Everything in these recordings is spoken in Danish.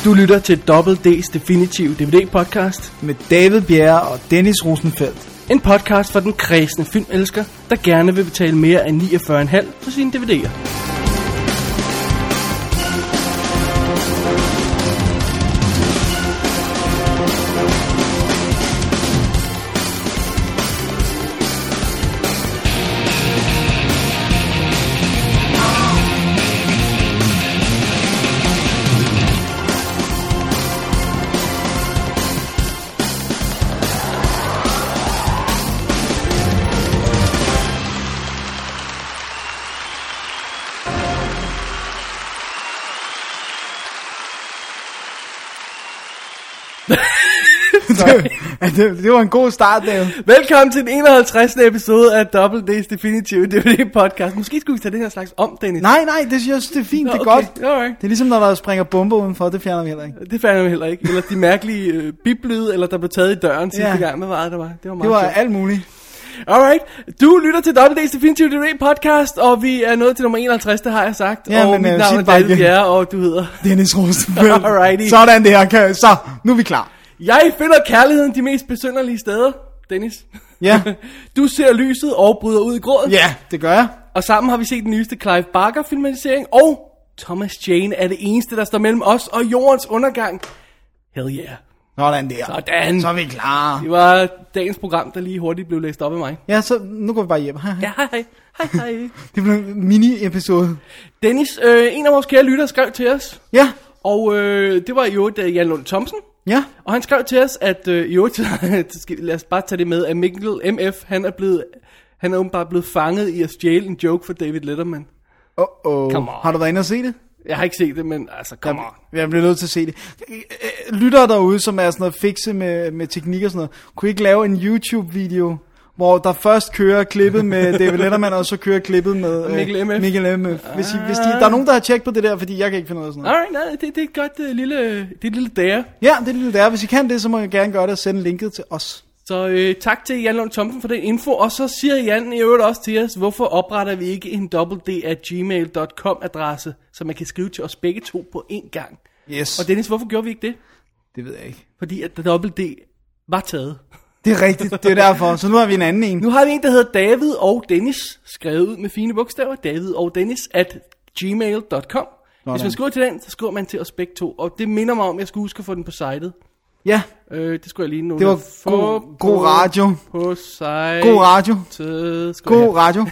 Du lytter til Double D's Definitive DVD-podcast med David Bjerre og Dennis Rosenfeldt. En podcast for den kræsne filmelsker, der gerne vil betale mere end 49,5 for sine DVD'er. Det var en god start, David. Velkommen til den 51. episode af Double D's Definitive DVD-podcast. Måske skulle vi tage det her slags om, Dennis. Nej, det synes jeg, det er fint, det er okay. godt. Alright. Det er ligesom, når der springer bomber udenfor, det fjerner vi heller ikke. Det fjerner vi heller ikke. Eller de mærkelige biblyde, eller der blev taget i døren sidste gang. Hvad var det, der var? Det var meget sjovt. sjovt. Alt muligt. Alright, du lytter til Double D's Definitive DVD-podcast, og vi er nået til nummer 51, det har jeg sagt. Ja, og mit navn er David Bjerre, og du hedder Dennis Rosenfeldt. Alrighty. Sådan det her. Så, nu er vi klar. Jeg finder kærligheden de mest besynderlige steder, Dennis. Ja. Du ser lyset og bryder ud i gråden. Ja, det gør jeg. Og sammen har vi set den nyeste Clive Barker filmatisering, og Thomas Jane er det eneste, der står mellem os og jordens undergang. Hell yeah. Sådan der. Sådan. Så er vi klar. Det var dagens program, der lige hurtigt blev læst op af mig. Ja, så nu går vi bare hjem. Ja, hej. Det blev en mini-episode. Dennis, en af vores kære lyttere skrev til os. Ja. Og det var jo Jan Lund Thomsen. Ja. Og han skrev til os, at lad os bare tage det med, at Mikkel MF, han er åbenbart blevet fanget i at stjæle en joke for David Letterman. Come on. Har du været inde og se det? Jeg har ikke set det, men altså, come on. Jeg bliver nødt til at se det. Lyttere derude, som er sådan noget fikse med teknik og sådan noget, kunne ikke lave en YouTube-video, hvor der først kører klippet med David Letterman, og så kører klippet med Mikkel MF. Hvis der er nogen, der har tjekket på det der, fordi jeg kan ikke finde ud af sådan noget. Alright, nej, det er et godt lille dare. Ja, det er lille dare. Hvis I kan det, så må jeg gerne gøre det og sende linket til os. Så tak til Jan Lund Thomsen for den info. Og så siger Jan i øvrigt også til os, hvorfor opretter vi ikke en wwd@gmail.com adresse, så man kan skrive til os begge to på én gang. Yes. Og Dennis, hvorfor gjorde vi ikke det? Det ved jeg ikke. Fordi at WD var taget. Det er rigtigt, det er derfor. Så nu har vi en anden en. Nu har vi en, der hedder David og Dennis, skrevet ud med fine bogstaver. David og Dennis @gmail.com. Hvis man skriver til den, så skriver man til os begge to. Og det minder mig om, at jeg skulle huske at få den på sitet. Ja. Det skulle jeg lige nu. Det var god radio. På site. God radio. God radio.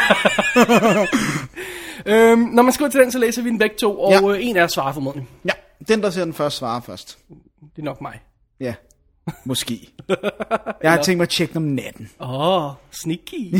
Når man skriver til den, så læser vi den begge to. Og en af os svarer formodentlig. Ja, den der ser den først svarer først. Det er nok mig. Ja, måske. Jeg har tænkt mig at tjekke om natten. Sneaky.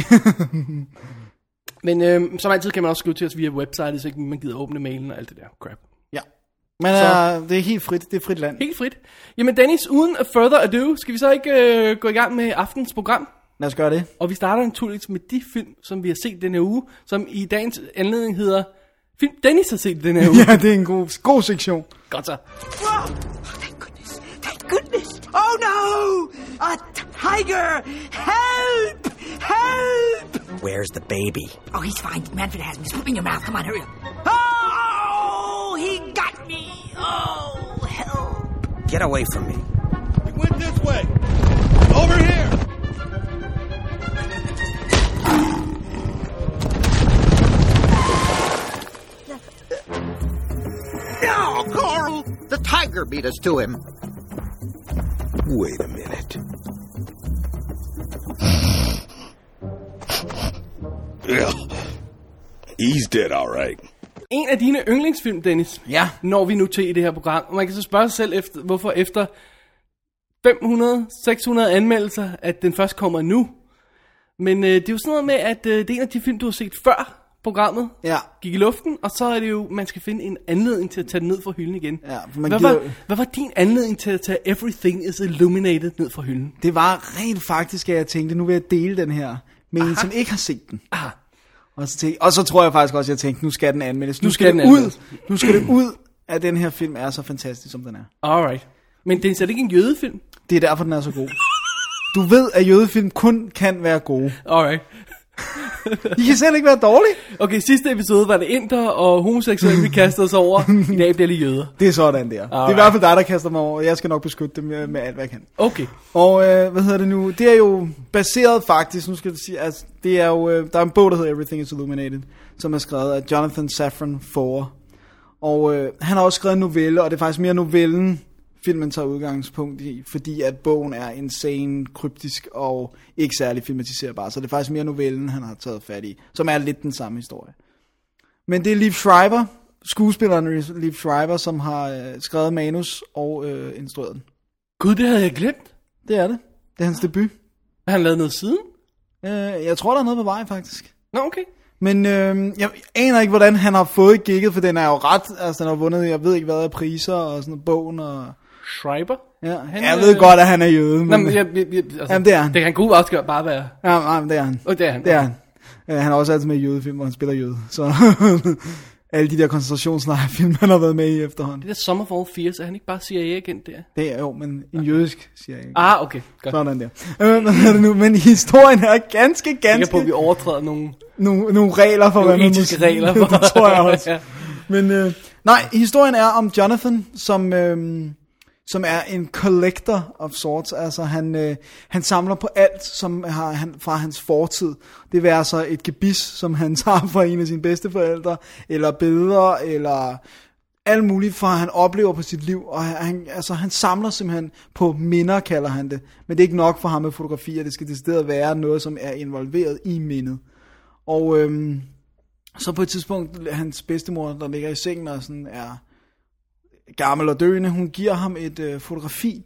Men som altid kan man også skrive til os via websitet, så ikke man gider åbne mailen og alt det der crap. Ja. Men det er helt frit, det er frit land. Helt frit. Jamen Dennis, uden further ado, skal vi så ikke gå i gang med aftens program? Lad os gøre det. Og vi starter naturligvis med de film, som vi har set denne uge, som i dagens anledning hedder film Dennis har set denne uge. Ja, det er en god sektion. Godt så. Whoa! Thank goodness! Oh no! A tiger! Help! Help! Where's the baby? Oh, he's fine. Manfred has him. Just put me in your mouth. Come on, hurry up. Oh, he got me. Oh, help. Get away from me. He went this way. Over here. No, Carl! The tiger beat us to him. Wait a minute. Yeah. He's dead, all right. En af dine yndlingsfilm, Dennis, når vi nu til i det her program. Og man kan så spørge sig selv, hvorfor efter 500-600 anmeldelser, at den først kommer nu. Men det er jo sådan noget med, at det er en af de film, du har set før programmet gik i luften. Og så er det jo, man skal finde en anledning til at tage den ned fra hylden igen. Ja, hvad var din anledning til at tage Everything is Illuminated ned fra hylden? Det var rent faktisk, at jeg tænkte, nu vil jeg dele den her med en, som ikke har set den. Aha. Og så tror jeg faktisk også, at jeg tænkte, nu skal den anmeldes. Nu skal det ud, at den her film er så fantastisk, som den er. Alright. Men det er ikke en jødefilm? Det er derfor, den er så god. Du ved, at jødefilm kun kan være gode. Alright. I kan selv ikke være dårlige. Okay, sidste episode var det inder og homoseksuelle, vi kastede os over. I dag bliver det jøder. Det er sådan der. Det er i hvert fald dig, der kaster mig over. Jeg skal nok beskytte dem med alt, hvad jeg kan. Okay. Og hvad hedder det nu? Det er jo baseret faktisk, nu skal jeg sige, altså, det er jo, der er en bog, der hedder Everything is Illuminated, som er skrevet af Jonathan Safran Foer. Og han har også skrevet en novelle, og det er faktisk mere novellen, filmen tager udgangspunkt i, fordi at bogen er insane, kryptisk og ikke særlig filmatiserbar. Så det er faktisk mere novellen, han har taget fat i, som er lidt den samme historie. Men det er Liev Schreiber, skuespilleren Liev Schreiber, som har skrevet manus og instrueret den. Gud, det havde jeg glemt. Det er det. Det er hans debut. Har han lavet noget siden? Jeg tror, der er noget på vej, faktisk. Nå, okay. Men jeg aner ikke, hvordan han har fået gigget, for den er jo ret, altså den har vundet, jeg ved ikke hvad af priser og sådan noget, bogen og... Schreiber? Ja, jeg ved godt, at han er jøde. Men... altså, jamen, det er han. Det kan god afskør bare være... Ja, nej, men det er han. Det er han. Det er han. Han er også altid med i jødefilm, hvor han spiller jøde. Så alle de der koncentrationslejrfilm, han har været med i efterhånden. Det der Sum of All Fears, er han ikke bare CIA-agent der? Det er jo, men en jødisk CIA-agent. Ah, okay. Godt. Sådan der. Men historien er ganske... Jeg er på, at vi overtræder nogle regler for, hvad man må sige. Regler for. Det tror jeg også. Ja. Men nej, historien er om Jonathan, som er en collector of sorts. Altså han samler på alt, som har han fra hans fortid. Det vil altså et gebis, som han tager fra en af sine bedsteforældre, eller billeder, eller alt muligt fra han oplever på sit liv. Og han samler simpelthen på minder, kalder han det. Men det er ikke nok for ham med fotografier. Det skal decideret være noget, som er involveret i mindet. Og så på et tidspunkt, hans bedstemor, der ligger i sengen og sådan er gammel og døende, hun giver ham et fotografi.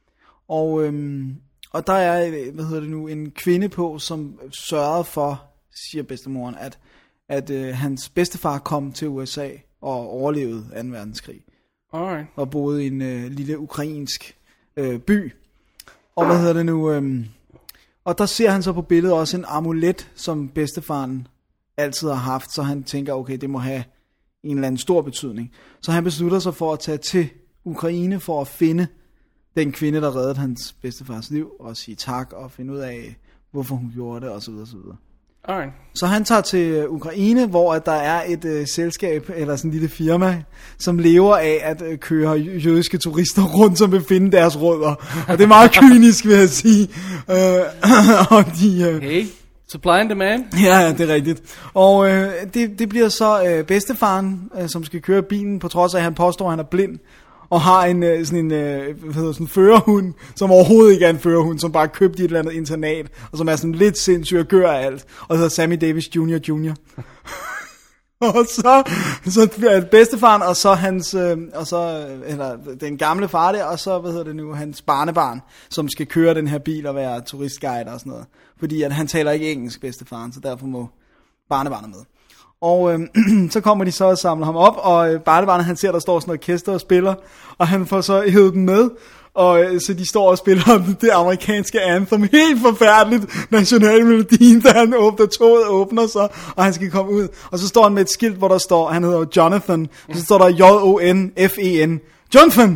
Og der er, en kvinde på, som sørgede for, siger bedstemoren, at hans bedstefar kom til USA og overlevede 2. verdenskrig. Alright. Og boede i en lille ukrainsk by. Og og der ser han så på billedet også en amulet, som bedstefaren altid har haft, så han tænker, okay, det må have en eller anden stor betydning. Så han beslutter sig for at tage til Ukraine for at finde den kvinde, der reddede hans bedstefars liv, og sige tak og finde ud af, hvorfor hun gjorde det, osv. osv. Alright. Så han tager til Ukraine, hvor der er et selskab, eller sådan en lille firma, som lever af at køre jødiske turister rundt, som vil finde deres rødder. Og det er meget kynisk, vil jeg sige. Og hey, supply and demand. Ja, det er rigtigt. Og det bliver så bedstefaren, som skal køre bilen, på trods af, at han påstår, at han er blind. Og har sådan en førerhund, som overhovedet ikke er en førerhund, som bare købt i et eller andet internat, og som er sådan lidt sindssyg og gør alt. Og så hedder Sammy Davis Jr. Og så bedstefaren, og så hans, eller den gamle far der, og så, hans barnebarn, som skal køre den her bil og være turistguide og sådan noget. Fordi at han taler ikke engelsk, bedstefaren, så derfor må barnebarnet med. Og så kommer de så og samler ham op, og barnebarnet, han ser, der står sådan noget orkester og spiller, og han får så hævet dem med, og så de står og spiller det amerikanske anthem, helt forfærdeligt, nationalmelodien, da han toget åbner sig, og han skal komme ud, og så står han med et skilt, hvor der står, han hedder Jonathan, og så står der Jonfen, Jonathan!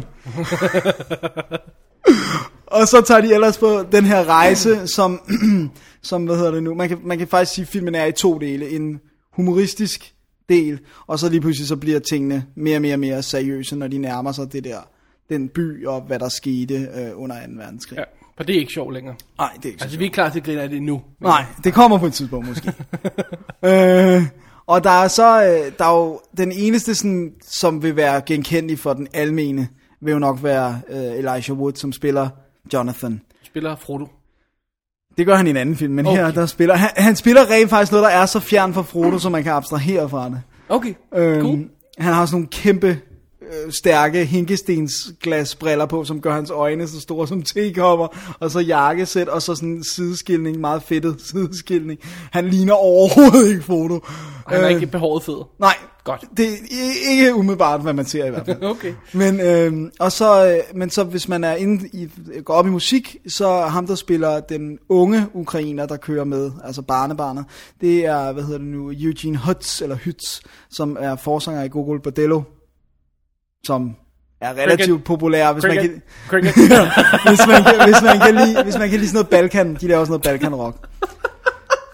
Og så tager de ellers på den her rejse, som man kan faktisk sige, at filmen er i 2 dele, en humoristisk del, og så lige pludselig så bliver tingene mere og mere seriøse, når de nærmer sig den by og hvad der skete under 2. verdenskrig. Ja, for det er ikke sjovt længere. Nej, det er ikke altså vi er klar til at grine af det nu. Nej, det kommer på et tidspunkt måske. Og der er jo den eneste sådan, som vil være genkendelig for den almene, vil jo nok være Elijah Wood, som spiller Jonathan. Spiller Frodo. Det gør han i en anden film, men okay. Her der spiller han spiller rent faktisk noget, der er så fjern fra Frodo, så man kan abstrahere fra det. Okay, cool. Han har sådan nogle kæmpe, stærke hinkestensglasbriller på, som gør hans øjne så store som tekopper, og så jakkesæt, og så sådan en sideskilning, meget fedtet sideskilning. Han ligner overhovedet ikke Frodo. Han er ikke behåret fed. Nej, godt. Det er ikke umiddelbart, hvad man ser i hvert fald. Okay. Men så hvis man er går op i musik, så ham der spiller den unge ukrainer, der kører med, altså barnebarnet, det er Eugene Hutz, som er forsanger i Gogol Bordello, som er relativt populær, hvis man kan hvis man kan lide sådan noget Balkan, de laver sådan noget Balkan rock.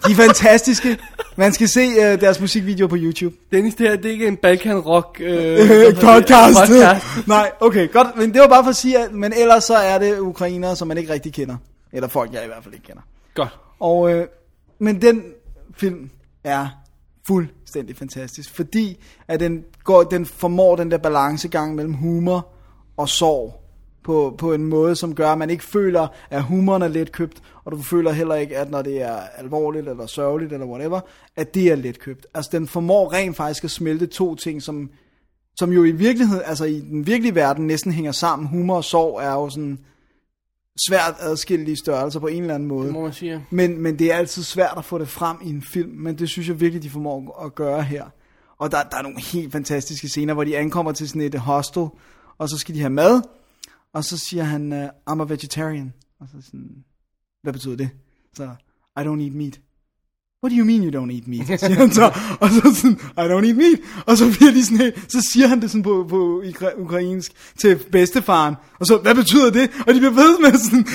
De er fantastiske. Man skal se deres musikvideoer på YouTube. Dennis, det her, det er ikke en Balkan Rock podcast. Nej, okay, godt. Men det var bare for at sige, at men ellers så er det ukrainere, som man ikke rigtig kender. Eller folk, jeg i hvert fald ikke kender. Godt. Og, men den film er fuldstændig fantastisk, fordi at den formår den der balancegang mellem humor og sorg på en måde, som gør, at man ikke føler, at humoren er letkøbt, og du føler heller ikke, at når det er alvorligt eller sørgeligt eller whatever, at det er letkøbt. Altså den formår rent faktisk at smelte to ting, som jo i virkeligheden, altså i den virkelige verden næsten hænger sammen. Humor og sorg er jo sådan svært adskillelige størrelser på en eller anden måde. Det må man sige. Men det er altid svært at få det frem i en film, men det synes jeg virkelig, de formår at gøre her. Og der er nogle helt fantastiske scener, hvor de ankommer til sådan et hostel, og så skal de have mad, og så siger han, I'm a vegetarian. Og så sådan, hvad betyder det? Så, I don't eat meat. What do you mean you don't eat meat? Siger han så, og så sådan, I don't eat meat. Og så bliver de sådan, så siger han det sådan på ukrainsk til bedstefaren. Og så, hvad betyder det? Og de bliver ved med sådan,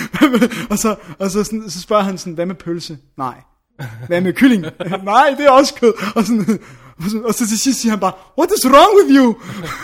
så spørger han sådan, hvad med pølse? Nej. Hvad med kylling? Nej, det er også kød. Og så til sidst siger han bare, what is wrong with you?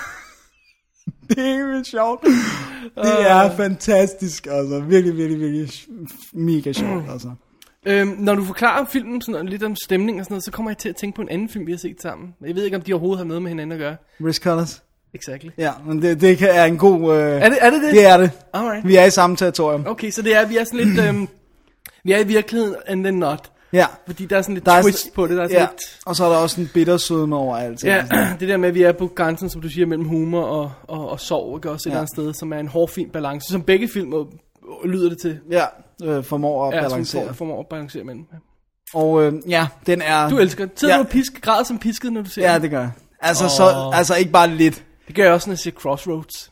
Det er ikke vildt sjovt. Det er fantastisk, altså. Virkelig, virkelig, virkelig mega sjovt, altså. Når du forklarer filmen sådan lidt om stemning og sådan noget, så kommer jeg til at tænke på en anden film, vi har set sammen. Jeg ved ikke, om de overhovedet har noget med hinanden at gøre. Risk Colors? Exactly. Ja, men det er en god... Er det det? Det er det. Alright. Vi er i samme territorium. Okay, så vi er sådan lidt... vi er i virkeligheden and then not. Ja. Fordi der er sådan lidt twist på det. Der er sådan lidt... Og så er der også en bittersødme over alt. Ja, det der med, at vi er på grænsen, som du siger, mellem humor og sorg, ikke? Også et eller andet sted, som er en hårfin balance, som begge film lyder det til. Ja, formår at balancere. Ja, formår at balancere mellem. Og den er... Du elsker det. Sidder du græd som pisket, når du ser Ja, det gør jeg. Altså ikke bare lidt. Det gør jeg også, når jeg ser Crossroads.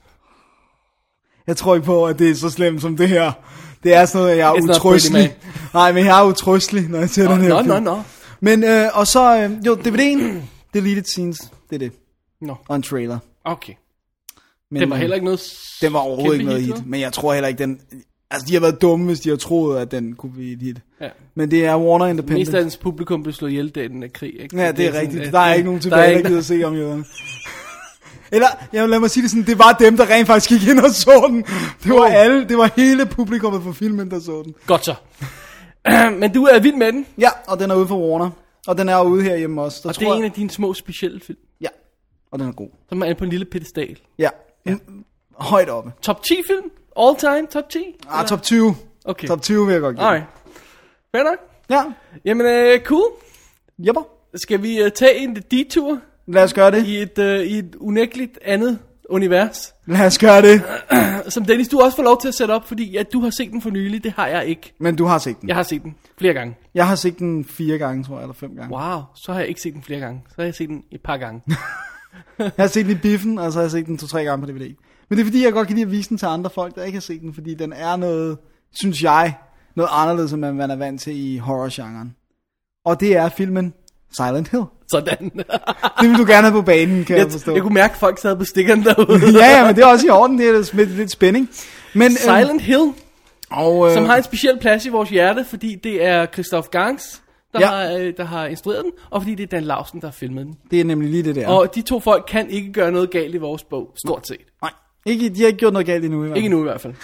Jeg tror ikke på, at det er så slemt som det her. Det er sådan noget, jeg er utrystelig. Nej, men jeg er utrystelig, når jeg ser den her film. Men, og så, DVD'en, deleted scenes, det er det. Og en trailer. Okay. Men det var heller ikke noget... Den var overhovedet ikke noget hit, men jeg tror heller ikke, den... Altså, de har været dumme, hvis de har troet, at den kunne blive et hit. Ja. Men det er Warner Independent. Mest af dens publikum blev slået ihjel, da den er krig, ikke? Ja, det er rigtigt. Der er ikke nogen tilbage, der gider at se om jøderne. Eller, lad mig sige det sådan, det var dem, der rent faktisk gik ind og så den. Det var hele publikummet for filmen, der så den. Godt så. Men du er vild med den? Ja, og den er ude for Warner. Og den er ude herhjemme også. Og det er en af dine små specielle film? Ja, og den er god. Som er på en lille pedestal? Ja. Højt oppe. Top 10 film? All time? Top 10? Top 20. Okay. Top 20 vil jeg godt give. Alright. Fair nok. Ja. Jamen, cool. Jepper. Skal vi tage en detour? Lad os gøre det. I et unægteligt andet univers. Lad os gøre det. Som Dennis, du også får lov til at sætte op, fordi at du har set den for nylig, det har jeg ikke. Men du har set den. Jeg har set den flere gange. Jeg har set den 4 gange, tror jeg, eller 5 gange. Wow, så har jeg ikke set den flere gange. Så har jeg set den et par gange. Jeg har set den i biffen, og så har jeg set den 2-3 gange på DVD. Men det er fordi, jeg godt kan lide at vise den til andre folk, der ikke har set den, fordi den er noget, synes jeg, noget anderledes, end man er vant til i horror-genren. Og det er filmen Silent Hill. Sådan. Det vil du gerne have på banen, kan jeg forstå. Jeg kunne mærke, at folk sad på stikkerne derude. ja, men det er også i orden, det er lidt spænding. Men, Silent Hill, som har en speciel plads i vores hjerte, fordi det er Christophe Gans, der har instrueret den, og fordi det er Dan Lausen, der har filmet den. Det er nemlig lige det der. Og de to folk kan ikke gøre noget galt i vores bog, stort set. Nej, de har ikke gjort noget galt endnu i hvert fald. Ikke endnu i hvert fald.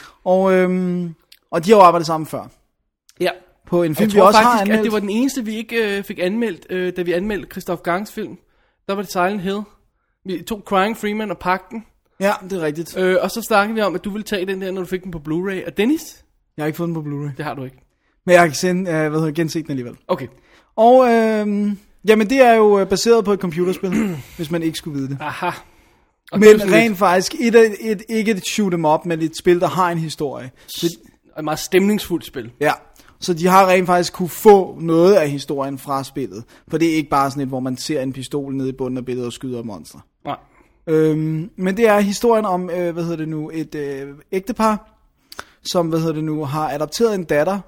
Og de har jo arbejdet sammen før. Ja. På en film, jeg tror vi også faktisk, har anmeldt. at det var den eneste, vi ikke fik anmeldt, da vi anmeldte Christophe Gans film. Der var det Silent Hill. Vi tog Crying Freeman og pakken. Ja, det er rigtigt. Og så snakkede vi om, at du ville tage den der, når du fik den på Blu-ray. Og Dennis? Jeg har ikke fået den på Blu-ray. Det har du ikke. Men jeg har genset den alligevel. Okay. Og jamen det er jo baseret på et computerspil, hvis man ikke skulle vide det. Aha. Og men rent faktisk ikke et shoot 'em up, men et spil, der har en historie. Et meget stemningsfuldt spil. Ja. Så de har rent faktisk kunne få noget af historien fra spillet. For det er ikke bare sådan et, hvor man ser en pistol nede i bunden af billedet og skyder monstre. Nej. Men det er historien om, et ægtepar, som, har adopteret en datter,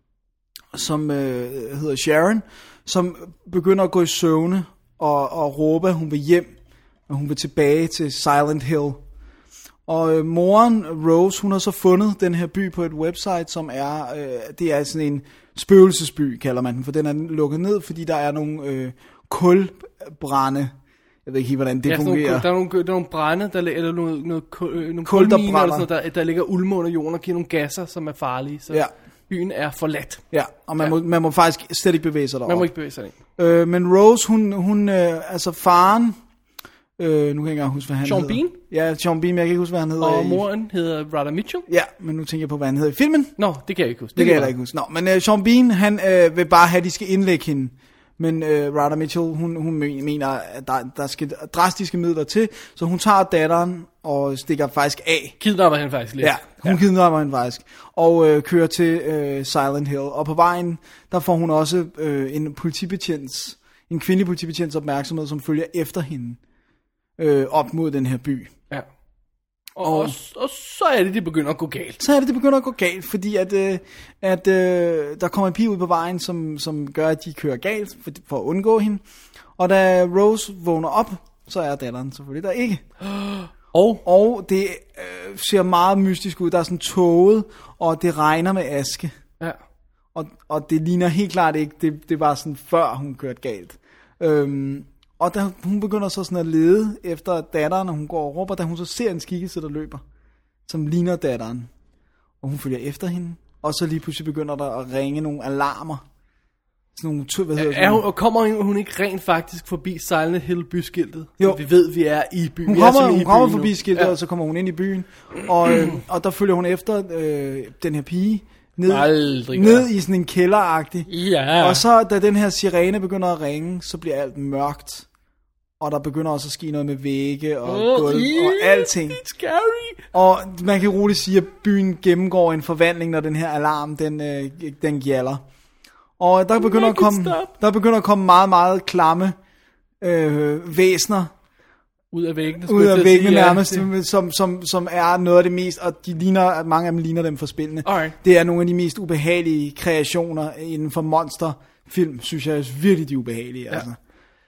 som hedder Sharon, som begynder at gå i søvne og råbe, at hun vil hjem, og hun vil tilbage til Silent Hill. Og moren, Rose, hun har så fundet den her by på et website, som er, det er sådan en spøgelsesby, kalder man den, for den er lukket ned, fordi der er nogle kulbrænde. Jeg ved ikke helt, hvordan det fungerer. Der er nogle brænde, eller nogle kulminer, eller sådan noget, der ligger ulme under jorden og giver nogle gasser, som er farlige. Så byen er forladt. Ja, og man må faktisk slet ikke bevæge sig deroppe. Man må ikke bevæge sig deroppe. Men Rose, hun altså faren, nu kan jeg ikke engang huske, hvad han hedder. Sean Bean? Ja, Sean Bean, men jeg kan ikke huske, hvad han hedder. Og moren hedder Radha Mitchell? Ja, men nu tænker jeg på, hvad han hedder i filmen. Nå, det kan jeg ikke huske. Det kan jeg ikke huske. Nå, men Sean Bean, han vil bare have, at de skal indlægge hende. Men Radha Mitchell, hun mener, at der skal drastiske midler til, så hun tager datteren og stikker faktisk af. Kidnapper hende faktisk lidt. Ja, hun kidnapper hende faktisk. Og kører til Silent Hill. Og på vejen, der får hun også en kvindelig politibetjents opmærksomhed, som følger efter hende op mod den her by. Ja. Og så er det begynder at gå galt. Så er det begynder at gå galt, fordi at der kommer en pige ud på vejen, som gør, at de kører galt for at undgå hende. Og da Rose vågner op, så er datteren selvfølgelig der ikke. Og det ser meget mystisk ud. Der er sådan tåget, og det regner med aske. Ja. Og det ligner helt klart ikke, det var sådan før hun kørte galt. Og da hun begynder så sådan at lede efter datteren, og hun går og råber, da hun så ser en skikkelse, der løber, som ligner datteren. Og hun følger efter hende, og så lige pludselig begynder der at ringe nogle alarmer. Sådan nogle, kommer hun ikke rent faktisk forbi Silent Hill byskiltet? Jo. Vi ved, vi er i byen. Hun kommer forbi skiltet, og så kommer hun ind i byen. Og der følger hun efter den her pige. Ned i sådan en kælderagtig. Ja. Og så da den her sirene begynder at ringe, så bliver alt mørkt. Og der begynder også at ske noget med vægge og gulv og alting. It's scary. Og man kan roligt sige, at byen gennemgår en forvandling, når den her alarm den gjalder. Og der begynder at komme meget, meget klamme væsner ud af væggene. Ud af væggene nærmest, som er noget af det mest, og mange af dem ligner dem for spillene. Det er nogle af de mest ubehagelige kreationer inden for monsterfilm, synes jeg virkelig de ubehagelige. Ja. Altså.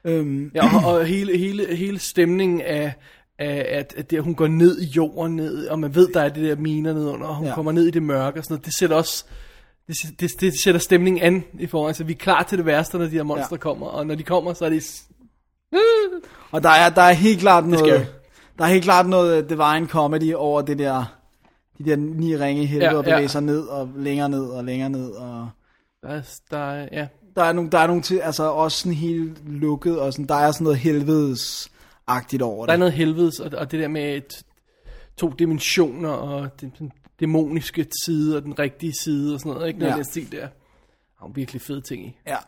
Og hele stemningen af at hun går ned i jorden ned, og man ved der er det der miner nedenunder, og hun kommer ned i det mørke og sådan noget. Det sætter også det sætter stemningen an i forhold til, vi er klar til det værste, når de her monster kommer, og når de kommer, så er det og der er helt klart noget, der er helt klart noget divine comedy over det der, de der 9 ringe i helvede, og bevæger sig ned og længere ned og længere ned, og der er nogle til, altså også sådan helt lukket, og sådan, der er sådan noget helvedesagtigt over det. Der er noget helvedes, og det der med 2 dimensioner, og den dæmoniske side, og den rigtige side, og sådan noget, ikke? Noget den stil der. Der er virkelig fede ting i. Ja.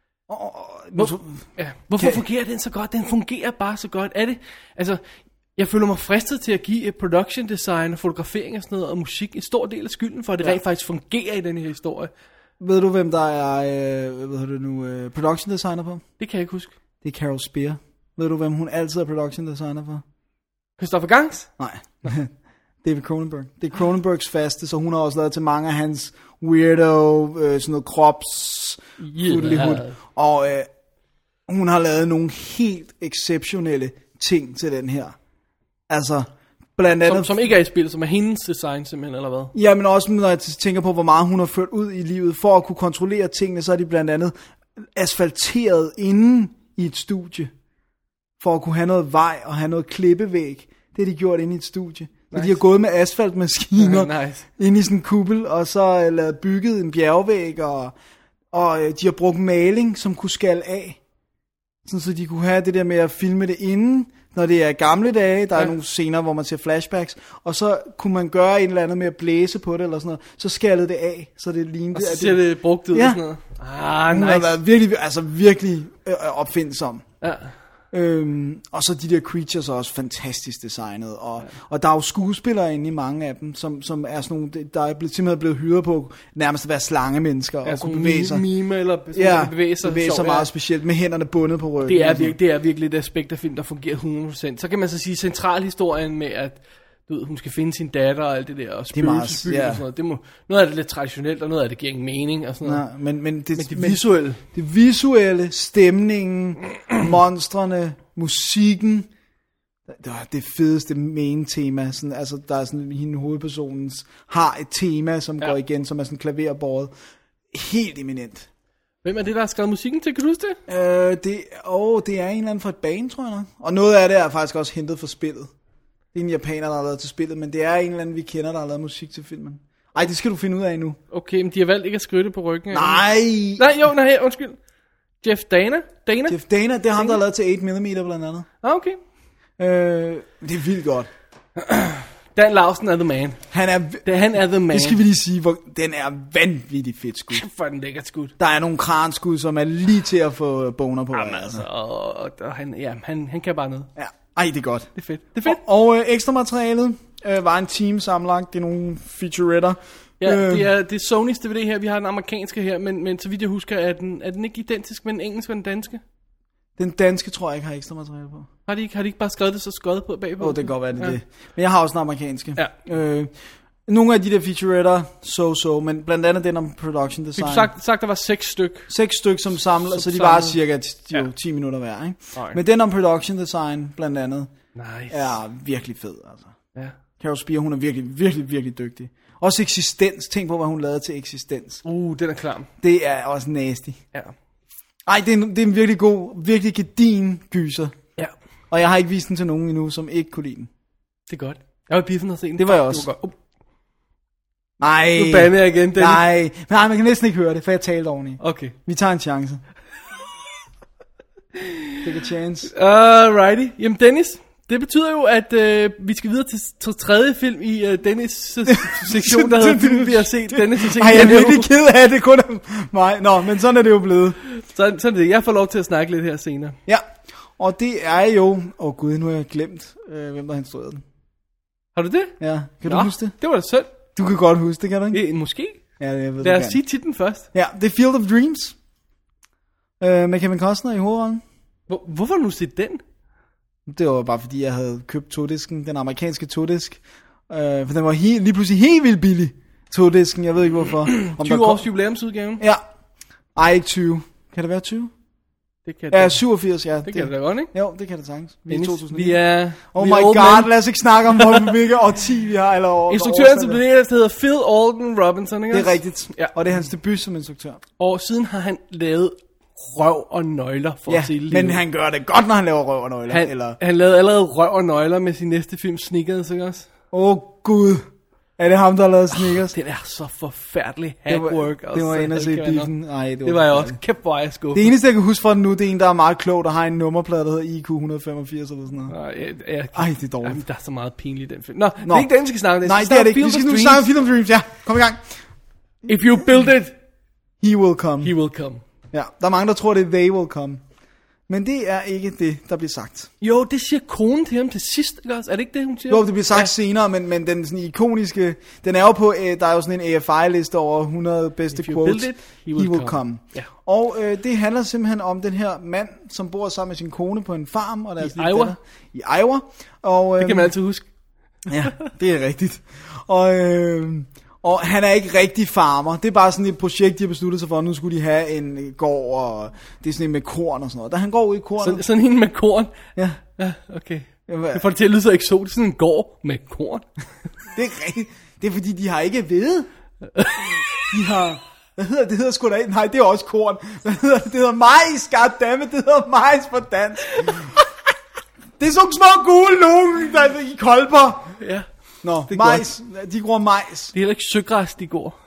Hvorfor fungerer den så godt? Den fungerer bare så godt. Er det? Altså, jeg føler mig fristet til at give production design og fotografering og sådan noget, og musik en stor del af skylden for, at det rent faktisk fungerer i den her historie. Ved du, hvem der er production designer på? Det kan jeg ikke huske. Det er Carol Spear. Ved du, hvem hun altid er production designer for? Christopher Gans? Nej. David Cronenberg. Det er Cronenbergs faste, så hun har også lavet til mange af hans weirdo, sådan noget kropsfuddelighed. Og hun har lavet nogle helt exceptionelle ting til den her. Altså, blandt andet... Som ikke er i spillet, som er hendes design simpelthen, eller hvad? Ja, men også når jeg tænker på, hvor meget hun har ført ud i livet. For at kunne kontrollere tingene, så er de blandt andet asfalteret inden i et studie. For at kunne have noget vej og have noget klippevæg. Det har de gjort inde i et studie. Nice. De har gået med asfaltmaskiner inde i sådan en kuppel, og så lavet bygget en bjergvæg, og de har brugt maling, som kunne skalle af. Sådan, så de kunne have det der med at filme det inden, når det er gamle dage. Der er nogle scener, hvor man ser flashbacks, og så kunne man gøre et eller andet med at blæse på det, eller sådan noget. Så skallede det af, så det lignede... Og så ser det brugt ud og sådan noget. Hun har været virkelig opfindsom. Ja. Og så de der creatures er også fantastisk designet, og der er jo skuespillere inde i mange af dem, som er sådan nogle, der er simpelthen blevet hyret på nærmest at være slangemennesker, og kunne bevæge sig. Mime eller bevæge sig meget specielt med hænderne bundet på ryggen. Det er virkelig et aspekt af film, der fungerer 100%. Så kan man så sige centralhistorien med, at hun skal finde sin datter og alt det der, og spøgelsesby og sådan noget. Noget af det lidt traditionelt, og noget af det giver ingen mening og sådan noget. Ja, men det visuelle. Det visuelle, stemningen, monstrene, musikken, det fedeste main tema. Sådan, altså, der er sådan, hende hovedpersonens har et tema, som går igen, som er sådan klaverbåret. helt eminent. Hvem er det, der har skrevet musikken til? Kan du huske det? Det er en eller anden fra et band, tror jeg nok. Og noget af det er faktisk også hentet fra spillet. Det er en japaner, der har lavet til spillet, men det er en eller anden, vi kender, der har lavet musik til filmen. Ej, det skal du finde ud af nu. Okay, men de har valgt ikke at skrive det på ryggen. Nej, undskyld. Jeff Dana? Jeff Dana, det er ham, der har lavet til 8mm blandt andet. Okay. Det er vildt godt. Dan Lausen er the man. Han er the man. Det skal vi lige sige, den er vanvittigt fedt skud. For den lækkert skud. Der er nogle kranskud, som er lige til at få boner på. Jamen altså, og han kan bare noget. Ja. Ej, det er godt. Det er fedt. Og ekstra materialet var en team sammenlagt. Det er nogle featuretter. Ja, det er Sonys DVD her. Vi har den amerikanske her, men så vidt jeg husker, er den ikke identisk med den engelske og den danske? Den danske tror jeg ikke har ekstra materiale på. Har de ikke bare skrevet det så skrevet på bagpå? Det kan godt være, det. Men jeg har også den amerikanske. Ja. Nogle af de der featuretter, men blandt andet den om production design. Vi har sagt der var 6 styk. 6 styk som samlet, så de var cirka 10 minutter hver, ikke? Okay. Men den om production design, blandt andet, er virkelig fed, altså. Ja. Carol Spear, hun er virkelig, virkelig, virkelig dygtig. Også eksistens. Tænk på, hvad hun lavede til eksistens. Den er klam. Det er også nasty. Ja. Ej, det er en virkelig god, virkelig gedin gyser. Ja. Og jeg har ikke vist den til nogen endnu, som ikke kunne lide den. Det er godt. Jeg var biffen og se den. Det var jeg også. Nej. Nu bander jeg igen, Dennis. Nej, man kan næsten ikke høre det, for jeg talte oveni. Okay. Vi tager en chance. Take a chance. Alrighty. Jamen Dennis, det betyder jo, at vi skal videre til tredje film i Dennis' sektion, der hedder film, vi har set. Dennis har set. Ej, jeg er virkelig ked af det, kun mig. Nå, men sådan er det jo blevet. Sådan er det. Jeg får lov til at snakke lidt her senere. Ja, og det er jo... Gud, nu har jeg glemt, hvem der har instrueret den. Har du det? Ja, kan du huske det? Det var da synd. Du kan godt huske det, kan du ikke? Måske. Ja, jeg ved, lad os sige titlen først. Ja, The Field of Dreams. Med Kevin Costner i hovedrollen. Hvorfor har du set den? Det var bare fordi, jeg havde købt todisken, den amerikanske todisk. For den var lige pludselig helt vildt billig, todisken. Jeg ved ikke hvorfor. 20 års jubilæumsudgaven? Ja. Ej, ikke 20. Kan det være 20? Det kan ja, 87, ja. Det kan det da godt, ikke? Jo, det kan det sagtens. Vi er 2009. Vi er... Oh my god, lad os ikke snakke om, hvilke årti vi har. Eller instruktøren, som hedder Phil Alden Robinson, ikke? Det er rigtigt. Ja. Og det er hans debut som instruktør. Og siden har han lavet røv og nøgler for at se livet. Men han gør det godt, når han laver røv og nøgler. Han lavede allerede røv og nøgler med sin næste film Snickers, ikke også? Gud. Er det ham, der har lavet Snickers? Den er så forfærdelig hackwork. Det var en at se biffen. Det var jeg også. Kæft, hvor jeg skuffet. Det eneste, jeg kan huske fra den nu, det er en, der er meget klog, der har en nummerplade, der hedder IQ 185 eller sådan noget. Ej, det er dårligt. Jamen, der er så meget pinligt i den film. Nå, det er ikke den, vi skal snakke om. Nej, det er det ikke. Vi skal nu snakke om Field of Dreams. Ja, kom i gang. If you build it, he will come. He will come. Ja, der er mange, der tror, det er they will come. Men det er ikke det, der bliver sagt. Jo, det siger konen til ham til sidst, ikke også? Er det ikke det, hun siger? Jo, det bliver sagt senere, men den sådan ikoniske... Den er jo på... Der er jo sådan en AFI-liste over 100 bedste quotes. It, he will come. Ja. Og det handler simpelthen om den her mand, som bor sammen med sin kone på en farm. Og I Iowa. I Iowa. Og, det kan man altid huske. Ja, det er rigtigt. Og han er ikke rigtig farmer. Det er bare sådan et projekt, de har besluttet sig for. Nu skulle de have en gård, og det er sådan en med korn og sådan noget. Da han går ud i korn... Sådan en med korn? Ja. Ja, okay. Det får det til at lyde så eksotisk, sådan en gård med korn. Det er rigtigt. Det er fordi, de har ikke hvede. De har... Hvad hedder det? Det hedder sgu da ikke... Nej, det er også korn. Hvad hedder det? Det hedder majs, goddammit. Det hedder majs på dansk. Det er sådan små gule nogen, der er i kolber. Ja. Nå, majs. De gror majs. Det er heller ikke søgræs, de går.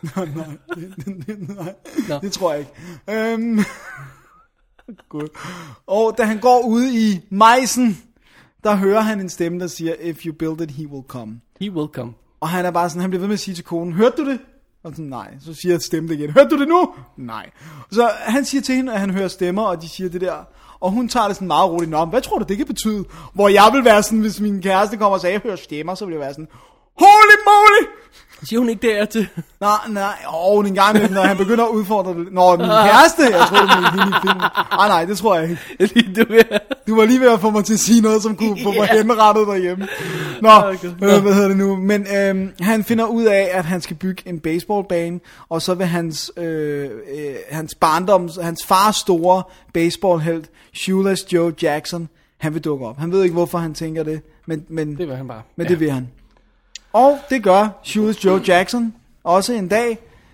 Nej, det tror jeg ikke. God. Og da han går ud i majsen, der hører han en stemme, der siger, if you build it, he will come. He will come. Og han er bare sådan, han bliver ved med at sige til konen, hørte du det? Og sådan, nej. Så siger stemmen det igen, hørte du det nu? Nej. Så han siger til hende, at han hører stemmer, og de siger det der. Og hun tager det sådan meget roligt. Nå, hvad tror du, det kan betyde? Hvor jeg vil være sådan, hvis min kæreste kommer og siger, jeg hører stemmer, så vil jeg være sådan, holy moly! Siger hun ikke det til? Nej, en gang imellem, når han begynder at udfordre det. Nå, min kæreste, jeg tror, det er min i filmen. Nej, det tror jeg ikke. Du var lige ved at få mig til at sige noget, som kunne få mig henrettet derhjemme. Nå, hvad hedder det nu? Men han finder ud af, at han skal bygge en baseballbane, og så vil hans fars store baseballhelt, Shoeless Joe Jackson, han vil dukke op. Han ved ikke, hvorfor han tænker det, men det vil han bare. Men det vil han. Og det gør Shoeless Joe Jackson også en dag.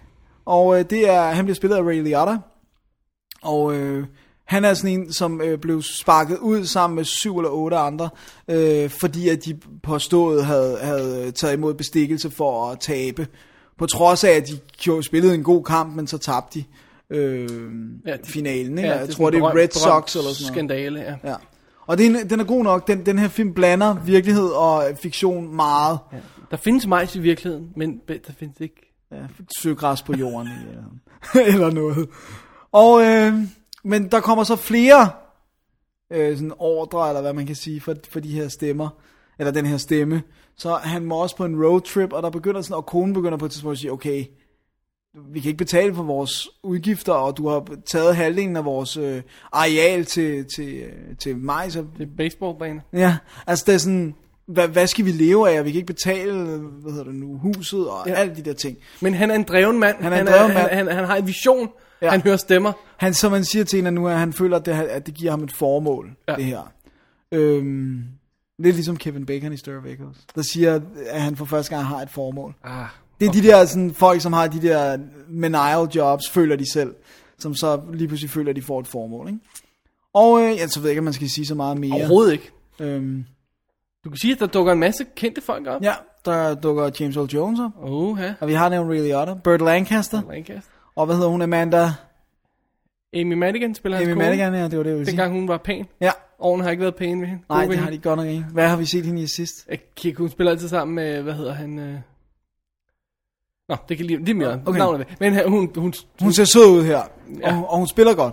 Og han bliver spillet af Ray Liotta. Og han er sådan en, som blev sparket ud sammen med 7 eller 8 andre, fordi at de påstået havde taget imod bestikkelse for at tabe. På trods af, at de spillede en god kamp, men så tabte de finalen. Ikke? Jeg tror, det er Red Sox eller sådan noget. Skandale, ja. Og den er god nok. Den her film blander virkelighed og fiktion meget. Ja. Der findes majs i virkeligheden, men der findes ikke søgræs på jorden eller noget. Og men der kommer så flere sådan ordre, eller hvad man kan sige, for de her stemmer, eller den her stemme. Så han må også på en roadtrip, og der begynder sådan, og konen begynder på et tidspunkt at sige, okay, vi kan ikke betale for vores udgifter, og du har taget halvdelen af vores areal til mig. Så det er baseballbane. Ja, altså det er sådan, hvad skal vi leve af? Vi kan ikke betale, huset og alle de der ting. Men han er en dreven mand. Han har en vision. Ja. Han hører stemmer. Som man siger til hende nu, at han føler, at det giver ham et formål, det her. Lidt ligesom Kevin Bacon i Stir of Echoes, der siger, at han for første gang har et formål. Det er de der sådan, folk, som har de der menial jobs, føler de selv, som så lige pludselig føler, at de får et formål. Ikke? Og så ved jeg ikke, om man skal sige så meget mere. Overhovedet ikke. Du kan sige, at der dukker en masse kendte folk op. Ja, der dukker James Earl Jones op. Ja. Og vi har nævnt Ray Liotta, Burt Lancaster. Og hvad hedder hun, Amanda? Amy Madigan spiller hans kone. Amy Madigan, ja, det var det, jeg ville sige. Dengang hun var pæn. Ja. Årene har ikke været pæn ved hende. Nej, det har de godt nok ikke. Hvad har vi set hende i sidst? Hun spiller altid sammen med, hvad hedder han? Nå, det kan lige mere. Okay. Men hun ser sød ud her, ja. og hun spiller godt.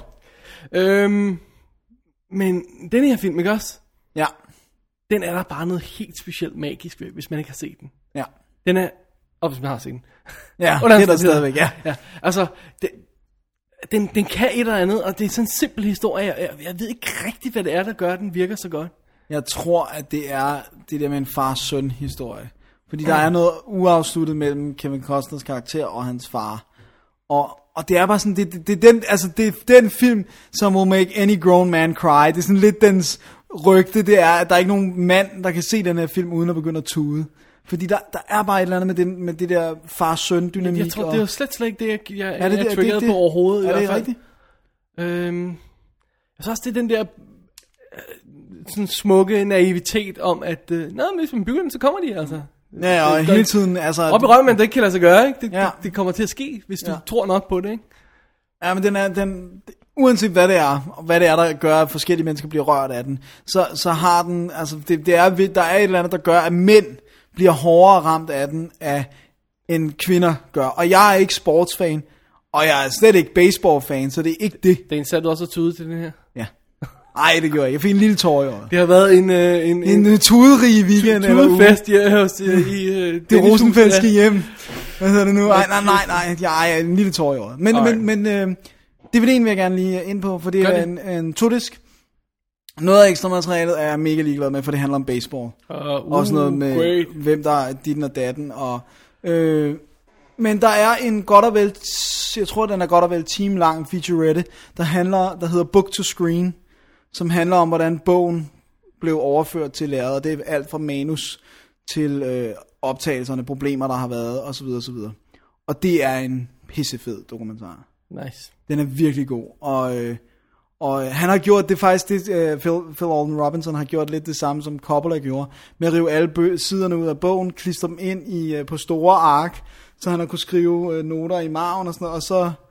Men den her film, ikke også? Ja. Den er der bare noget helt specielt magisk ved, hvis man ikke har set den. Ja. Den er, og hvis man har set den. Ja, det er der stadigvæk, ja. Altså, den kan et eller andet, og det er sådan en simpel historie. Jeg ved ikke rigtigt, hvad det er, der gør, at den virker så godt. Jeg tror, at det er det der med en far-søn historie. Fordi der er noget uafsluttet mellem Kevin Costners karakter og hans far. Og det er bare sådan, det er den film, som will make any grown man cry. Det er sådan lidt dens rygte, det er, at der er ikke nogen mand, der kan se den her film, uden at begynde at tude. Fordi der er bare et eller andet med det der far-søn-dynamik. Jeg tror, det er jo slet ikke det, jeg er triggeret på overhovedet. Er det rigtigt? Jeg synes også, det er den der sådan smukke naivitet om, at hvis man bygger den, så kommer de altså. Ja, og hele tiden, altså. Op i røven, men det ikke kan lade sig gøre, ikke? Det kommer til at ske, hvis du tror nok på det, ikke? Ja, men den uanset hvad det er, og hvad det er, der gør, at forskellige mennesker bliver rørt af den, så har den, altså, der er et eller andet, der gør, at mænd bliver hårdere ramt af den, end kvinder gør. Og jeg er ikke sportsfan, og jeg er slet ikke baseballfan, så det er ikke det. Det satte du også tude til den her? Ja. Ej, det gjorde jeg. Jeg fik en lille tår i øjet. Det har været en tuderig weekend. Tudefest i det rosenfeldske hjem. Hvad hedder det nu? Nej. Jeg er en lille tår i øjet. Men DVD'en vil jeg gerne lige ind på, for det er en todisk. Noget af ekstra materialet er jeg mega ligeglad med, for det handler om baseball. Også noget med, hvem der er ditten og datten. Men der er en godt og vel, jeg tror den er godt og vel time lang featurette, der hedder Book to Screen, som handler om, hvordan bogen blev overført til lærredet. Det er alt fra manus til optagelserne, problemer, der har været, osv. osv. Og det er en pissefed dokumentar. Nice. Den er virkelig god, og han har gjort det faktisk, Phil Alden Robinson har gjort lidt det samme, som Coppola gjorde, med at rive alle siderne ud af bogen, klistre dem ind på store ark, så han har kunne skrive noter i margen og sådan noget, og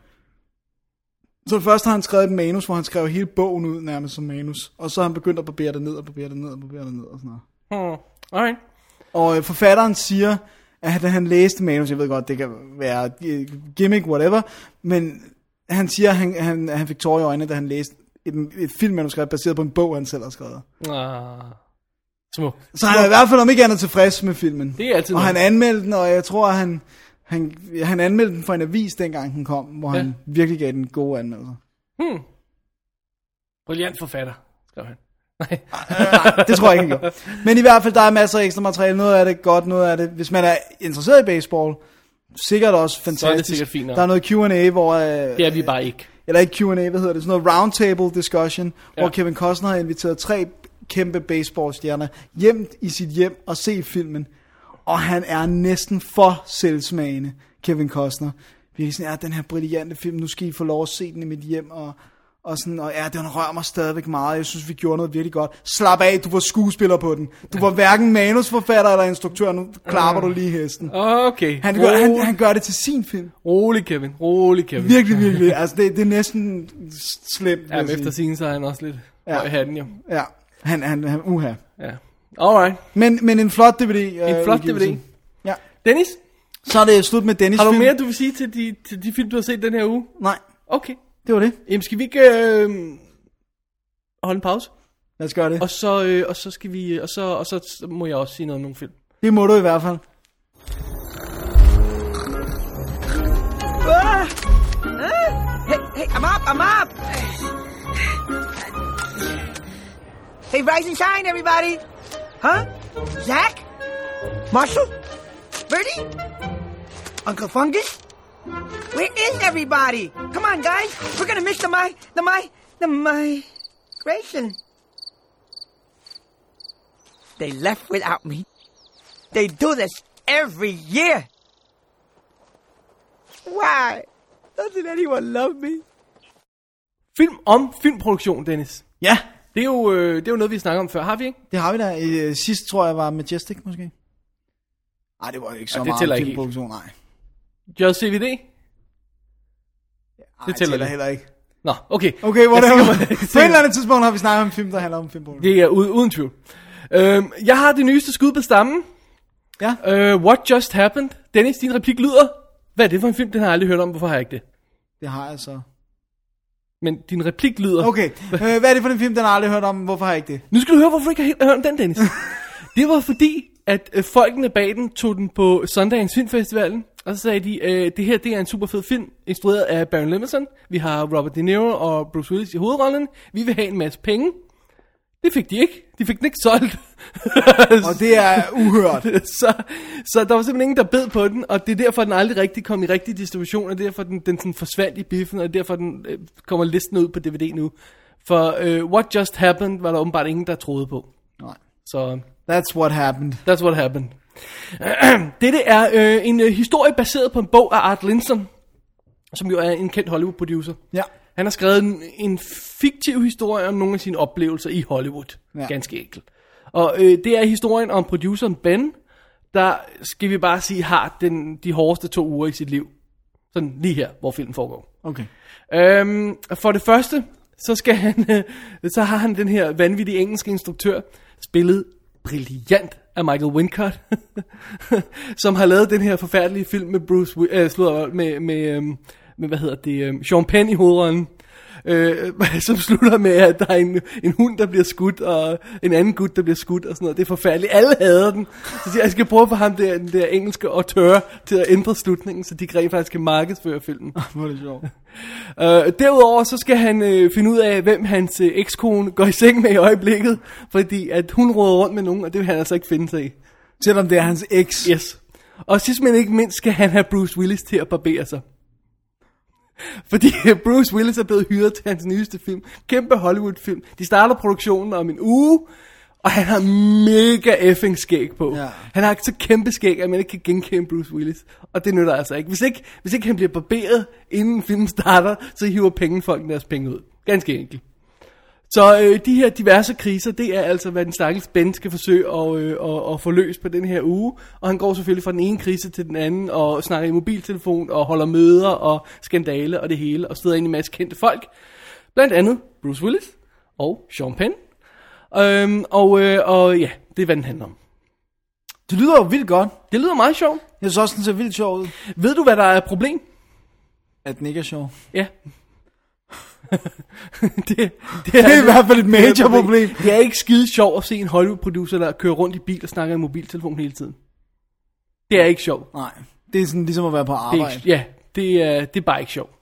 så først har han skrevet et manus, hvor han skrev hele bogen ud nærmest som manus, og så har han begyndt at barbere det ned og sådan noget. Alright. Og forfatteren siger, at da han læste manus, jeg ved godt, det kan være gimmick, whatever, men han siger, at han fik tårer i øjnene, da han læste et filmmanuskript baseret på en bog, han selv har skrevet. Smuk. Så han er i hvert fald om ikke andet tilfreds med filmen. Det er altid og han anmeldte den, og jeg tror, at han anmeldte den for en avis, dengang den kom, hvor han virkelig gav den gode anmeldelser. Brilliant forfatter, skrev han. Nej, det tror jeg ikke, han gjorde. Men i hvert fald, der er masser af ekstra materiale. Noget af det godt, noget af det. Hvis man er interesseret i baseball, sikkert også fantastisk. Så er det sikkert fint. Der er noget Q&A, hvor... det er vi bare ikke. Eller ikke Q&A, hvad hedder det? Sådan noget roundtable discussion, hvor Kevin Costner har inviteret 3 kæmpe baseballstjerner hjem i sit hjem og se filmen. Og han er næsten for selvsmagende, Kevin Costner. virkelig sådan, den her brillante film, nu skal I få lov at se den i mit hjem, og sådan, og den rører mig stadigvæk meget. Jeg synes, vi gjorde noget virkelig godt. Slap af, du var skuespiller på den. Du var hverken manusforfatter eller instruktør. Nu klapper du lige hesten. Okay. Han gør det til sin film. Rolig, Kevin. Virkelig, virkelig. Altså, det er næsten slemt. Ja, men efter sin, så er han også lidt høj hatten, jo. Ja, han uha. Ja. Alright. Men en flot DVD. En flot DVD. Ja. Dennis? Så er det slut med Dennis' Har du film. mere, du vil sige til de film, du har set den her uge? Nej. Okay. Det var det. Jamen, skal vi ikke holde en pause? Lad os gøre det. Og så skal vi, og så må jeg også sige noget om nogle film. Det må du i hvert fald. Hey, I'm up! Hey, rise and shine, everybody! Huh? Zach? Marshall? Birdie? Uncle Fungus? Where is everybody? Come on, guys. We're gonna miss the migration. They left without me. They do this every year. Why? Doesn't anyone love me? Film om filmproduktion, Dennis. Ja. Det er jo noget, vi snakker om før. Har vi ikke? Det har vi da. Sidst tror jeg var Majestic, måske. Nej, det var jo ikke så meget filmproduktion, nej. Just CVD? Det tæller heller ikke. Nå, okay. Okay, whatever. På et eller andet tidspunkt har vi snakket om film, der handler om filmproduktion. Det er uden tvivl. Jeg har det nyeste skud på stammen. Ja. What Just Happened. Dennis, din replik lyder: hvad er det for en film? Den har jeg aldrig hørt om. Hvorfor har jeg ikke det? Det har jeg så. Men din replik lyder... Okay, hvad er det for en film, den har jeg aldrig hørt om? Hvorfor har jeg ikke det? Nu skal du høre, hvorfor du ikke har hørt om den, Dennis. Det var fordi, at folkene bag den tog den på Sundance Filmfestivalen. Og så sagde de, det her det er en super fed film, instrueret af Barry Levinson. Vi har Robert De Niro og Bruce Willis i hovedrollen. Vi vil have en masse penge. Det fik de ikke. De fik den ikke solgt. Og det er uhørt. så der var simpelthen ingen, der bed på den. Og det er derfor, den aldrig rigtig kom i rigtig distribution. Og derfor, den sådan forsvandt i biffen. Og derfor, den kommer listen ud på DVD nu. For What Just Happened var der åbenbart ingen, der troede på. Nej. Så... That's what happened. That's what happened. Dette er en historie baseret på en bog af Art Linson, som jo er en kendt Hollywood-producer. Ja. Han har skrevet en fiktiv historie om nogle af sine oplevelser i Hollywood. Ja. Ganske enkelt. Og det er historien om produceren Ben, der, skal vi bare sige, har de hårdeste 2 uger i sit liv. Sådan lige her, hvor filmen foregår. Okay. For det første, så har han den her vanvittige engelske instruktør, spillet brilliant af Michael Wincott, som har lavet den her forfærdelige film med Sean Penn i hovedrollen, som slutter med, at der er en hund, der bliver skudt, og en anden gut, der bliver skudt, og sådan noget. Det er forfærdeligt. Alle hader den. Så jeg skal prøve for ham, den der engelske auteur, til at ændre slutningen, så de rent faktisk kan markedsføre filmen. Hvor er det sjovt. Derudover så skal han finde ud af, hvem hans ekskone går i seng med i øjeblikket, fordi at hun råder rundt med nogen, og det vil han altså ikke finde sig i. Selvom det er hans eks. Yes. Og sidst men ikke mindst skal han have Bruce Willis til at barbere sig. Fordi Bruce Willis er blevet hyret til hans nyeste film. Kæmpe Hollywood-film. De starter produktionen om en uge, og han har mega effing skæg på. Ja. Han har så kæmpe skæg, at man ikke kan genkende Bruce Willis. Og det nytter altså ikke. Hvis ikke han bliver barberet, inden filmen starter, så hiver pengefolken deres penge ud. Ganske enkelt. Så de her diverse kriser, det er altså, hvad den stakkels Ben skal forsøge at få løst på den her uge. Og han går selvfølgelig fra den ene krise til den anden, og snakker i mobiltelefon, og holder møder, og skandale, og det hele, og støder ind i en masse kendte folk. Blandt andet Bruce Willis og Sean Penn. Og ja, det er, hvad den handler om. Det lyder jo vildt godt. Det lyder meget sjovt. Jeg synes også, den ser vildt sjov ud. Ved du, hvad der er et problem? At den ikke er sjov. Ja. det er i hvert fald et major problem. Det er ikke skide sjovt at se en Hollywood-producer, der kører rundt i bil og snakker i mobiltelefon hele tiden. Det er ikke sjovt. Nej, det er sådan ligesom at være på arbejde. Det er bare ikke sjovt.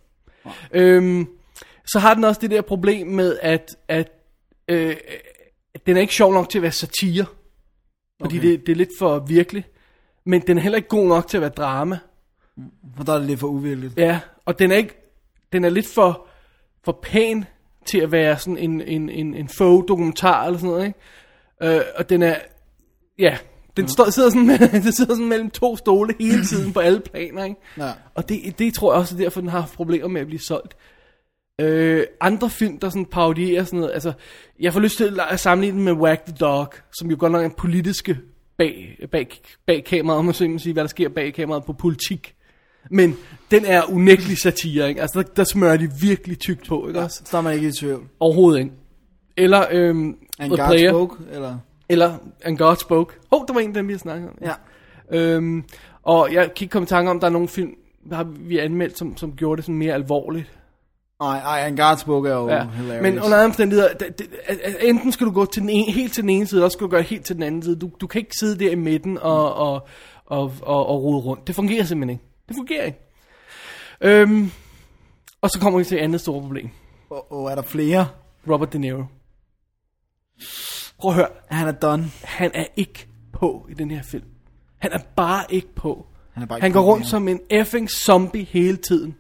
Så har den også det der problem med, at den er ikke sjov nok til at være satire. Fordi det er lidt for virkelig. Men den er heller ikke god nok til at være drama. For der er det lidt for uvirkeligt. Ja, og den er lidt for pæn til at være sådan en faux dokumentar eller sådan noget, ikke? Og den er, ja, Den sidder sådan mellem to stole hele tiden på alle planer, ikke? Ja. Og det tror jeg også er derfor, den har haft problemer med at blive solgt. Andre film, der sådan parodierer sådan noget, altså, jeg får lyst til at sammenligne den med Wag the Dog, som jo godt nok er en politiske bag kameraet, om man så sige, hvad der sker bag kameraet på politik. Men den er unægtelig satire, ikke? Altså, der smører de virkelig tykt på, ikke også? Så er man ikke i tvivl. Overhovedet ikke. Eller, And God Spoke, eller And God Spoke. Der var en af dem, vi har snakket om. Ja. Og jeg kan ikke komme i tanke om, der er nogle film, der har vi anmeldt, som gjorde det sådan mere alvorligt. Ej, And God Spoke er jo hilarious. Men under andre omstændigheder, enten skal du gå til helt til den ene side, eller skal du gøre helt til den anden side. Du kan ikke sidde der i midten og rode rundt. Det fungerer simpelthen ikke. Det fungerer ikke. Og så kommer vi til et andet stort problem. Er der flere? Robert De Niro. Prøv at høre. Han er done. Han er ikke på i den her film. Han er bare ikke på. Han går rundt som en effing zombie hele tiden.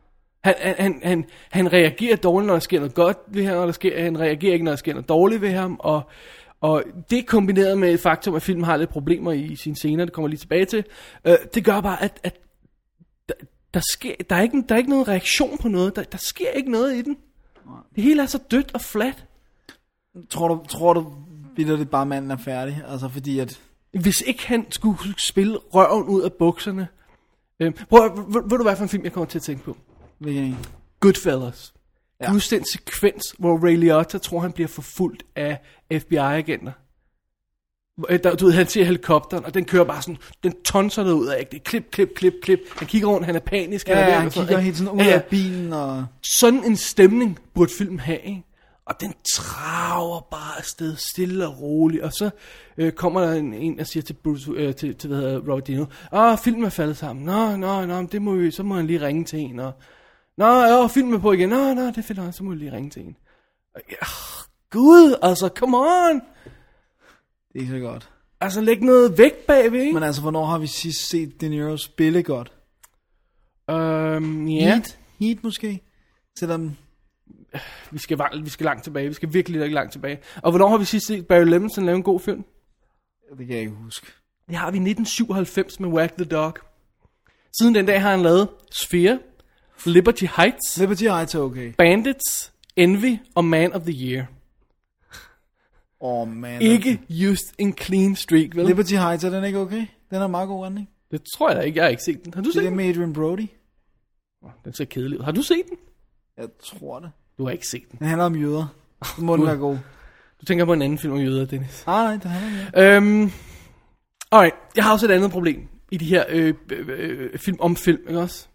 Han reagerer dårligt, når der sker noget godt ved ham, og han reagerer ikke, når der sker noget dårligt ved ham, og det kombineret med et faktum, at filmen har lidt problemer i sine scener, det kommer lige tilbage til, det gør bare, at der er ikke noget reaktion på noget, der sker ikke noget i den. Det hele er så dødt og flat. Tror du vildt det bare manden er færdig? Altså fordi at... Hvis ikke han skulle spille røven ud af bukserne. Ved du hvad for en film jeg kommer til at tænke på? Hvilken? Goodfellas. Ja. Just den sekvens, hvor Ray Liotta tror han bliver forfulgt af FBI-agenter. Du ved, han ser helikopteren, og den kører bare sådan, den tonser det ud af, det er klip. Han kigger rundt, han er panisk. Han kigger helt sådan ud af bilen. Og... Sådan en stemning burde filmen have, ikke? Og den traver bare afsted, stille og roligt. Og så kommer der en og siger til Bruce, til hvad hedder Robert De Niro, filmen er faldet sammen. Nå, så må han lige ringe til en. Og filmen er på igen. Nå, det er fedt, så må jeg lige ringe til en. Gud, altså, come on. Det er så godt. Altså, læg noget væk bagved, ikke? Men altså, hvornår har vi sidst set De Niro spille godt? Ja. Heat måske? Selvom... Vi skal langt tilbage. Vi skal virkelig langt tilbage. Og hvornår har vi sidst set Barry Levinson lave en god film? Det kan jeg ikke huske. Det har vi i 1997 med Wag the Dog. Siden den dag har han lavet Sphere, Liberty Heights. Liberty Heights er okay. Bandits, Envy og Man of the Year. Man. Ikke just en clean streak, vel? Liberty Heights, er den ikke okay? Den er meget god, ikke? Det tror jeg da ikke. Jeg har ikke set den. Har du set den? Det er med Adrian Brody. Den ser kedelig ud. Har du set den? Jeg tror det. Du har ikke set den. Den handler om jøder. Det må den være god. Du tænker på en anden film om jøder, Dennis. Nej, det handler om jøder. Alright, jeg har også et andet problem i de her film om film, ikke også?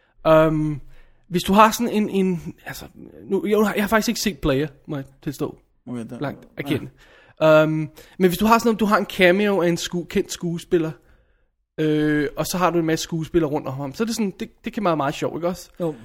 Hvis du har sådan en altså, jeg har faktisk ikke set Player, må jeg tilstå. Langt erkende. Men hvis du har sådan noget, du har en cameo af en kendt skuespiller, og så har du en masse skuespillere rundt om ham, så er det sådan, det kan være meget sjovt, ikke også? Jo.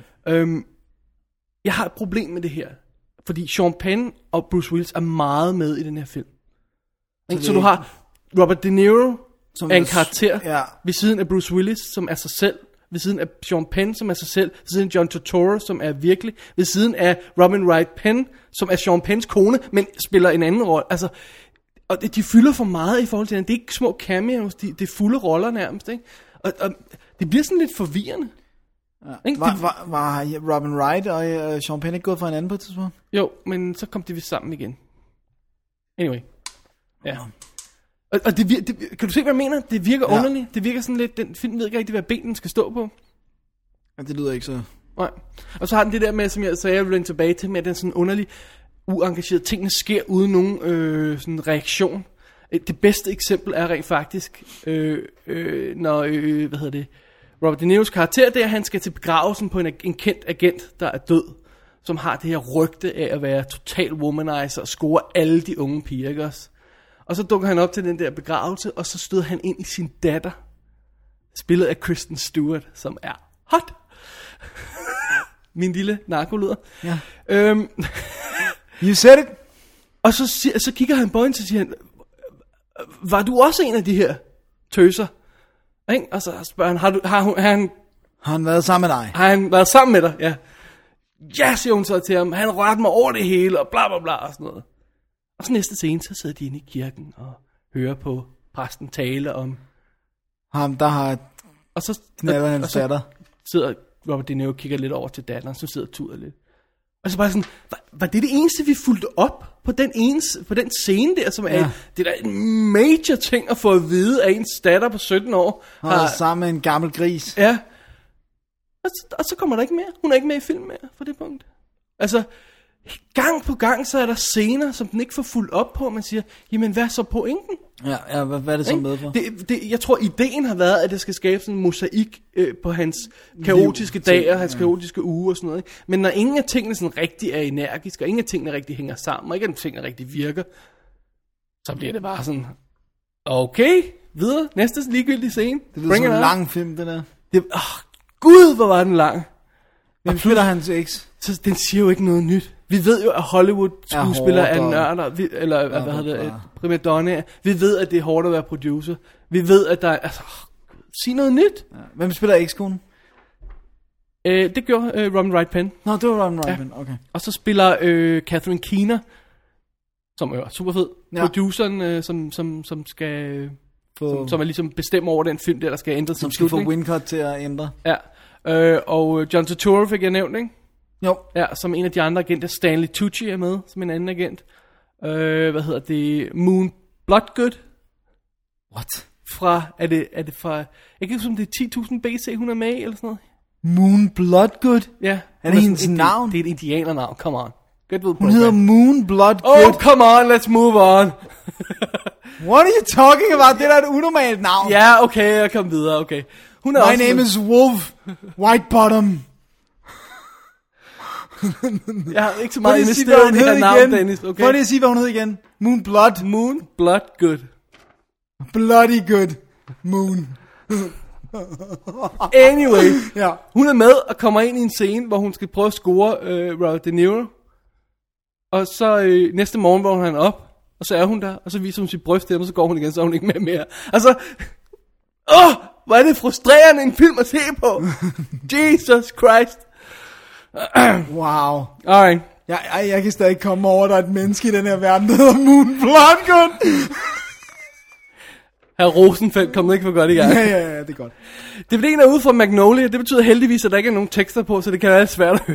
Jeg har et problem med det her, fordi Sean Penn og Bruce Willis er meget med i den her film. Så du har Robert De Niro, som er en karakter, ved siden af Bruce Willis, som er sig selv, ved siden af Sean Penn, som er sig selv, ved siden af John Turturro, som er virkelig, ved siden af Robin Wright Penn, som er Sean Penns kone, men spiller en anden rolle. Altså, og de fylder for meget i forhold til den. Det er ikke små cameos, det er fulde roller nærmest, ikke? Og det bliver sådan lidt forvirrende. Ja. Var Robin Wright og Sean Penn ikke gået fra hinanden på et tidspunkt? Jo, men så kom de vist sammen igen. Anyway. Ja. Og det kan du se, hvad jeg mener? Det virker underligt. Det virker sådan lidt, den film ved ikke rigtig, hvad benen skal stå på. Ja, det lyder ikke så... Nej. Og så har den det der med, som jeg sagde, jeg vil vende tilbage til, med at den sådan underlig, uengageret, tingene sker uden nogen sådan reaktion. Det bedste eksempel er rent faktisk, når, Robert De Niros karakter der, han skal til begravelsen på en kendt agent, der er død, som har det her rygte af at være total womanizer og score alle de unge piger, ikke også? Og så dukker han op til den der begravelse, og så støder han ind i sin datter, spillet af Kristen Stewart, som er hot. Min lille narkoluder. Ja. You said it. Og så kigger han på hende, så siger han, var du også en af de her tøser? Ikke? Og så spørger han, har han været sammen med dig? Har han været sammen med dig? Ja. Ja, siger hun så til ham. Han rørte mig over det hele, og bla bla bla, og sådan noget. Og så næste scene, så sidder de inde i kirken og hører på præsten tale om... Ham, der har og så knalder hans datter. Sidder Robert De Niro og kigger lidt over til datteren, så sidder og tuder lidt. Og så bare sådan, var det eneste, vi fulgte op på den scene der, som er, det er da en major ting at få at vide, at ens datter på 17 år har sammen med en gammel gris. Ja. Og så kommer der ikke mere. Hun er ikke med i filmen mere, for det punkt. Altså, gang på gang, så er der scener, som den ikke får fuldt op på. Man siger, jamen hvad er så pointen? Ja, hvad er det så med for? Jeg tror, ideen har været, at det skal skabe sådan en mosaik på hans kaotiske dage og hans kaotiske uge og sådan noget. Ikke? Men når ingen af tingene sådan rigtig er energiske, og ingen af tingene rigtig hænger sammen, og ikke af tingene rigtig virker, så bliver det bare sådan, okay, videre, næste ligegyldige scene. Det lyder som en lang film, det der. Gud, hvor var den lang. Hvem spiller hans eks? Så den siger jo ikke noget nyt. Vi ved jo, at Hollywood-skuespillere er nørder, eller hvad hedder det, primadonnaer. Vi ved, at det er hårdt at være producer. Vi ved, at der er... Altså, sig noget nyt. Ja. Hvem spiller ekskonen? Det gjorde Robin Wright Penn. Nå, det var Robin Wright Penn, okay. Og så spiller Catherine Keener, som er super fed. Ja. Produceren, som skal... Som er ligesom bestemmer over den film, der skal ændre sin slutning. Som skal få Wincott til at ændre. Ja. Og John Turturro fik jeg nævnt, ikke? Jo. Ja, som en af de andre agenter. Stanley Tucci er med, som en anden agent. Hvad hedder det? Moon Bloodgood. What? Fra, er det fra, jeg kan ikke huske, om det er 10.000 BC, hun er med eller sådan noget. Moon Bloodgood? Ja. Er det hendes navn? Det er et indianernavn, come on. Hun hedder Moon Bloodgood. Oh, come on, let's move on. What are you talking about? Det er da et unormalt navn. Ja, okay, jeg kom videre, okay. Hun er My name is Wolf Whitebottom. Jeg har ikke så meget investeret i det her navn, Dennis. Okay. Prøv lige at sige, hvad hun hed igen. Moon Bloodgood. Bloody good. Moon. Anyway. Ja. Hun er med og kommer ind i en scene, hvor hun skal prøve at score Robert De Niro. Og så næste morgen vågner han op, og så er hun der, og så viser hun sit bryst der, og så går hun igen, så er hun ikke med mere. Altså, hvor er det frustrerende en film at se på. Jesus Christ. Wow. Alright. Jeg kan stadig komme over, der er et menneske i den her verden, der hedder Moon Bloodgood. Herr Rosenfeldt kom ikke for godt i gang. Ja, det er godt. DVD'en er ude fra Magnolia. Det betyder heldigvis, at der ikke er nogen tekster på, så det kan være svært at høre.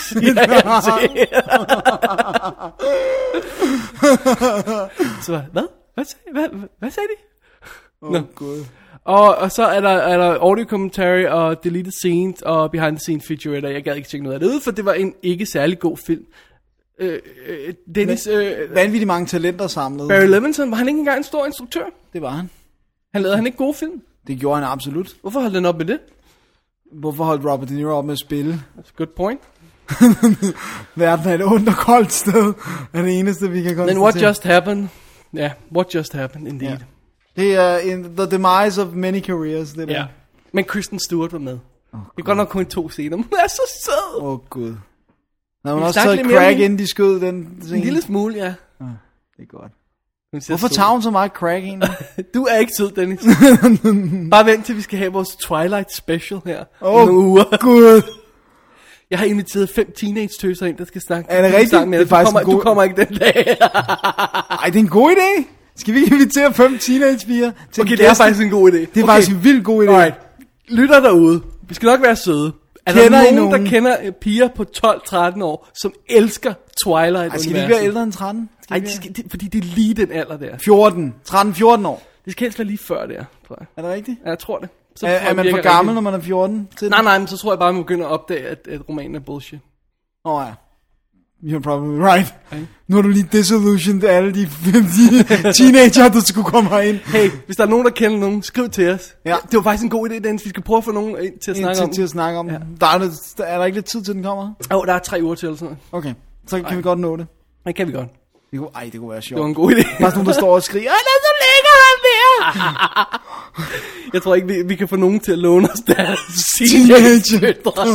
Så hvad? Hvad sagde de? God. Og så er der audio commentary og deleted scenes og behind the scenes featurette. Jeg gad ikke tjekke noget af det ud, for det var en ikke særlig god film. Dennis... vanvittigt mange talenter samlet. Barry Levinson, var han ikke engang en stor instruktør? Det var han. Lavede han ikke gode film? Det gjorde han absolut. Hvorfor holdt han op med det? Hvorfor holdt Robert De Niro op med at spille? That's a good point. Verden er et ondt og koldt sted. Er det eneste, vi kan konstatere. Then what just happened? Ja, yeah, what just happened, indeed. Yeah. Det er the demise of many careers, det der. Ja, men Kristen Stewart var med. Det er godt nok kun 2 scener, hun er så sød. Gud. Når man også taget crack inden de skød den scene. En lille smule, ja. Det er godt. Hvorfor tager hun så meget crack egentlig? Du er ikke sød, Dennis. Bare vent til vi skal have vores Twilight special her. Gud. Jeg har inviteret 5 teenage-tøser ind, der skal snakke. Er det rigtigt? Med. Du kommer ikke den dag. Ej, det er en god idé. Skal vi ikke invitere 5 teenage-piger? Okay, det er faktisk en god idé. Det er faktisk en vild god idé. Alright. Lytter derude. Vi skal nok være søde. Er der nogen, der kender piger på 12-13 år, som elsker Twilight-universet? Skal de ikke være ældre end 13? Nej, fordi det er lige den alder der. 13-14 år. Det skal helst være lige før der, tror jeg. Er det rigtigt? Ja, jeg tror det. Så er man for gammel, når man er 14? Nej, men så tror jeg bare, man begynder at opdage, at romanen er bullshit. Ja. You're probably right. Okay. Nu har du lige disillusioned alle de teenager, der skulle komme herind. Hey, hvis der er nogen, der kender nogen, skriv til os. Ja. Det var faktisk en god idé, Dennis. Vi skal prøve at få nogen ind til at snakke om. Til at snakke om. Ja. Er der ikke lidt tid til, den kommer? Der er 3 uger til eller sådan noget. Okay, så kan vi godt nå det. Det kan vi godt. Det kunne være sjovt. Det var en god idé. Der er nogen, der står og skriger, så ligger han der! Jeg tror ikke, vi kan få nogen til at låne os deres teenage-døtre.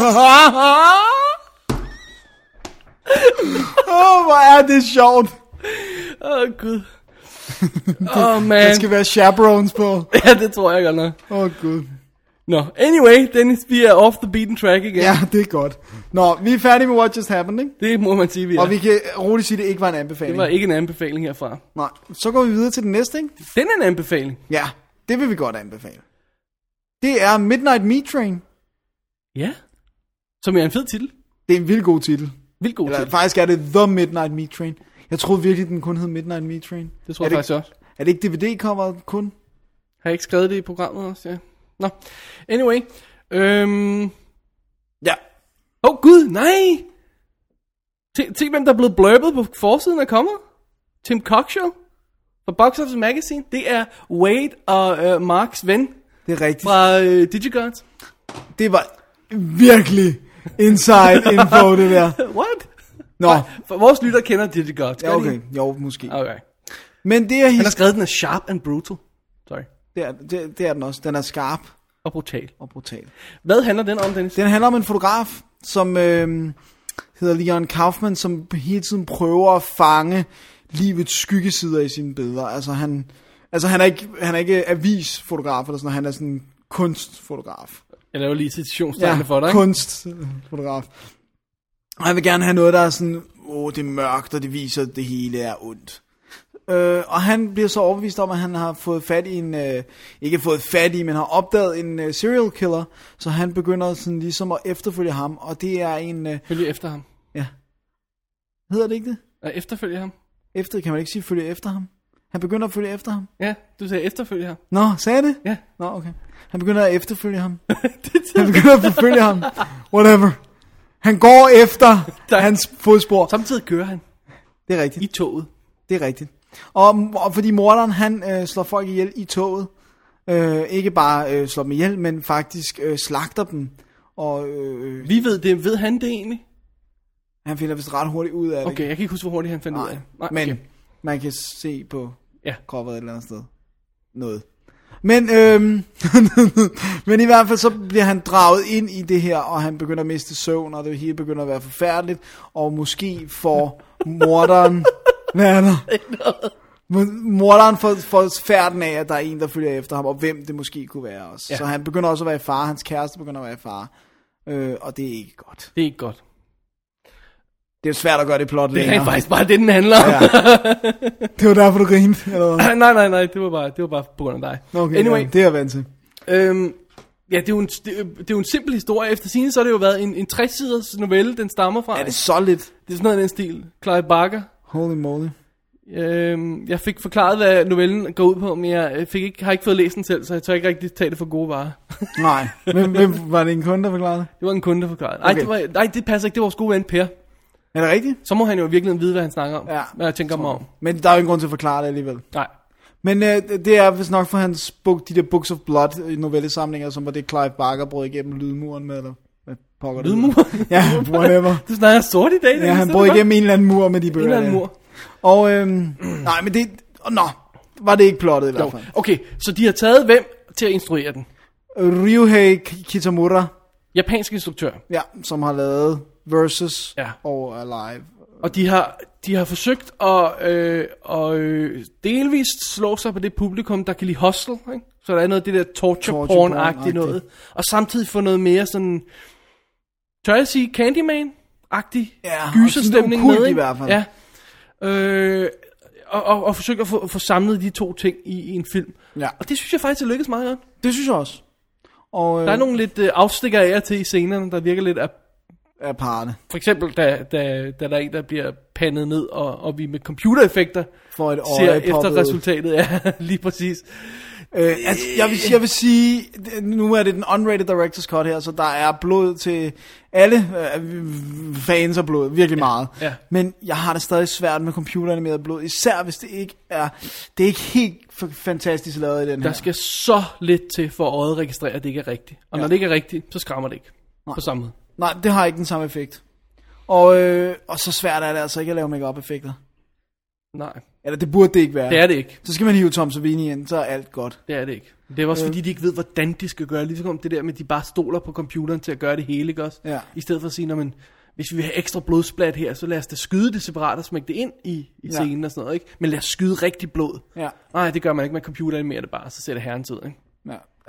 Hvor er det sjovt. Gud. Man. Der skal være chaperones på. Ja, det tror jeg godt nok. Gud. Nå, anyway, Dennis, vi er off the beaten track igen. Ja, det er godt. Nå, vi er færdige med What Just Happened, ikke? Det må man sige, vi er. Og vi kan roligt sige, at det ikke var en anbefaling. Det var ikke en anbefaling herfra. Nej, så går vi videre til den næste, ikke? Den er en anbefaling. Ja, det vil vi godt anbefale. Det er Midnight Meat Train. Ja, som er en fed titel. Det er en vildt god titel. Vildt god titel. Faktisk er det The Midnight Meat Train. Jeg troede virkelig, den kun hed Midnight Meat Train. Det tror jeg faktisk også. Er det ikke DVD-coveret kun? Har jeg ikke skrevet det i programmet også? Ja. Nå, anyway. Ja. Gud, nej! Se hvem der er blevet blurbet på forsiden af kommer? Tim Cockshaw fra Box Office Magazine. Det er Wade og Marks ven. Det er rigtigt. Fra Digigods. Det var virkelig inside info, det der. What? Nå. For vores lytter kender Digigods. Ja, okay. Jo, måske. Okay. Men det er... Han har skrevet, den er sharp and brutal. Sorry. Det er den også. Den er skarp. Og brutal. Hvad handler den om, Dennis? Den handler om en fotograf, som hedder Leon Kaufman, som hele tiden prøver at fange livets skyggesider i sine billeder. Altså han er ikke avisfotograf eller sådan, han er sådan en kunstfotograf. Jeg laver lige citationstegn for dig, ikke? Kunstfotograf. Og han vil gerne have noget, der er sådan, det er mørkt, og det viser, at det hele er ondt. Og han bliver så overbevist om, at han har fået fat i men har opdaget en serial killer, så han begynder sådan ligesom at efterfølge ham, og det er en... Følge efter ham? Ja. Hedder det ikke det? At efterfølge ham? Kan man ikke sige følge efter ham? Han begynder at følge efter ham? Ja, du sagde efterfølge ham. Nå, sagde det? Ja. Nå, okay. Han begynder at efterfølge ham. Han begynder at forfølge ham. Whatever. Han går efter hans fodspor. Samtidig kører han. Det er rigtigt. I toget. Det er rigtigt. Og fordi morderen, han slår folk ihjel i toget. Ikke bare slår dem ihjel, men faktisk slagter dem. Og, vi ved det. Ved han det egentlig? Han finder vist ret hurtigt ud af det. Okay, jeg kan ikke huske, hvor hurtigt han fandt ud af det. Nej, men man kan se på kroppet et eller andet sted. Noget. Men, men i hvert fald så bliver han draget ind i det her, og han begynder at miste søvn, og det hele begynder at være forfærdeligt, og måske får morderen... Hvad er der? Morderen får færden af, at der er en, der følger efter ham, og hvem det måske kunne være også. Ja. Så han begynder også at være i fare, hans kæreste begynder at være i fare, og det er ikke godt. Det er ikke godt. Det er jo svært at gøre det plot længere. Det er faktisk bare det, den handler om. Ja. Det var derfor, du grinte? Eller? Nej, det var bare på grund af dig. Okay, anyway. Ja, det er jeg vant til. Ja, det er jo en simpel historie. Efter sigende, så har det jo været en 60-siders novelle, den stammer fra. Er det så lidt? Det er sådan noget i den stil. Clive Barker. Holy moly. Jeg fik forklaret, hvad novellen går ud på, men jeg har ikke fået læst den selv, så jeg tør ikke rigtig tage det for gode varer. Nej, men var det en kunde, der forklarede? Det var en kunde, der forklarede. Okay. Nej, det passer ikke. Det var vores gode ven Per. Er det rigtigt? Så må han jo virkelig vide, hvad han snakker om. Ja, hvad jeg tænker mig om. Men der er jo ingen grund til at forklare det alligevel. Nej. Men det er vist nok for hans bog, de der Books of Blood novellesamlinger, som var det Clive Barker brød igennem lydmuren med, eller hvad pokker det? Lydmuren? Ja, whatever. Du snakker sort i dag. Ja, han brød igennem en eller anden mur med de bøger. En eller anden mur. Og, nej, men det, var det ikke plottet i hvert fald. Okay, så de har taget hvem til at instruere den? Ryuhei Kitamura. Japansk instruktør. Ja, som har lavet Versus og Alive. Og de har forsøgt at delvist slå sig på det publikum, der kan lide Hostel, ikke? Så der er noget af det der torture porn-agtigt noget. Og samtidig få noget mere sådan, tør jeg sige, Candyman-agtig gyserstemning med, i hvert fald. Ja. Og forsøge at få samlet de to ting i en film. Ja. Og det synes jeg faktisk er lykkedes meget godt. Det synes jeg også. Og, der er nogle lidt afstikker af til i scenerne, der virker lidt af parne. For eksempel, da der er en, der bliver pandet ned, og vi med computereffekter for et ser efter resultatet. Ja, lige præcis. Jeg vil sige, nu er det den unrated director's cut her, så der er blod til alle fans af blod, virkelig meget. Ja. Men jeg har det stadig svært med computeranimeret blod, især hvis det ikke er helt fantastisk lavet i den her. Der skal så lidt til for øjet registrere, at det ikke er rigtigt. Og når det ikke er rigtigt, så skræmmer det ikke på samme måde. Nej, det har ikke den samme effekt. Og så svært er det altså ikke at lave make-up-effekter. Nej. Eller det burde det ikke være. Det er det ikke. Så skal man hive Tom Savini ind, så er alt godt. Det er det ikke. Det er også fordi, de ikke ved, hvordan de skal gøre. Ligesom det der med, at de bare stoler på computeren til at gøre det hele, ikke også? Ja. I stedet for at sige, men hvis vi vil have ekstra blodsplat her, så lad os da skyde det separat og smække det ind i scenen og sådan noget, ikke? Men lad os skyde rigtig blod. Ja. Nej, det gør man ikke med computeren mere, det bare, så ser det herrens ud, ikke? Ja.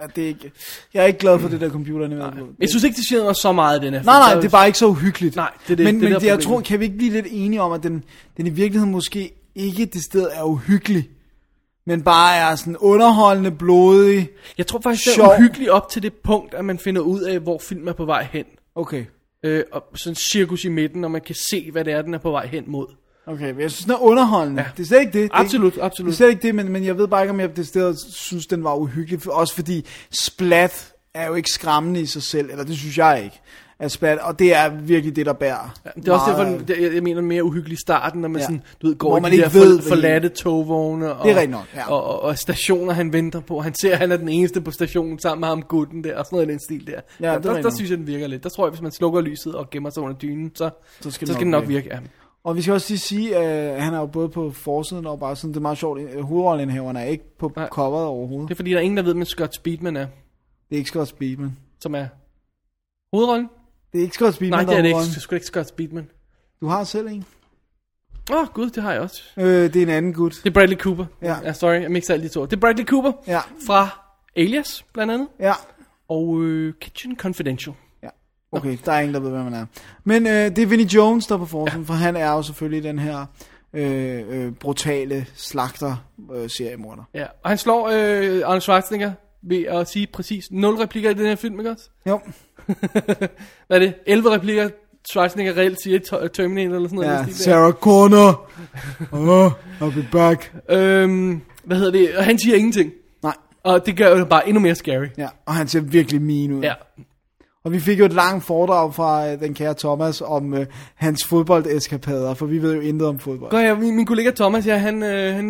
det er ikke, jeg er ikke glad for det der computeranimerede blod. Jeg synes ikke, det siger så meget, den her. Nej, det er bare ikke så uhyggeligt. Nej, det er det. Men det jeg tror, kan vi ikke blive lidt enige om, at den i virkeligheden måske ikke det sted er uhyggelig, men bare er sådan underholdende, blodig. Jeg tror faktisk, det er uhyggelig op til det punkt, at man finder ud af, hvor filmen er på vej hen. Okay. Og sådan cirkus i midten, og man kan se, hvad det er, den er på vej hen mod. Okay, men jeg synes, den er underholdende. Ja. Det er slet ikke det. Absolut. Det er slet ikke det, men jeg ved bare ikke, om jeg det sted synes, den var uhyggelig. Også fordi splat er jo ikke skræmmende i sig selv, eller det synes jeg ikke. Splat, og det er virkelig det, der bærer. Ja, det er også derfor, jeg mener mere uhyggelig i starten, når man sådan, du ved, går hvor i man de ikke der ved, forladte togvogne, og, det er rigtigt nok, ja. og stationer, han venter på. Han ser, at han er den eneste på stationen sammen med ham gutten der, og sådan noget i den stil der. Ja, der synes jeg, den virker lidt. Der tror jeg, hvis man slukker lyset og gemmer sig under dynen, så skal det nok virke. Ja. Og vi skal også sige, at han er jo både på forsiden og bare sådan, det er meget sjovt, hovedrollenhaveren er ikke på coveret overhovedet. Det er fordi, der er ingen, der ved, hvem Scott Speedman er. Det er ikke Scott Speedman. Som er hovedrollen? Det er ikke Scott Speedman. Nej, det er det ikke. Det er sgu ikke Scott Speedman. Du har selv en. Gud, det har jeg også. Det er en anden gut. Det er Bradley Cooper. Ja. Sorry, jeg mixer alle de to. Det er Bradley Cooper fra Alias, blandt andet. Ja. Og Kitchen Confidential. Ja. Okay, der er ingen, der ved, hvad man er. Men det er Vinnie Jones, der er på forsiden, for han er jo selvfølgelig den her brutale slagter-seriemorder. Ja, og han slår Arnold Schwarzenegger ved at sige præcis 0 replikker i den her film, ikke også? Jo. Hvad er det? 11 replikker, Schwarzenegger reelt siger i Terminator eller sådan noget. Ja, Sarah Connor. I'll be back. Hvad hedder det? Og han siger ingenting. Nej. Og det gør det bare endnu mere scary. Ja, og han ser virkelig mean ud. Ja. Og vi fik jo et langt foredrag fra den kære Thomas om hans fodboldeskapader, for vi ved jo intet om fodbold. Gør jeg, min kollega Thomas, ja, han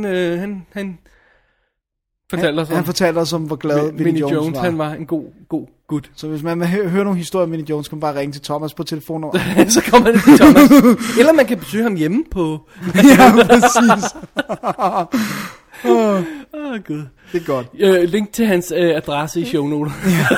fortalte os om. Han fortalte os om, hvor glad Vinnie Jones var. Han var en god gut. Så hvis man vil høre nogle historier om Vinnie Jones, kan man bare ringe til Thomas på telefonnummer. Så kommer det til Thomas. Eller man kan besøge ham hjemme på... Ja, præcis. Gud. Det er godt. Link til hans adresse i shownoter.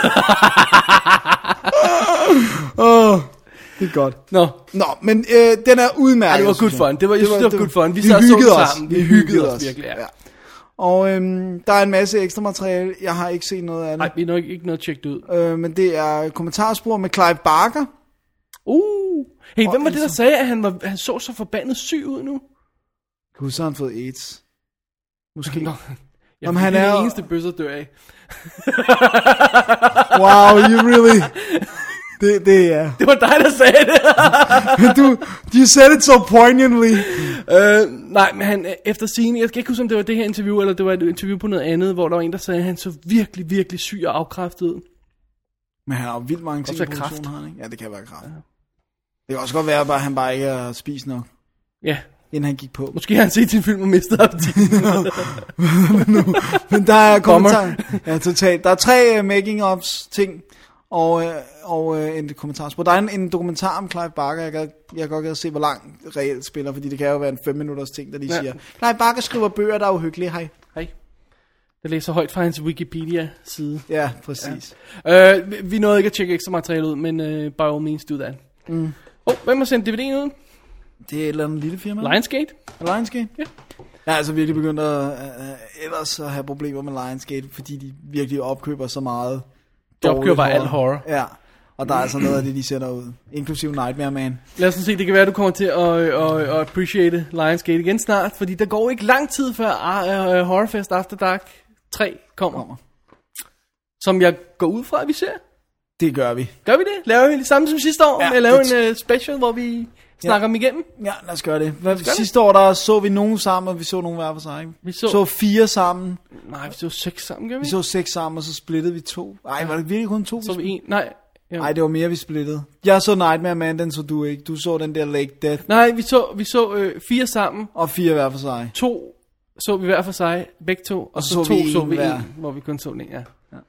Det er godt. Nå, men den er udmærket. Det var good fun. Jeg synes, det var good fun. Vi hyggede os sammen. Vi hyggede os virkelig, ja. Og der er en masse ekstra materiale. Jeg har ikke set noget af det. Nej, vi er nok ikke noget tjekket ud. Men det er kommentarspor med Clive Barker. Hey, hvem var det, der sagde, at han så forbandet syg ud nu? Gud, så har han fået AIDS. Måske. Jamen, han er den eneste bøsser dør af. Wow, you really... Det er... Det var dig, der sagde det. You said it so poignantly. Nej, men han efter sigende, jeg skal ikke huske, om det var det her interview, eller det var et interview på noget andet, hvor der var en, der sagde, at han så virkelig, virkelig syg og afkræftet ud. Men han har jo vildt mange ting i produktionen, ikke? Ja, det kan være kræft. Ja. Det kan også godt være, at han bare ikke har spist nok. Ja. Inden han gik på. Måske har han set sin film og mistet appetitten. Men der er kommentarer. Ja, totalt. Der er 3 making-ofs ting. Og en kommentarspor. Der er en dokumentar om Clive Barker. Jeg kan godt at se, hvor lang reelt spiller, fordi det kan jo være en 5 minutters ting, der lige siger, Clive Barker skriver bøger, der er uhyggelige. Hej. Jeg læser højt fra hans Wikipedia-side. Ja, præcis. Ja. Vi nåede ikke at tjekke ekstra materiale ud, men by all means do that. Hvem har sendt DVD'en ud? Det er et eller andet lille firma. Lionsgate. Lionsgate? Ja. Jeg er altså virkelig begyndt ellers at have problemer med Lionsgate, fordi de virkelig opkøber så meget. De opkøber bare alt horror. Ja, og der er altså noget af det, de sender ud. Inklusive Nightmare Man. Lad os se, det kan være, at du kommer til at appreciate Lionsgate igen snart, fordi der går ikke lang tid før Horrorfest After Dark 3 kommer. Som jeg går ud fra, at vi ser. Det gør vi. Gør vi det? Laver vi det samme som sidste år? Med at lave en special, hvor vi snakker dem igennem? Ja, lad os gøre det. Sidste år der så vi nogen sammen, og vi så nogen hver for sig. Vi så 4 sammen. Nej, vi så 6 sammen, gør vi? Vi så 6 sammen, og så splittede vi 2. Ej, var det virkelig kun 2? Så vi 1? Nej. Nej, det var mere, vi splittede. Jeg så Nightmare Man, den så du ikke. Du så den der Lake Death. Nej, vi så 4 sammen. Og 4 hver for sig. 2 så vi hver for sig, begge to. Og så 2 så vi 1, hvor vi kun så den, ja.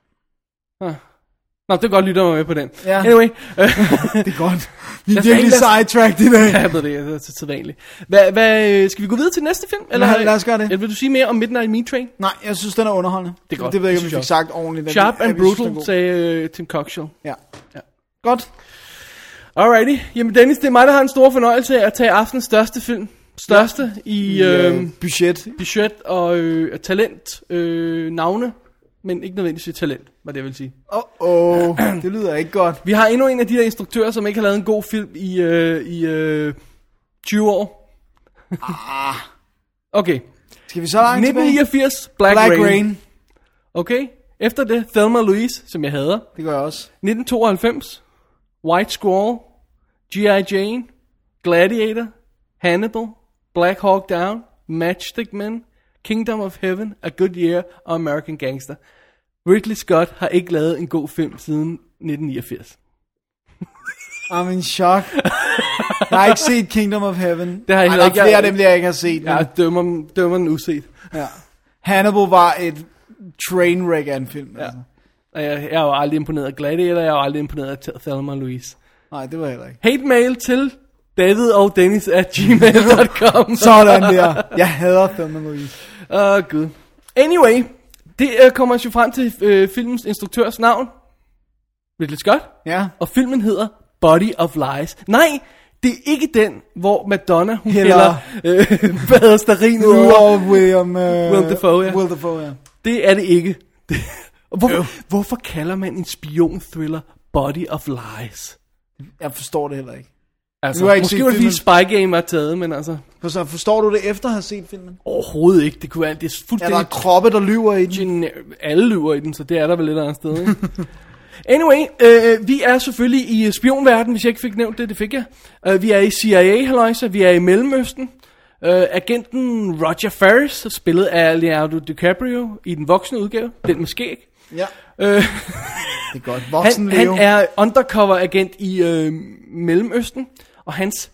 Nå, det er godt, lytter mig med på den. Ja. Anyway. Det er godt. Vi er virkelig sidetracked i dag. Ja, jeg ved det, det er så vanligt. Hvad, skal vi gå videre til næste film? Eller, lad os gøre det. Eller vil du sige mere om Midnight Meat Train? Nej, jeg synes, den er underholdende. Det er godt. Det ved jeg ikke, om vi fik sagt ordentligt. Sharp and brutal, sagde Tim Coxill. Ja. Godt. Alrighty. Jamen Dennis, det er mig, der har en stor fornøjelse af at tage aftens største film. I budget og talent, navne men ikke nødvendigvis talent, hvad det vil sige. Det lyder ikke godt. Vi har endnu en af de der instruktører, som ikke har lavet en god film i 20 år. Okay. Skal vi så langt 1989, Black Rain. Okay. Efter det, Thelma og Louise, som jeg hader. Det gør jeg også. 1992, White Squall, G.I. Jane, Gladiator, Hannibal, Black Hawk Down, Matchstick Men, Kingdom of Heaven, A Good Year og American Gangster. Ridley Scott har ikke lavet en god film siden 1989. I'm in shock. Jeg har ikke set Kingdom of Heaven. Det har jeg heller ikke. Flere af dem, jeg ikke har set. Jeg dømmer den uset. Ja. Hannibal var et trainwreck af en film. Ja. Altså. Jeg er jo aldrig imponeret af Gladiator, jeg er jo aldrig imponeret af Thelma og Louise. Nej, det var heller ikke. Hate mail til David og Dennis @gmail.com. Sådan der. Jeg hader Thelma og Louise. Gud. Anyway, det kommer jo frem til filmens instruktørs navn. Ridley Scott. Ja. Og filmen hedder Body of Lies. Nej, det er ikke den, hvor Madonna hun hælder badesterrin ud over Will Dafoe. Will Dafoe, ja. Det er det ikke. Hvorfor kalder man en spion-thriller Body of Lies? Jeg forstår det heller ikke. Altså, måske var det fordi Spy Game var taget, men altså... Så forstår du det efter at have set filmen? Overhovedet ikke. Det kunne være, det er fuldstændig... Er der kroppe, der lyver i den? Alle lyver i den, så det er der vel et andet sted, ikke? Anyway, vi er selvfølgelig i spionverden, hvis jeg ikke fik nævnt det, det fik jeg. Vi er i CIA-halløjser, vi er i Mellemøsten. Agenten Roger Ferris, spillet af Leonardo DiCaprio i den voksne udgave, den med skæg. Ja. Det er godt. Voksen han er undercover agent i Mellemøsten, og hans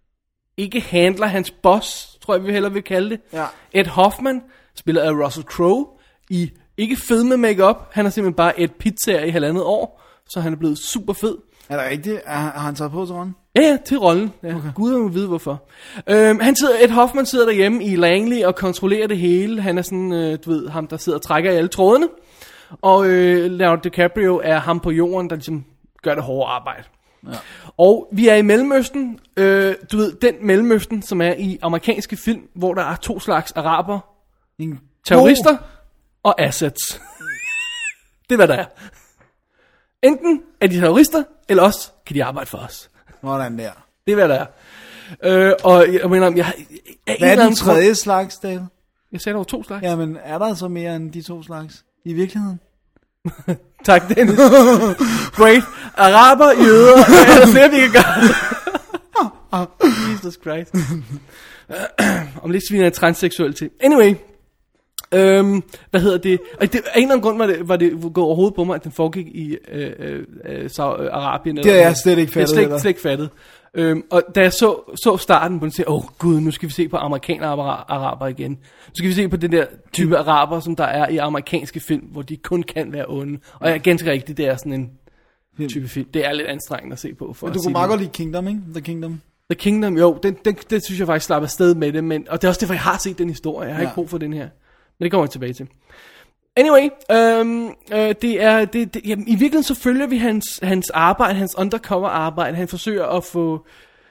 hans boss, tror jeg vi hellere vil kalde det, ja. Ed Hoffman, spillet af Russell Crowe, i ikke fedme make-up, han har simpelthen bare et pizzaer i 1,5 år, så han er blevet super fed. Er det rigtigt? Har han taget på til rollen? Ja, til rollen. Ja. Okay. Gud må vide hvorfor. Ed Hoffman sidder derhjemme i Langley og kontrollerer det hele. Han er sådan, du ved, ham der sidder og trækker i alle trådene. Og Leonardo DiCaprio er ham på jorden, der ligesom gør det hårde arbejde. Ja. Og vi er i Mellemøsten. Du ved, den Mellemøsten, som er i amerikanske film, hvor der er 2 slags araber. Terrorister og assets. Det er hvad der er. Enten er de terrorister, eller også kan de arbejde for os. Hvordan der? Det er hvad der er. Og jeg mener, hvad er den tredje slags, David? Jeg sagde, der var 2 slags. Jamen, er der så mere end de 2 slags i virkeligheden? Tak, Dennis. Great. Araber, jøder, eller flere vi kan gøre. Jesus Christ. Om lidt sviner jeg transseksuel til. Anyway. Hvad hedder det? Af en eller anden grund var det gået overhovedet på mig, at den foregik i Arabien. Det har jeg slet ikke fattet. Jeg slet ikke fattet. Og da jeg så starten på den, sagde gud, nu skal vi se på araber igen. Nu skal vi se på den der type araber, som der er i amerikanske film, hvor de kun kan være onde. Og jeg er ganske rigtigt, det er sådan en type film. Det er lidt anstrengende at se på. For du kunne meget godt lide Kingdom, ikke? The Kingdom, jo, den synes jeg faktisk slapper afsted med det. Og det er også derfor, jeg har set den historie. Jeg har ikke brug for den her. Men det kommer jeg tilbage til. Anyway, jamen, i virkeligheden så følger vi hans arbejde, hans undercover arbejde. Han forsøger at få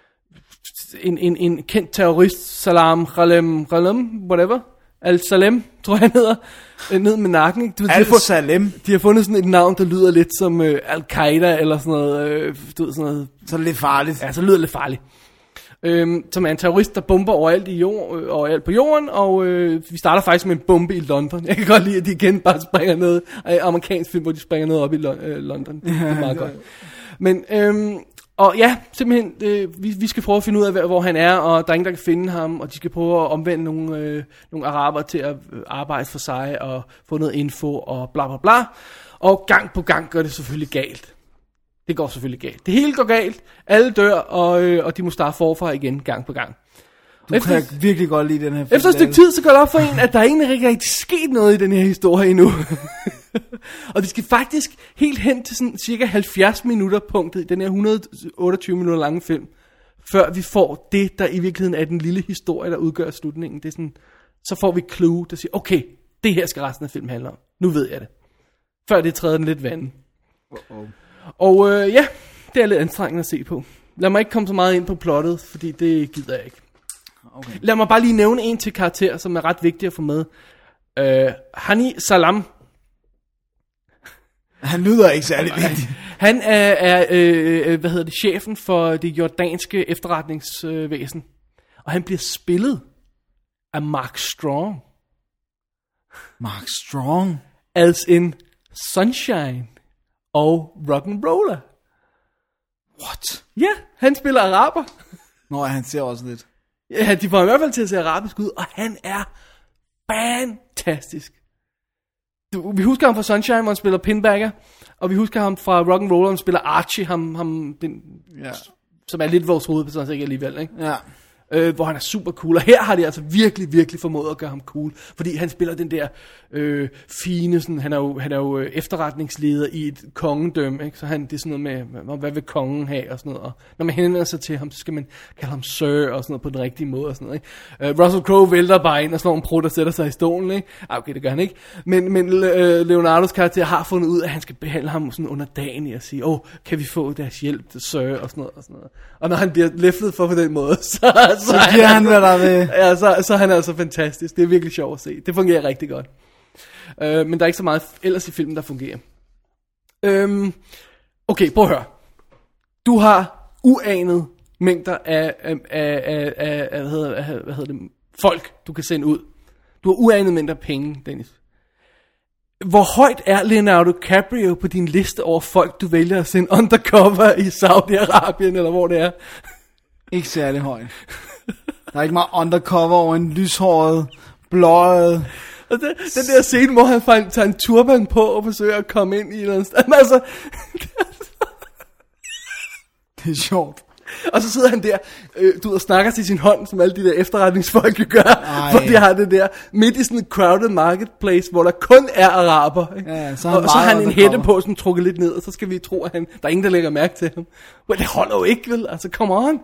en kendt terrorist, Salam Khalem, whatever, Al-Salem, tror jeg han hedder, ned med nakken. Al-Salem. De har fundet sådan et navn, der lyder lidt som Al-Qaida, eller sådan noget, du ved, sådan noget. Så lidt farligt. Ja, så lyder lidt farligt. Som er en terrorist, der bomber overalt på jorden, og vi starter faktisk med en bombe i London. Jeg kan godt lide, at de igen bare springer ned, amerikansk film, hvor de springer ned op i London. Det er meget godt. Men, og ja, simpelthen, vi skal prøve at finde ud af, hvor han er, og der er ingen, der kan finde ham, og de skal prøve at omvende nogle araber til at arbejde for sig, og få noget info, og bla bla bla. Og gang på gang gør det selvfølgelig galt. Det går selvfølgelig galt. Det hele går galt. Alle dør, og de må starte forfra igen gang på gang. Du kan virkelig godt lide den her film. Efter et stykke tid, så går det op for en, at der egentlig ikke rigtig sket noget i den her historie endnu. Og det skal faktisk helt hen til sådan cirka 70 minutter punktet i den her 128 minutter lange film, før vi får det, der i virkeligheden er den lille historie, der udgør slutningen. Det er sådan, så får vi et clue, der siger, okay, det her skal resten af filmen handle om. Nu ved jeg det. Før det træder den lidt vandet. Og ja, det er lidt anstrengende at se på. Lad mig ikke komme så meget ind på plottet, fordi det gider jeg ikke. Okay. Lad mig bare lige nævne en til karakter, som er ret vigtig at få med. Hani Salam, Han lyder ikke særlig vigtig. Han er chefen for det jordanske efterretningsvæsen. Og han bliver spillet af Mark Strong. Mark Strong? As in Sunshine og Rock'n'Roller. What? Ja, han spiller araber. Nå, han ser også lidt. Ja, de får i hvert fald til at se arabisk ud, og han er fantastisk. Vi husker ham fra Sunshine, hvor han spiller Pinbacker, og vi husker ham fra Rock'n'Roller, hvor han spiller Archie, som er lidt vores hovedperson, så ikke alligevel, ikke? Ja. Hvor han er super cool, og her har de altså virkelig, virkelig formået at gøre ham cool, fordi han spiller den der fine, sådan, han er jo efterretningsleder i et kongedømme, ikke? Så det er sådan noget med, hvad vil kongen have, og sådan noget, og når man henvender sig til ham, så skal man kalde ham sir, og sådan noget på den rigtige måde, og sådan noget, ikke? Russell Crowe vælter bare ind, og slår en prut, der sætter sig i stolen, ikke? Okay, det gør han ikke, men Leonardos karakter har fundet ud af, at han skal behandle ham sådan under dagen, og sige, kan vi få deres hjælp, sir, og sådan noget, og når han bliver læflet for på den måde, så giver han, hvad der vil. Ja, så er han altså fantastisk. Det er virkelig sjovt at se. Det fungerer rigtig godt. Men der er ikke så meget ellers i filmen, der fungerer. Okay, prøv at høre. Du har uanede mængder af hvad hedder det, folk, du kan sende ud. Du har uanede mængder af penge, Dennis. Hvor højt er Leonardo DiCaprio på din liste over folk, du vælger at sende undercover i Saudi-Arabien, eller hvor det er? Ikke særlig højt. Der er ikke meget undercover over en lyshåret, blåret. Og den der scene, hvor han tager en turban på og forsøger at komme ind i et eller andet sted. Altså, det er sjovt. Og så sidder han der, og snakker til sin hånd, som alle de der efterretningsfolk jo gør, hvor de har det der, midt i sådan en crowded marketplace, hvor der kun er araber. Ikke? Ja, så har han en hætte på, som trukket lidt ned, og så skal vi tro, at der er ingen, der lægger mærke til ham. Men det holder jo ikke, vel? Altså, come on.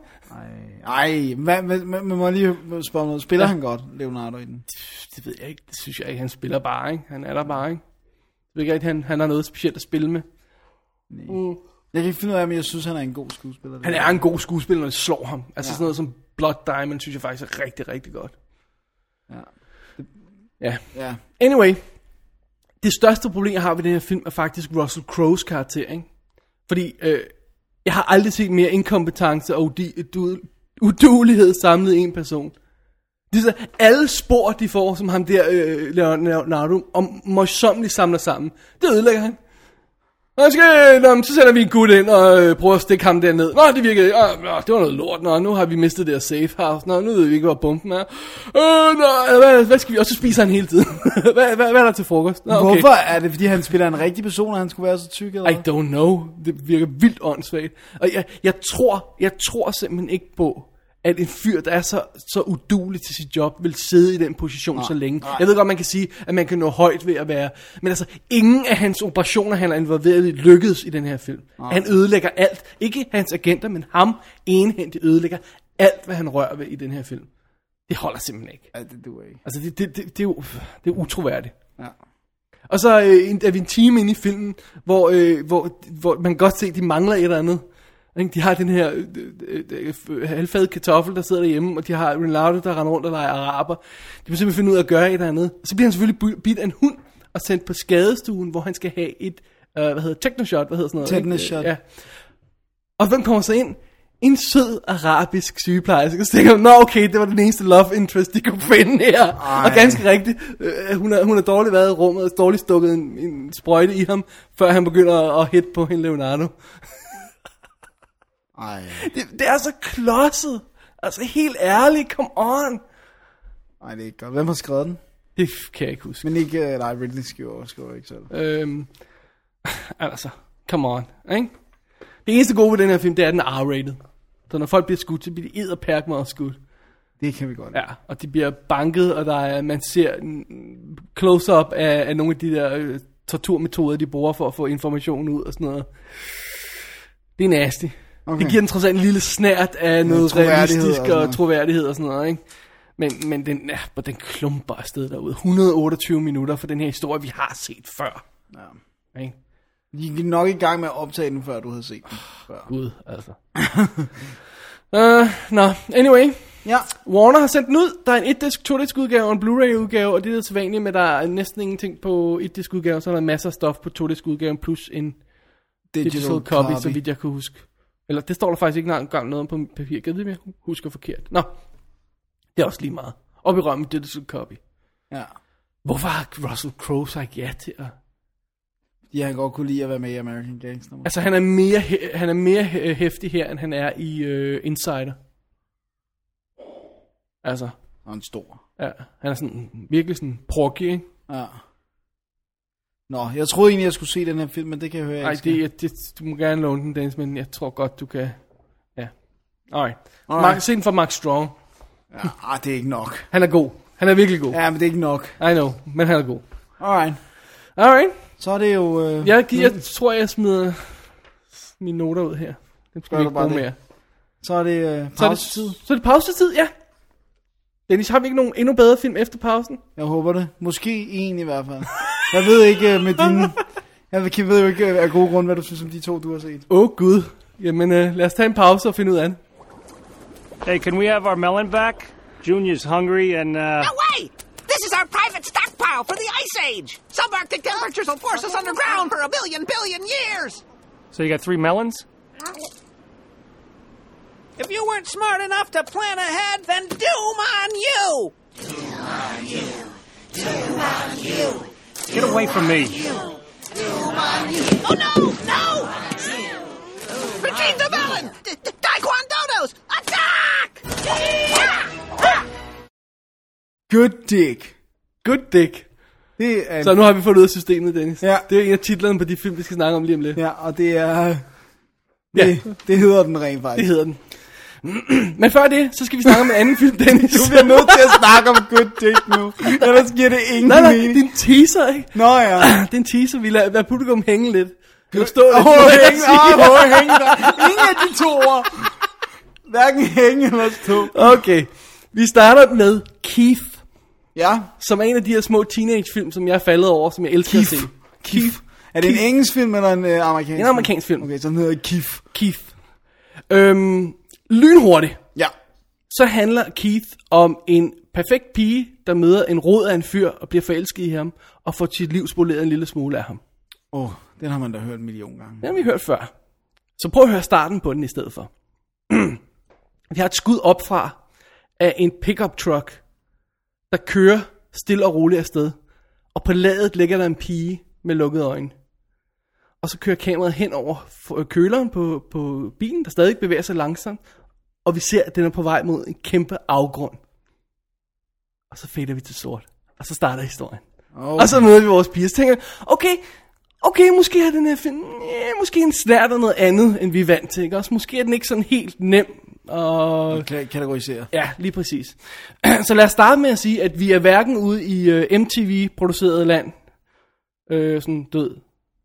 Man må lige spørge noget. Spiller han godt, Leonardo, i den? Det ved jeg ikke. Det synes jeg ikke. Han spiller bare, ikke? Han er der bare, ikke? Jeg ved ikke, at han har noget specielt at spille med. Nej. Jeg kan ikke finde ud af, men jeg synes, han er en god skuespiller. Han er en god skuespiller, når det slår ham. Altså sådan noget som Blood Diamond, synes jeg faktisk er rigtig, rigtig godt. Ja. Anyway. Det største problem, jeg har ved den her film, er faktisk Russell Crowe's karakter, ikke? Fordi jeg har aldrig set mere inkompetence og uduelighed samlet i en person. Alle spor, de får, som ham der Leonardo, om møjsommeligt samler sammen, det ødelægger han. Så sender vi en gut ind og prøver at stikke ham derned. Nå, det virkede ikke. Det var noget lort. Nå, nu har vi mistet det her safe house. Nå, nu ved vi ikke, hvor bomben er. Hvad skal vi? Og så spiser han hele tiden. hvad er der til frokost? Nå, okay. Hvorfor er det, fordi han spiller en rigtig person, og han skulle være så tyk? Eller? I don't know. Det virker vildt åndssvagt. Og jeg tror simpelthen ikke på, at en fyr, der er så uduelig til sit job, vil sidde i den position så længe. Jeg ved godt, man kan sige, at man kan nå højt ved at være. Men altså, ingen af hans operationer, han er involveret i, lykkedes i den her film. Han ødelægger alt. Ikke hans agenter, men ham enhændigt ødelægger alt, hvad han rører ved i den her film. Det holder simpelthen ikke. Ja, det duer ikke. Altså, det er utroværdigt. Ja. Og så er vi en time inde i filmen, hvor man kan godt se, at de mangler et eller andet. De har den her halvfade kartoffel, der sidder derhjemme, og de har Leonardo, der render rundt og leger araber. De må simpelthen finde ud af at gøre et eller andet. Så bliver han selvfølgelig bidt af en hund og sendt på skadestuen, hvor han skal have et, technoshot, Technoshot. Ja. Og hvem kommer så ind? En sød arabisk sygeplejerske. Så tænker man, okay, det var den eneste love interest, de kunne finde her. Ej. Og ganske rigtigt, hun har dårligt været i rummet, og dårligt stukket en sprøjte i ham, før han begynder at hit på hende Leonardo. Det er så klodset. Altså helt ærligt, come on. Nej, det er ikke godt. Hvem har skrevet den? Det kan jeg ikke huske. Men ikke, Ridley skriver ikke selv. Altså, come on, ikke? Det eneste gode ved den her film, det er, at den er R-rated. Så når folk bliver skudt, så bliver de edderperk meget skudt. Det kan vi godt. Ja, og de bliver banket, og man ser en close-up af nogle af de der torturmetoder, de bruger for at få information ud og sådan noget. Det er nasty. Okay. Det giver den trods alt en lille snært af noget realistisk og troværdighed og sådan noget, ikke? Men den klumper afsted derude. 128 minutter for den her historie, vi har set før. Ja. Ikke? Vi er nok i gang med at optage den, før du havde set den før. Gud, altså. Anyway. Ja. Warner har sendt den ud. Der er en 1-disk, 2-disk udgave og en Blu-ray udgave, og det er så vanligt med, der er næsten ingenting på 1-disk udgave, så er der masser af stof på 2-disk udgaven, plus en digital copy, så vidt jeg kan huske. Eller det står der faktisk ikke engang noget om på papir. Kan jeg husker forkert? Nå, det er også lige meget. Op i rømmen, digital copy. Ja. Hvorfor har Russell Crowe sagt ja til at... Ja, han godt kunne lide at være med i American Gangster. Altså, han er mere hæftig her, end han er i Insider. Altså. Og en stor. Ja, han er sådan virkelig sådan proggy, ikke? Ja. Nå, jeg troede egentlig, jeg skulle se den her film, men det kan jeg høre, jeg ikke. Du må gerne låne den, Dennis, men jeg tror godt, du kan... Ja. Alright. Se den for Mark Strong. Ja, det er ikke nok. Han er god. Han er virkelig god. Ja, men det er ikke nok. I know, men han er god. Alright. Så er det jo... Jeg tror, jeg smider mine noter ud her. Det skal vi ikke bruge mere. Så er det pausetid. Så er det pausetid, ja. Dennis, har vi ikke nogen endnu bedre film efter pausen? Jeg håber det. Måske en i hvert fald. Jeg ved ikke med dine... Jeg ved jo ikke af gode grund, hvad du synes om de to, du har set. Gud. Jamen, lad os tage en pause og finde ud af det. Hey, can we have our melon back? Junior's hungry and, No way! This is our private stockpile for the Ice Age! Subarctic temperatures will force us underground for a billion years! So you got 3 melons? If you weren't smart enough to plan ahead, then doom on you! Doom on you! Get away from me! Doom on you! Oh no! Retrieve the melon! Taekwondodos! Attack! Good Dick. Good Dick. Det er så nu har vi fået ud af systemet, Dennis. Ja. Det er en af titlerne på de film, vi skal snakke om lige om lidt. Ja, og det er... Det hedder den rent faktisk. Det hedder den. Men før det, så skal vi snakke om en anden film, Dennis. Du bliver nødt til at snakke om Good Dick nu. Ellers giver det ingen mening. Det er en teaser, ikke? Nå ja. Det er en teaser, vi lader publikum hænge lidt. Hænge der. Ingen af de to ord. Hverken hænge eller stå. Okay. Vi starter med Keith. Ja. Som er en af de her små teenagefilm, som jeg er faldet over, som jeg elsker at se. Keith. Er det en engelsk film eller en amerikansk film? En amerikansk film. Okay, så den hedder Keith. Lynhurtigt. Ja. Så handler Keith om en perfekt pige, der møder en rod af en fyr og bliver forelsket i ham, og får sit liv spoleret en lille smule af ham. Den har man da hørt 1 million gange. Den har vi hørt før. Så prøv at høre starten på den i stedet for. Vi har et skud op fra af en pickup truck, der kører stille og roligt afsted. Og på ladet ligger der en pige med lukkede øjne. Og så kører kameraet hen over køleren på bilen, der stadig bevæger sig langsomt. Og vi ser, at den er på vej mod en kæmpe afgrund. Og så fader vi til sort. Og så starter historien. Og så møder vi vores piger og tænker, okay, måske har den her film, måske en snært af noget andet, end vi er vant til. Ikke? Også måske er den ikke sådan helt nem og kategorisere. Ja, lige præcis. Så lad os starte med at sige, at vi er hverken ude i MTV-produceret land, sådan død,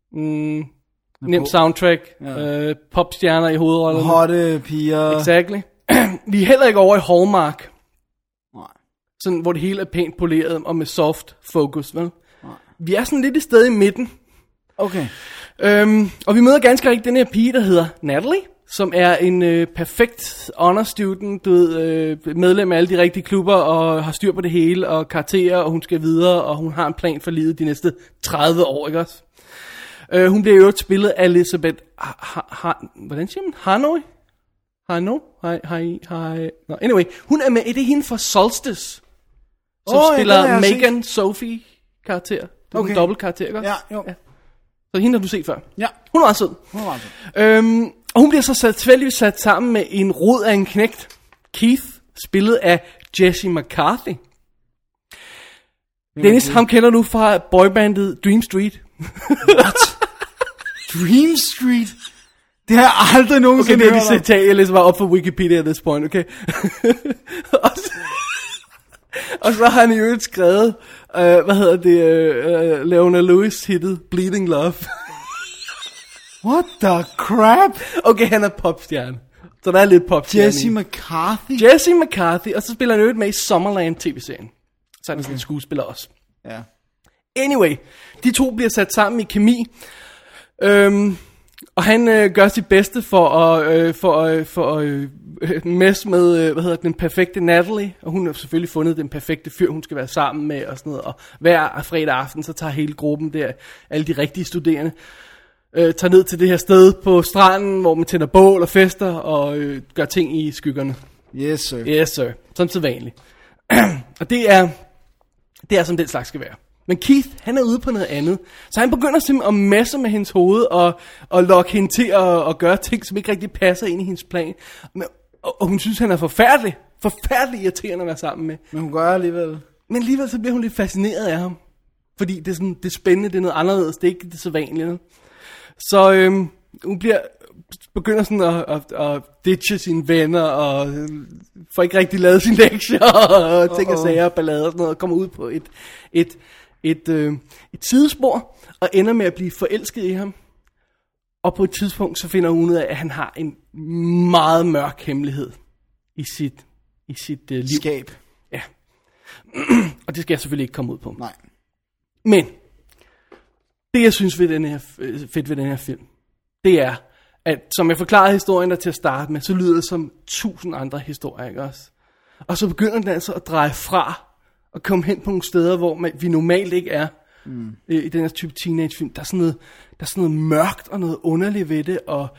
nem soundtrack, popstjerner i hovedrollerne. Hotte piger. Exactly. Vi er heller ikke over i Hallmark. Nej. Sådan, hvor det hele er pænt poleret og med soft focus, vel? Nej. Vi er sådan lidt et sted i midten. Okay. Og vi møder ganske rigtigt den her pige, der hedder Natalie, som er en perfekt honor student, du ved, medlem af alle de rigtige klubber, og har styr på det hele, og karakterer, og hun skal videre, og hun har en plan for livet de næste 30 år, ikke også? Hun bliver jo spillet af Elizabeth, hvordan siger man? Hanoi? No, anyway, hun er med, det er hende fra Solstice, som spiller Megan Sophie karakter. Det er en dobbelt karakter, ikke også? Ja, jo. Ja. Så hende har du set før. Ja. Hun er også sød. Og hun bliver så tilfældigvis sat sammen med en rod af en knægt, Keith, spillet af Jesse McCarthy. Dennis, ham kender du fra boybandet Dream Street. What? Dream Street? Det har jeg aldrig nogensinde hørt om. Okay, det er jeg læser bare op for Wikipedia at this point, okay? Og så har han i øvrigt skrevet, Leona Lewis hittet Bleeding Love. What the crap? Okay, han er popstjerne. Så der er lidt popstjerne. Jesse McCarthy, og så spiller han øvrigt med i Summerland tv-serien. Så er han sådan en skuespiller også. Ja. Anyway, de to bliver sat sammen i kemi. Og han gør sit bedste for at mess med, den perfekte Natalie, og hun har selvfølgelig fundet den perfekte fyr, hun skal være sammen med, og sådan noget, og hver fredag aften, så tager hele gruppen der, alle de rigtige studerende, tager ned til det her sted på stranden, hvor man tænder bål og fester, og gør ting i skyggerne. Yes, sir. Yes, sir. Som sædvanligt. Og det er som den slags skal være. Men Keith, han er ude på noget andet. Så han begynder simpelthen at messe med hendes hoved og lokke hende til at gøre ting, som ikke rigtig passer ind i hendes plan. Og hun synes, han er forfærdelig irriterende at være sammen med. Men hun gør alligevel. Men alligevel så bliver hun lidt fascineret af ham. Fordi det er, sådan, det er spændende, det er noget anderledes, det er ikke det så vanlige. Så hun begynder sådan at ditche sine venner, og får ikke rigtig lavet sine lektier, og ting og sager og ballader og sådan noget, og kommer ud på et sidespor, og ender med at blive forelsket i ham. Og på et tidspunkt, så finder hun ud af, at han har en meget mørk hemmelighed i sit liv. Skab. Ja. Og det skal jeg selvfølgelig ikke komme ud på. Nej. Men det jeg synes fedt ved den her film, det er, at som jeg forklarede historien der til at starte med, så lyder det som 1000 andre historier, ikke også? Og så begynder den altså at dreje fra, og komme hen på nogle steder, hvor vi normalt ikke er i den her type teenagefilm. Der er sådan noget mørkt og noget underligt ved det, og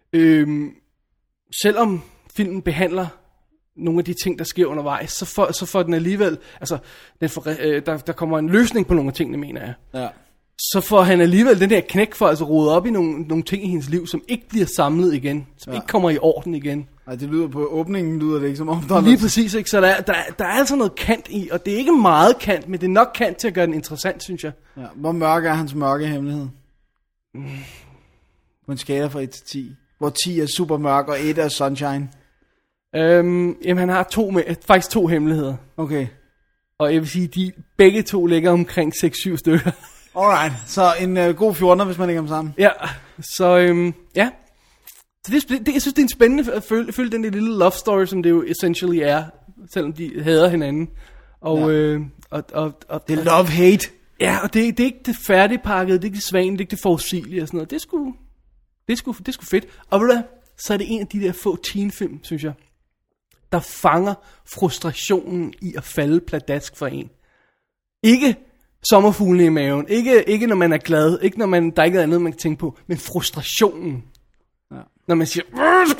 selvom filmen behandler nogle af de ting, der sker undervejs, så får den alligevel, altså der kommer en løsning på nogle af tingene, mener jeg. Ja. Så får han alligevel den der knæk for altså rode op i nogle ting i hendes liv, som ikke bliver samlet igen, som ikke kommer i orden igen. Ej, det lyder på åbningen, lyder det ikke som om der lige præcis, ikke? Så der er altså noget kant i, og det er ikke meget kant, men det er nok kant til at gøre den interessant, synes jeg. Ja, hvor mørk er hans mørke hemmelighed? På en skala fra 1 til 10. Hvor 10 er super mørk, og 1 er sunshine. Jamen han har faktisk to hemmeligheder. Okay. Og jeg vil sige, de begge to ligger omkring 6-7 stykker. Alright, så en god 14'er, hvis man lægger dem sammen. Ja, så ja. Så jeg synes, det er en spændende at følge den der lille love story, som det jo essentially er, selvom de hader hinanden. Og, ja. og det er love-hate. Ja, og det er ikke det færdigpakkede, det er ikke det svane, det er ikke det forudsigelige og sådan noget. Det er sgu fedt. Og ved du hvad, så er det en af de der få teenfilm, synes jeg, der fanger frustrationen i at falde pladask for en. Ikke sommerfuglene i maven, ikke når man er glad, ikke når der ikke er andet, man kan tænke på, men frustrationen. Ja. Når man siger,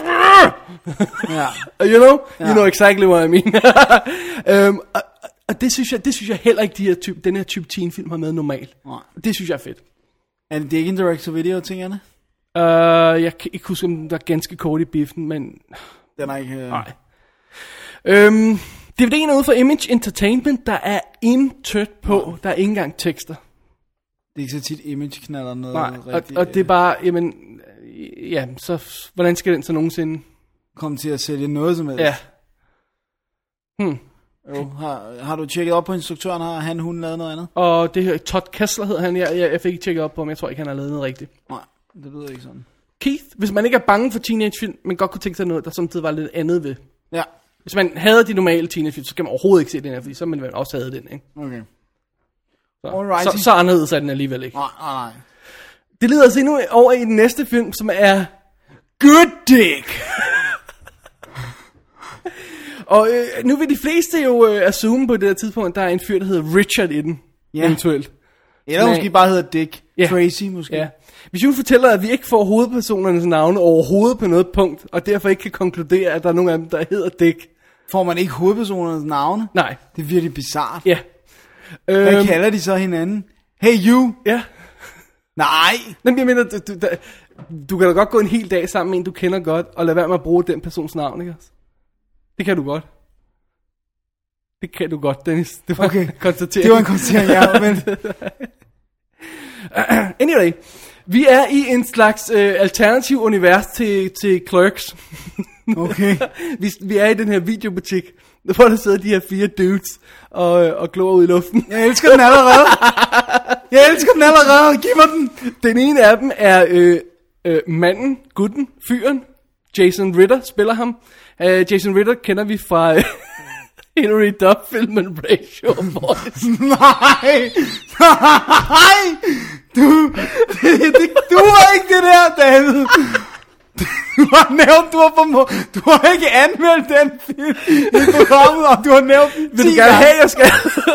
you know exactly what I mean. Og det synes jeg heller ikke, den her type teenfilm har med normalt. Nej. Det synes jeg er fedt. Er det ikke en direct-to-video, tingerne? Jeg kan ikke huske, om der er ganske kort i biffen, men den er ikke... Nej. DVD'en er ude for Image Entertainment. Der er intet på. Der er ikke engang tekster. Det er ikke så tit Image knaller noget. Nej, rigtigt, og det er bare, jamen, ja, så hvordan skal den så nogensinde komme til at sælge noget som helst? Ja. Jo, har du tjekket op på instruktøren? Har hun lavet noget andet? Og det her, Todd Kessler hedder han. Jeg fik ikke tjekket op på ham. Jeg tror ikke, han har lavet noget rigtigt. Nej, det lyder ikke sådan. Keith, hvis man ikke er bange for teenagefilm, men godt kunne tænke sig noget, der samtidig var lidt andet ved. Ja. Hvis man havde de normale teenagefilm, så skal man overhovedet ikke se den her, fordi så man vel også havde den, ikke? Okay. Så anderledes er den alligevel ikke. Nej. Det leder os endnu over i den næste film, som er Good Dick. Og nu vil de fleste jo assume på det her tidspunkt, der er en fyr, der hedder Richard i den, eventuelt. Eller måske bare hedder Dick. Tracy måske. Ja. Hvis du fortæller, at vi ikke får hovedpersonernes navne overhovedet på noget punkt, og derfor ikke kan konkludere, at der er nogen af dem, der hedder Dick. Får man ikke hovedpersonernes navne? Nej. Det er virkelig bizarrt. Ja. Hvad kalder de så hinanden? Hey you! Ja. Nej! Men jeg mener, du kan da godt gå en hel dag sammen med en, du kender godt, og lade være med at bruge den persons navn, ikke? Det kan du godt. Det kan du godt, Dennis. Det var en konstatering. Det var en konstatering, ja. Men... Anyway, vi er i en slags alternativ univers til Clerks. Okay. vi er i den her videobutik, hvor der sidder de her 4 dudes og glor ud i luften. Jeg elsker den allerede. Giv mig den. Den ene af dem er manden, gutten, fyren. Jason Ritter spiller ham. Jason Ritter kender vi fra Hilary Duff-filmen Ratio Boys. Nej! Du er ikke det der, David. Du har ikke anmeldt den film i programmet, og du har nævnt den 10 Vil du gerne have, jeg skal?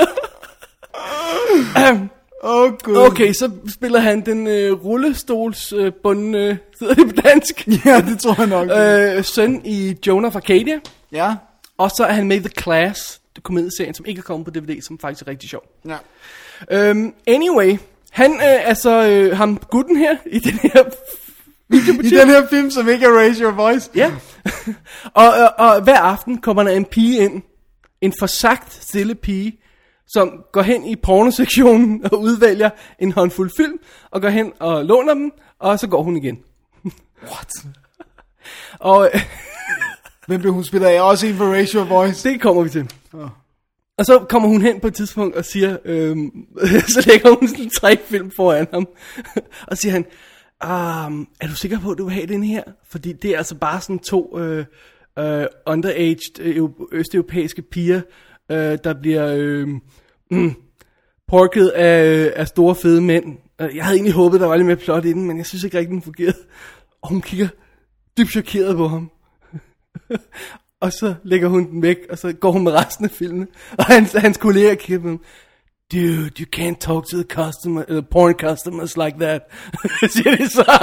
Okay, så spiller han den rullestolsbundne, hedder det på dansk? Ja, det tror jeg nok. Søn i Jonah of Arcadia. Ja. Og så er han med i The Class, komedieserien, som ikke er kommet på DVD, som faktisk er rigtig sjov. Ja. Anyway, han er så ham gutten her i den her i den her film, som ikke er Raise Your Voice. Ja. og hver aften kommer der en pige ind, en forsagt stille pige, som går hen i pornosektionen og udvælger en håndfuld film, og går hen og låner dem, og så går hun igen. What? Og hvem blev hun spillet af? Også en for Raise Your Voice. Det kommer vi til. Og så kommer hun hen på et tidspunkt og siger, så lægger hun sådan 3 film foran ham, og siger han, er du sikker på, at du vil have den her? Fordi det er altså bare sådan 2 underaged østeuropæiske piger, der bliver porket af store fede mænd. Jeg havde egentlig håbet, der var lidt mere plot i den, men jeg synes ikke rigtig, den fungerede. Og hun kigger dybt chokeret på ham. Og så lægger hun den væk, og så går hun med resten af filmen. Og hans kolleger kigger på ham. Dude, you can't talk to the porn customers like that. Siger det så.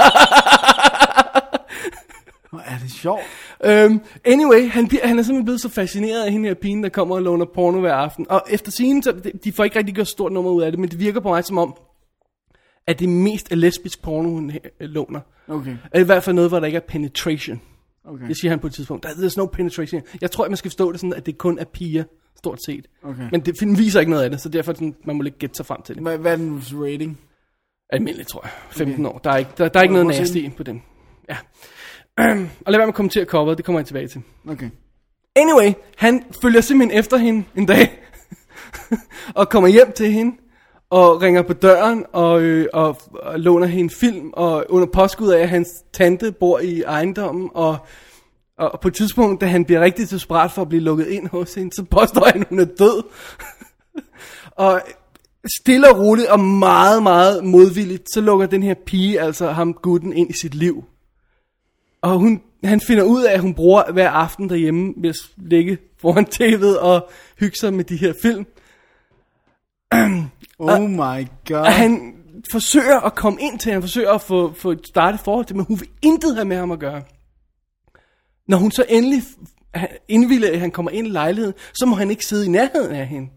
Hvor er det sjovt. Anyway, han er simpelthen blevet så fascineret af hende her pigen, der kommer og låner porno hver aften. Og efter scenen, så de får ikke rigtig gjort stort nummer ud af det, men det virker på mig som om, at det mest er lesbisk porno, hun låner. Okay. I hvert fald noget, hvor der ikke er penetration. Okay. Det siger han på et tidspunkt. There's no penetration. Jeg tror, at man skal forstå det sådan, at det kun er piger, stort set. Okay. Men filmen viser ikke noget af det, så derfor sådan, man må ikke gætte sig frem til det. Hvad er den rating? Almindelig, tror jeg. 15 år. Der er ikke noget nasty på den. Ja. Og lad være med at kommentere coveret, det kommer jeg tilbage til. Okay. Anyway, han følger simpelthen efter hende en dag, og kommer hjem til hende, og ringer på døren, og låner hende film, og under påskud af, at hans tante bor i ejendommen, og på et tidspunkt, da han bliver rigtig desperat for at blive lukket ind hos hende, så påstår han, at hun er død. Og stille og roligt, og meget, meget modvilligt, så lukker den her pige, altså ham gutten, ind i sit liv. Og han finder ud af, at hun bruger hver aften derhjemme ved at ligge foran tv'et og hygge sig med de her film. Oh my god. Og han forsøger at komme ind til, han forsøger at få startet forhold til, men hun vil intet have med ham at gøre. Når hun så endelig indvilder, at han kommer ind i lejligheden, så må han ikke sidde i nærheden af hende.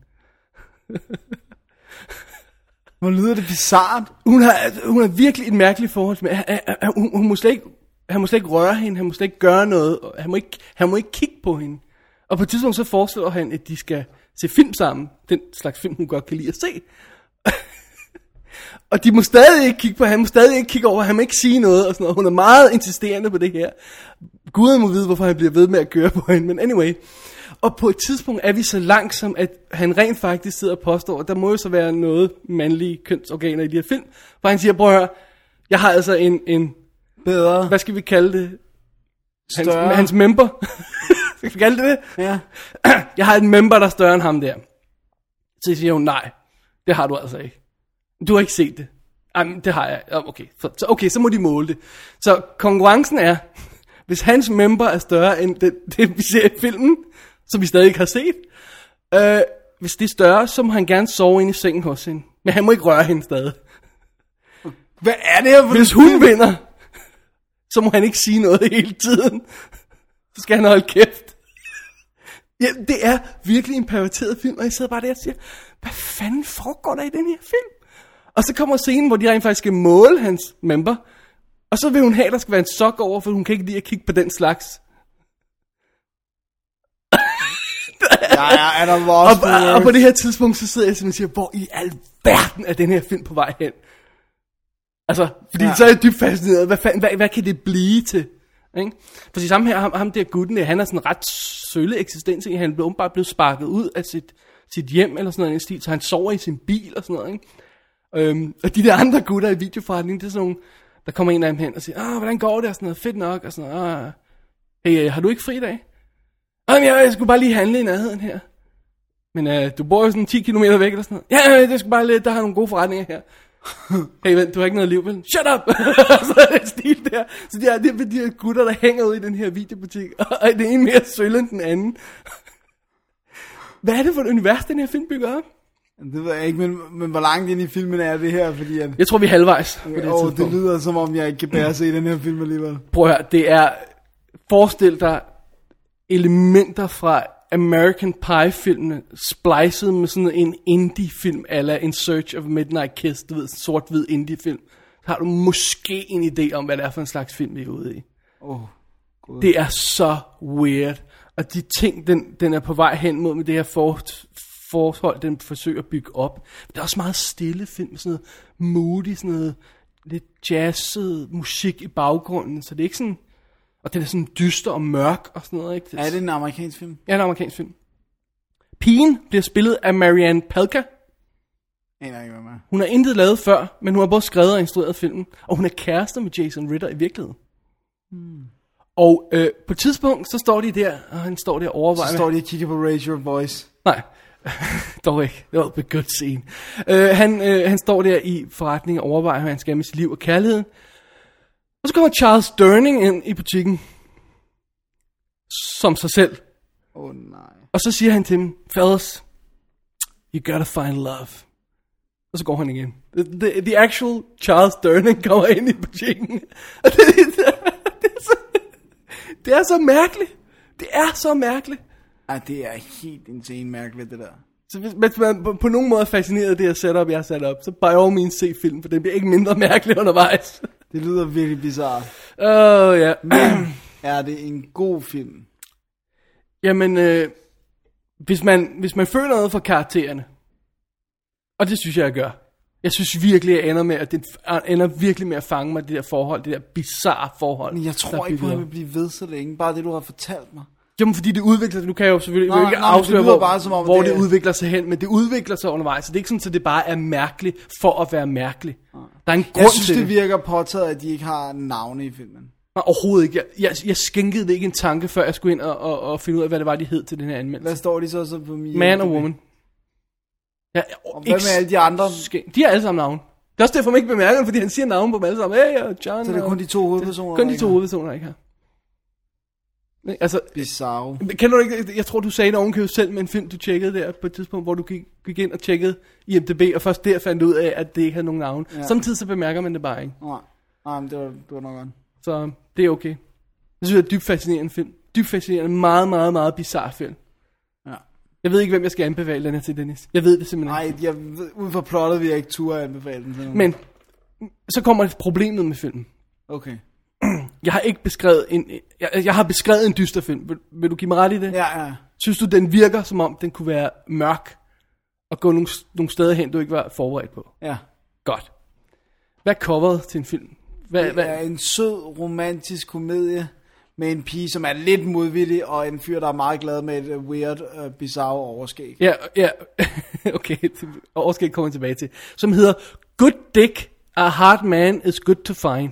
Hvor lyder det bizarrt. Hun har virkelig et mærkeligt forhold med. Han må slet ikke røre hende, han må slet ikke gøre noget, han må ikke kigge på hende. Og på et tidspunkt så foreslår han, at de skal se film sammen, den slags film, hun godt kan lide at se. Og de må stadig ikke kigge på, han må stadig ikke kigge over, han må ikke sige noget, og sådan noget. Hun er meget insisterende på det her. Gud må vide, hvorfor han bliver ved med at køre på hende, men anyway. Og på et tidspunkt er vi så langsomt, at han rent faktisk sidder og påstår, at der må jo så være noget mandlige kønsorganer i de her film. For han siger, prøv at høre, jeg har altså en bedre, hvad skal vi kalde det? Hans member. Skal vi kalde det? Ja. Jeg har et member, der er større end ham der. Så siger hun, nej, det har du altså ikke. Du har ikke set det. Jamen, det har jeg. Okay, så må de måle det. Så konkurrencen er, hvis hans member er større end det vi ser i filmen, som vi stadig ikke har set, hvis det er større, så må han gerne sove inde i sengen hos hende. Men han må ikke røre hende stadig. Hvad er det her for hvis hun vinder, så må han ikke sige noget hele tiden. Så skal han holde kæft. Ja, det er virkelig en perverteret film, og jeg sidder bare der og siger, hvad fanden foregår der i den her film? Og så kommer scenen, hvor de rent faktisk skal måle hans member, og så vil hun have, at der skal være en sok over, for hun kan ikke lide at kigge på den slags. Ja, er der lost og på det her tidspunkt, så sidder jeg simpelthen og siger, hvor i alverden er den her film på vej hen? Altså, fordi så er jeg dybt fascineret, hvad kan det blive til? Ikke? For sammen her, ham der gutten, han er sådan en ret sølle eksistens, han er bare blevet sparket ud af sit hjem, eller sådan noget stil, så han sover i sin bil, og sådan noget, ikke? Og de der andre gutter i videoforretningen, det er sådan nogle, der kommer en af dem hen og siger, hvordan går det, og sådan noget, fedt nok, og sådan noget, hey, har du ikke fri i dag? Jeg skulle bare lige handle i nærheden her. Men du bor jo sådan 10 kilometer væk, eller sådan noget. Ja, det skulle bare lidt, der har nogle gode forretninger her. Hey, vent, du har ikke noget liv, vel? Shut up! Så er det stil der. Så de her gutter, der hænger ud i den her videobutik, og det ene mere sølle end den anden. Hvad er det for et univers, den her film bygger op? Det ved jeg ikke, men hvor langt ind i filmen er det her? Fordi at... Jeg tror, vi er halvvejs. Det lyder som om, jeg ikke kan bære sig i den her film alligevel. Prøv at høre, det er... Forestil dig elementer fra American Pie-filmene, splicet med sådan en indie-film, eller In Search of Midnight Kiss, du ved, sort-hvid indie-film. Så har du måske en idé om, hvad det er for en slags film, vi er ude i. God. Det er så weird. Og de ting, den er på vej hen mod med det her forhold, den forsøger at bygge op. Det er også meget stille film, sådan noget moody, sådan noget lidt jazzet musik i baggrunden, så det er ikke sådan... Og den er sådan dyster og mørk og sådan noget, ikke? Er det en amerikansk film? Ja, en amerikansk film. Pigen bliver spillet af Marianne Palka. Hun har intet lavet før, men hun har både skrevet og instrueret filmen. Og hun er kærester med Jason Ritter i virkeligheden. Og på et tidspunkt, så står de der, og han står der og overvejer... Så står de og kigger på Raise Your Voice. Nej, dog ikke. Det var et good scene. Han står der i forretningen og overvejer, hvad han skal med sit liv og kærligheden. Og så kommer Charles Durning ind i butikken. Som sig selv. Nej. Og så siger han til dem, fellas, you gotta find love. Og så går han igen. The actual Charles Durning kommer ind i butikken. Og det er så mærkeligt. Det er så mærkeligt. Ej, det er helt insane mærkeligt, det der. Så hvis man på nogen måde er fascineret af det her setup, jeg har sat op, så by all means se film, for den bliver ikke mindre mærkelig undervejs. Det lyder virkelig bizarre. Ja. Men er det en god film? Jamen, hvis man føler noget for karaktererne, og det synes jeg gør. Jeg synes virkelig, jeg ender med, at det ender virkelig med at fange mig, det der forhold, det der bizarre forhold. Men jeg tror ikke på, at jeg vil blive ved så længe, bare det du har fortalt mig. Jamen fordi det udvikler sig, nu kan jeg jo selvfølgelig ikke afsløre, hvor det udvikler sig hen, men det udvikler sig undervejs, så det er ikke sådan, at det bare er mærkeligt for at være mærkeligt. Der er en grund til det. Jeg synes, det virker påtaget, at de ikke har navne i filmen. Nej, overhovedet ikke. Jeg skænkede det ikke en tanke, før jeg skulle ind og finde ud af, hvad det var, de hed til den her anmeldelse. Hvad står de så på min? Man og Woman. Ja, og hvad med alle de andre? De har alle sammen navn. Det er også derfor, man ikke bemærker det, fordi han siger navn på dem alle sammen. Hey, John. Så det er kun de to hovedpersoner? Kun de to hovedpersoner, ikke her. Altså, bizarre. Kender du ikke, jeg tror du sagde det ovenkøbet selv med en film du tjekkede der på et tidspunkt, hvor du gik ind og tjekkede IMDb, og først der fandt ud af, at det ikke havde nogen navn. Ja. Samtidig så bemærker man det bare ikke. Nej, men det var nok godt. Så det er okay. Jeg synes det er dybt fascinerende film. Dybt fascinerende, meget, meget, meget bizarre film. Ja. Jeg ved ikke, hvem jeg skal anbefale den her til, Dennis. Jeg ved det simpelthen ikke. Nej, ud fra plottet vil jeg ikke turde anbefale den til nogen. Men så kommer problemet med filmen. Okay. Jeg har ikke beskrevet jeg har beskrevet en dyster film. Vil du give mig ret i det? Ja. Synes du, den virker, som om den kunne være mørk og gå nogle steder hen, du ikke var forberedt på? Ja. Godt. Hvad er coveret til en film? Det er en sød, romantisk komedie med en pige, som er lidt modvillig, og en fyr, der er meget glad med et weird, bizarre overskæg. Ja. Okay, overskæg kommer jeg tilbage til. Som hedder Good Dick, a Hard Man is Good to Find.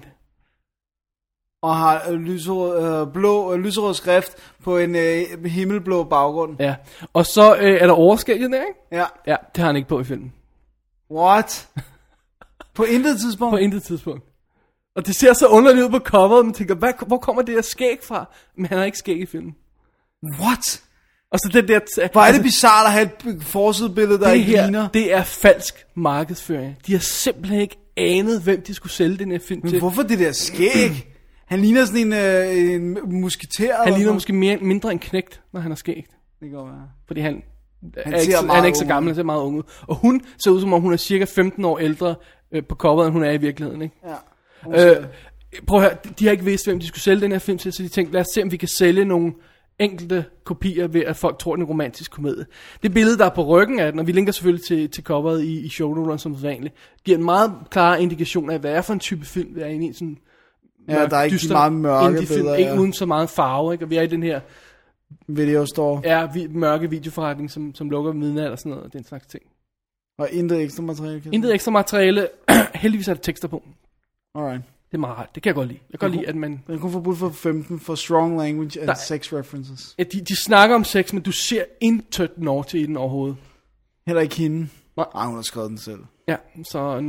Og har lyserød skrift på en himmelblå baggrund. Ja, og så er der overskægget der, ikke? Ja. Ja, det har han ikke på i filmen. What? På intet tidspunkt? På intet tidspunkt. Og det ser så underligt ud på coveret, man tænker, hvor kommer det der skæg fra? Men han har ikke skæg i filmen. What? Og så det der... Hvor er det bizarrt at have et forsidebillede, der ikke ligner? Det er falsk markedsføring. De har simpelthen ikke anet, hvem de skulle sælge den her film til. Men hvorfor det der skæg? Han ligner sådan en musketær. Han ligner måske mindre en knægt, når han har skægt. Det kan være. Fordi han er ikke så gammel, han ser meget ung ud. Og hun ser ud som om hun er cirka 15 år ældre på coveret, end hun er i virkeligheden, ikke? Ja. Prøv at høre, de har ikke vidst, hvem de skulle sælge den her film til, så de tænkte, lad os se, om vi kan sælge nogle enkelte kopier ved, at folk tror, det er en romantisk komedie. Det billede, der er på ryggen af den, og vi linker selvfølgelig til coveret i shownoterne som sædvanligt, giver en meget klar indikation af, hvad er for en type film, vi er inde i. Sådan ja, der er ikke de meget mørke billeder. Ikke uden så meget farve, ikke? Og vi er i den her video store. Ja, mørke videoforretning, som lukker midnat og sådan noget, og den slags ting. Og intet ekstra materiale? Intet ekstra materiale. Heldigvis er der tekster på. Alright. Det er meget rart. Det kan jeg godt lide. Jeg kan godt lide, at man... Den kun forbudt for 15 for strong language and sex references. Ja, de snakker om sex, men du ser intet naughty i den overhovedet. Heller ikke hende. Nej. Hun har skrevet den selv. Ja, så nada.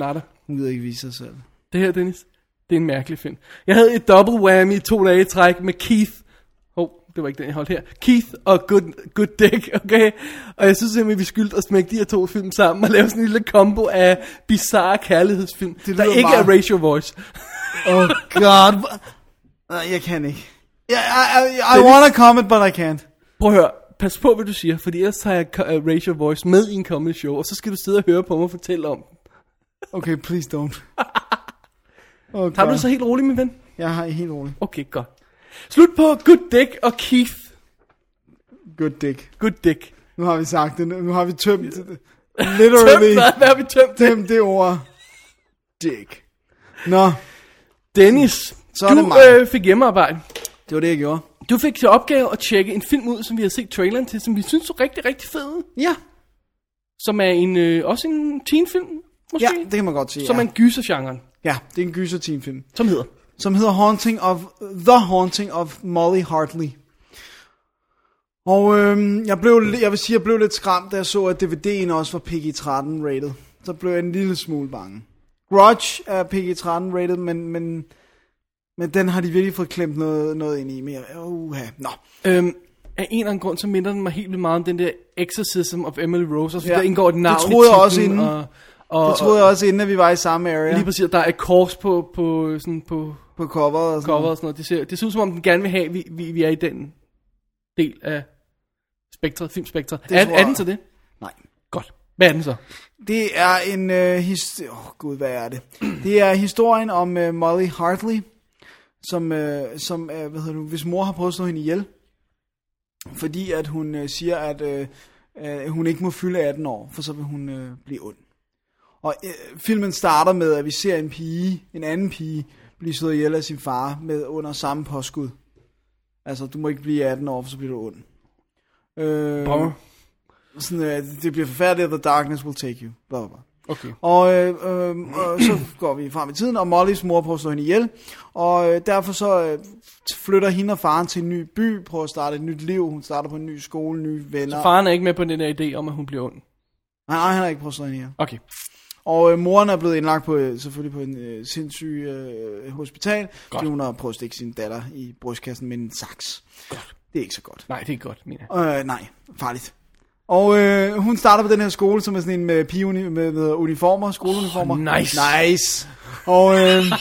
Hun gider ikke vise sig selv. Det her, Dennis, det er en mærkelig film. Jeg havde et double whammy 2 dage i træk med Keith. Det var ikke den, jeg holdt her. Keith og Good Dick, okay? Og jeg synes simpelthen, vi skyldte at smække de her 2 film sammen og lave sådan en lille combo af bizarre kærlighedsfilm, der ikke er Racial Voice. Oh god. Jeg kan ikke. I wanna comment, but I can't. Prøv at høre. Pas på, hvad du siger, fordi ellers tager jeg Racial Voice med i en comedy show, og så skal du sidde og høre på mig og fortælle om den. Okay, please don't. Har du det så helt roligt, min ven? Jeg har helt roligt. Okay, godt. Slut på Good Dick og Keith. Good Dick. Good Dick. Nu har vi sagt det. Nu har vi tømt det. Literally. Hvad har vi tømt det ord. Dick. Nå. Dennis, så du fik hjemmearbejde. Det var det, jeg gjorde. Du fik til opgave at tjekke en film ud, som vi har set traileren til, som vi synes så rigtig, rigtig fed. Ja. Som er også en teenfilm, måske? Ja, det kan man godt sige. Som er en gysergenren. Ja, det er en gyser-teenfilm. Som hedder The Haunting of Molly Hartley. Og jeg vil sige, jeg blev lidt skræmt, da jeg så, at DVD'en også var PG-13 rated. Så blev jeg en lille smule bange. Grudge er PG-13 rated, men den har de virkelig fået klemt noget ind i. Nå. Af en eller anden grund, så minder den mig helt vildt meget om den der Exorcism of Emily Rose. Og så der indgår et navn det troede jeg også inden. Det troede jeg også inden, at vi var i samme area. Lige præcis, der er et kors på coveret og sådan noget. Det ser ud som om den gerne vil have, vi er i den del af filmspektret. Er den så det? Nej. Godt. Hvad er den så? Det er en gud, hvad er det? Det er historien om Molly Hartley, som hvis mor har prøvet at slå hende ihjel, fordi at hun siger, at hun ikke må fylde 18 år, for så vil hun blive ond. Og filmen starter med, at vi ser en anden pige, blive slået ihjel af sin far med under samme påskud. Altså, du må ikke blive 18 år, for så bliver du ond. Sådan, det bliver forfærdeligt, the darkness will take you. Blah, blah, blah. Okay. Og så går vi frem i tiden, og Mollys mor prøver at slå hende ihjel. Og derfor så flytter hende og faren til en ny by, prøver at starte et nyt liv. Hun starter på en ny skole, nye venner. Så faren er ikke med på den der idé om, at hun bliver ond? Nej, han har ikke prøvet at slå hende ihjel. Okay. Og moren er blevet indlagt selvfølgelig på en sindssyg hospital, fordi hun har prøvet at stikke sin datter i brystkassen med en saks. Godt. Det er ikke så godt. Nej, det er godt, mener jeg. Nej, farligt. Og hun starter på den her skole, som er sådan en med pige med uniformer, skoleuniformer. Nice. Og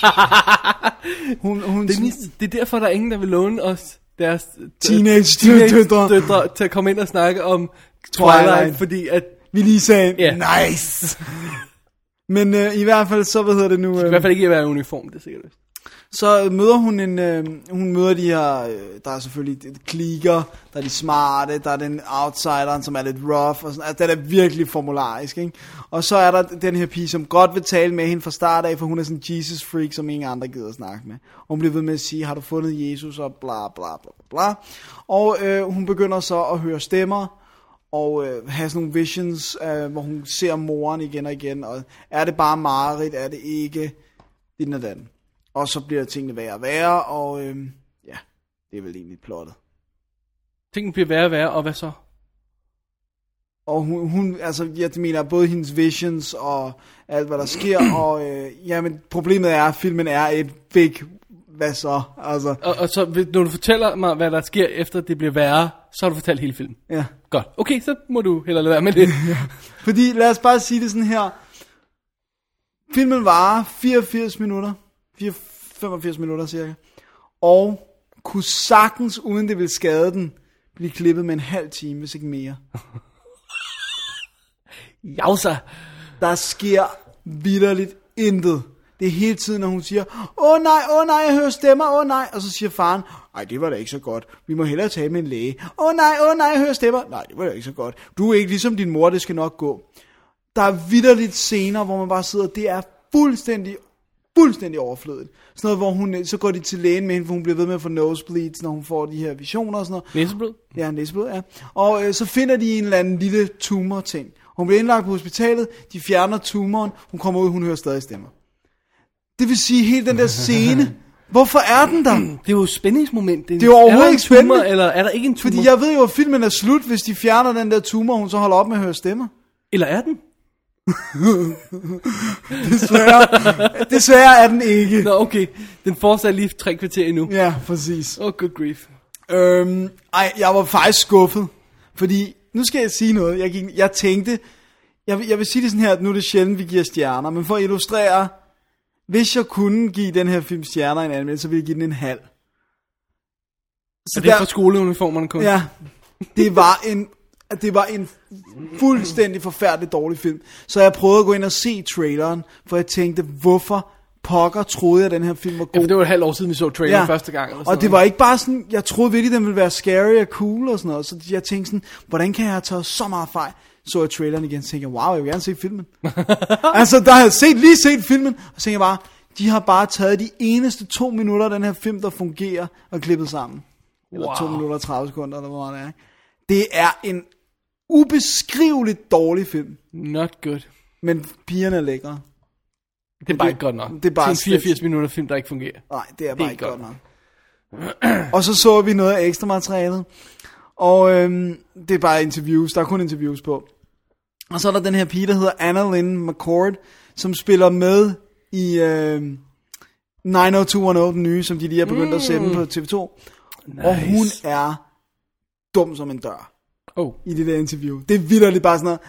det er derfor, der er ingen, der vil låne os deres teenage-døtre til at komme ind og snakke om Twilight, fordi at vi lige sagde, nice. Men i hvert fald, så hvad hedder det nu? I hvert fald ikke at være uniform, det er sikkert. Så møder hun møder de her, der er selvfølgelig kliker, der er de smarte, der er den outsideren, som er lidt rough, og sådan, altså, den er virkelig formularisk, ikke? Og så er der den her pige, som godt vil tale med hende fra start af, for hun er sådan en Jesus freak, som ingen andre gider at snakke med. Og hun bliver ved med at sige, har du fundet Jesus, og bla bla bla bla. Og hun begynder så at høre stemmer, og have sådan nogle visions, hvor hun ser moren igen og igen, og er det bare mareridt, er det ikke den og den. Og så bliver tingene værre og værre, og det er vel egentlig plottet. Tingene bliver værre og værre, og hvad så? Og hun altså, jeg mener, både hendes visions og alt, hvad der sker, og men problemet er, at filmen er et big, hvad så? Altså. Og så, når du fortæller mig, hvad der sker efter det bliver værre, så har du fortalt hele filmen? Ja. Godt. Okay, så må du hellere lade være med det. Ja. Fordi, lad os bare sige det sådan her. Filmen varer 85 minutter. 85 minutter cirka. Og kunne sagtens, uden det ville skade den, blive klippet med en halv time, hvis ikke mere. Jausa. Der sker vitterligt intet. Det er hele tiden, når hun siger, åh nej, jeg hører stemmer, åh nej. Og så siger faren, ej, det var da ikke så godt. Vi må hellere tale med en læge. Åh nej, jeg hører stemmer. Nej, det var da ikke så godt. Du er ikke ligesom din mor, det skal nok gå. Der er vitterligt scener, hvor man bare sidder, det er fuldstændig overflødigt. Sådan noget, hvor så går de til lægen med hende, for hun bliver ved med at få nosebleeds, når hun får de her visioner og sådan noget. Næseblod? Ja, næseblod, ja. Og så finder de en eller anden lille tumor-ting. Hun bliver indlagt på hospitalet, de fjerner tumoren, hun kommer ud, hun hører stadig stemmer. Det vil sige, hele den der scene, hvorfor er den der? Det er jo et spændingsmoment. Det er jo overhovedet ikke spændende. Tumor, eller er der ikke en tumor? Fordi jeg ved jo, at filmen er slut, hvis de fjerner den der tumor, hun så holder op med at høre stemmer. Eller er den? Desværre er den ikke. Nå, okay. Den fortsætter lige 3 kvarter endnu. Ja, præcis. Good grief. Jeg var faktisk skuffet. Fordi, nu skal jeg sige noget. Jeg tænkte, jeg vil sige det sådan her, at nu er det sjældent, vi giver stjerner. Men for at illustrere, hvis jeg kunne give den her film stjerner en anmeldelse, så ville jeg give den en halv. Så det er for skoleuniformerne kun? Ja, det var en fuldstændig forfærdelig dårlig film. Så jeg prøvede at gå ind og se traileren, for jeg tænkte, hvorfor pokker troede jeg, den her film var god. Ja, for det var et halvt år siden, vi så traileren første gang. Og det var ikke bare sådan, jeg troede virkelig, den ville være scary og cool og sådan noget. Så jeg tænkte sådan, hvordan kan jeg have taget så meget fejl? Så jeg traileren igen, og tænkte jeg, wow, jeg vil gerne se filmen. Altså, der havde jeg lige set filmen, og så tænkte jeg bare, de har bare taget de eneste 2 minutter af den her film, der fungerer, og klippet sammen. Eller 2 minutter og 30 sekunder, eller hvor meget det er. Det er en ubeskriveligt dårlig film. Not good. Men pigerne er lækre. Det er bare ikke godt nok. Det er bare en 84 minutter film, der ikke fungerer. Nej, det er bare ikke godt nok. Og så vi noget af ekstra materialet. Og det er bare interviews. Der er kun interviews på. Og så er der den her pige, der hedder Anna Lynn McCord, som spiller med i 90210, den nye, som de lige har begyndt at sende på TV2. Nice. Og hun er dum som en dør. I det der interview. Det er vitterligt bare sådan noget,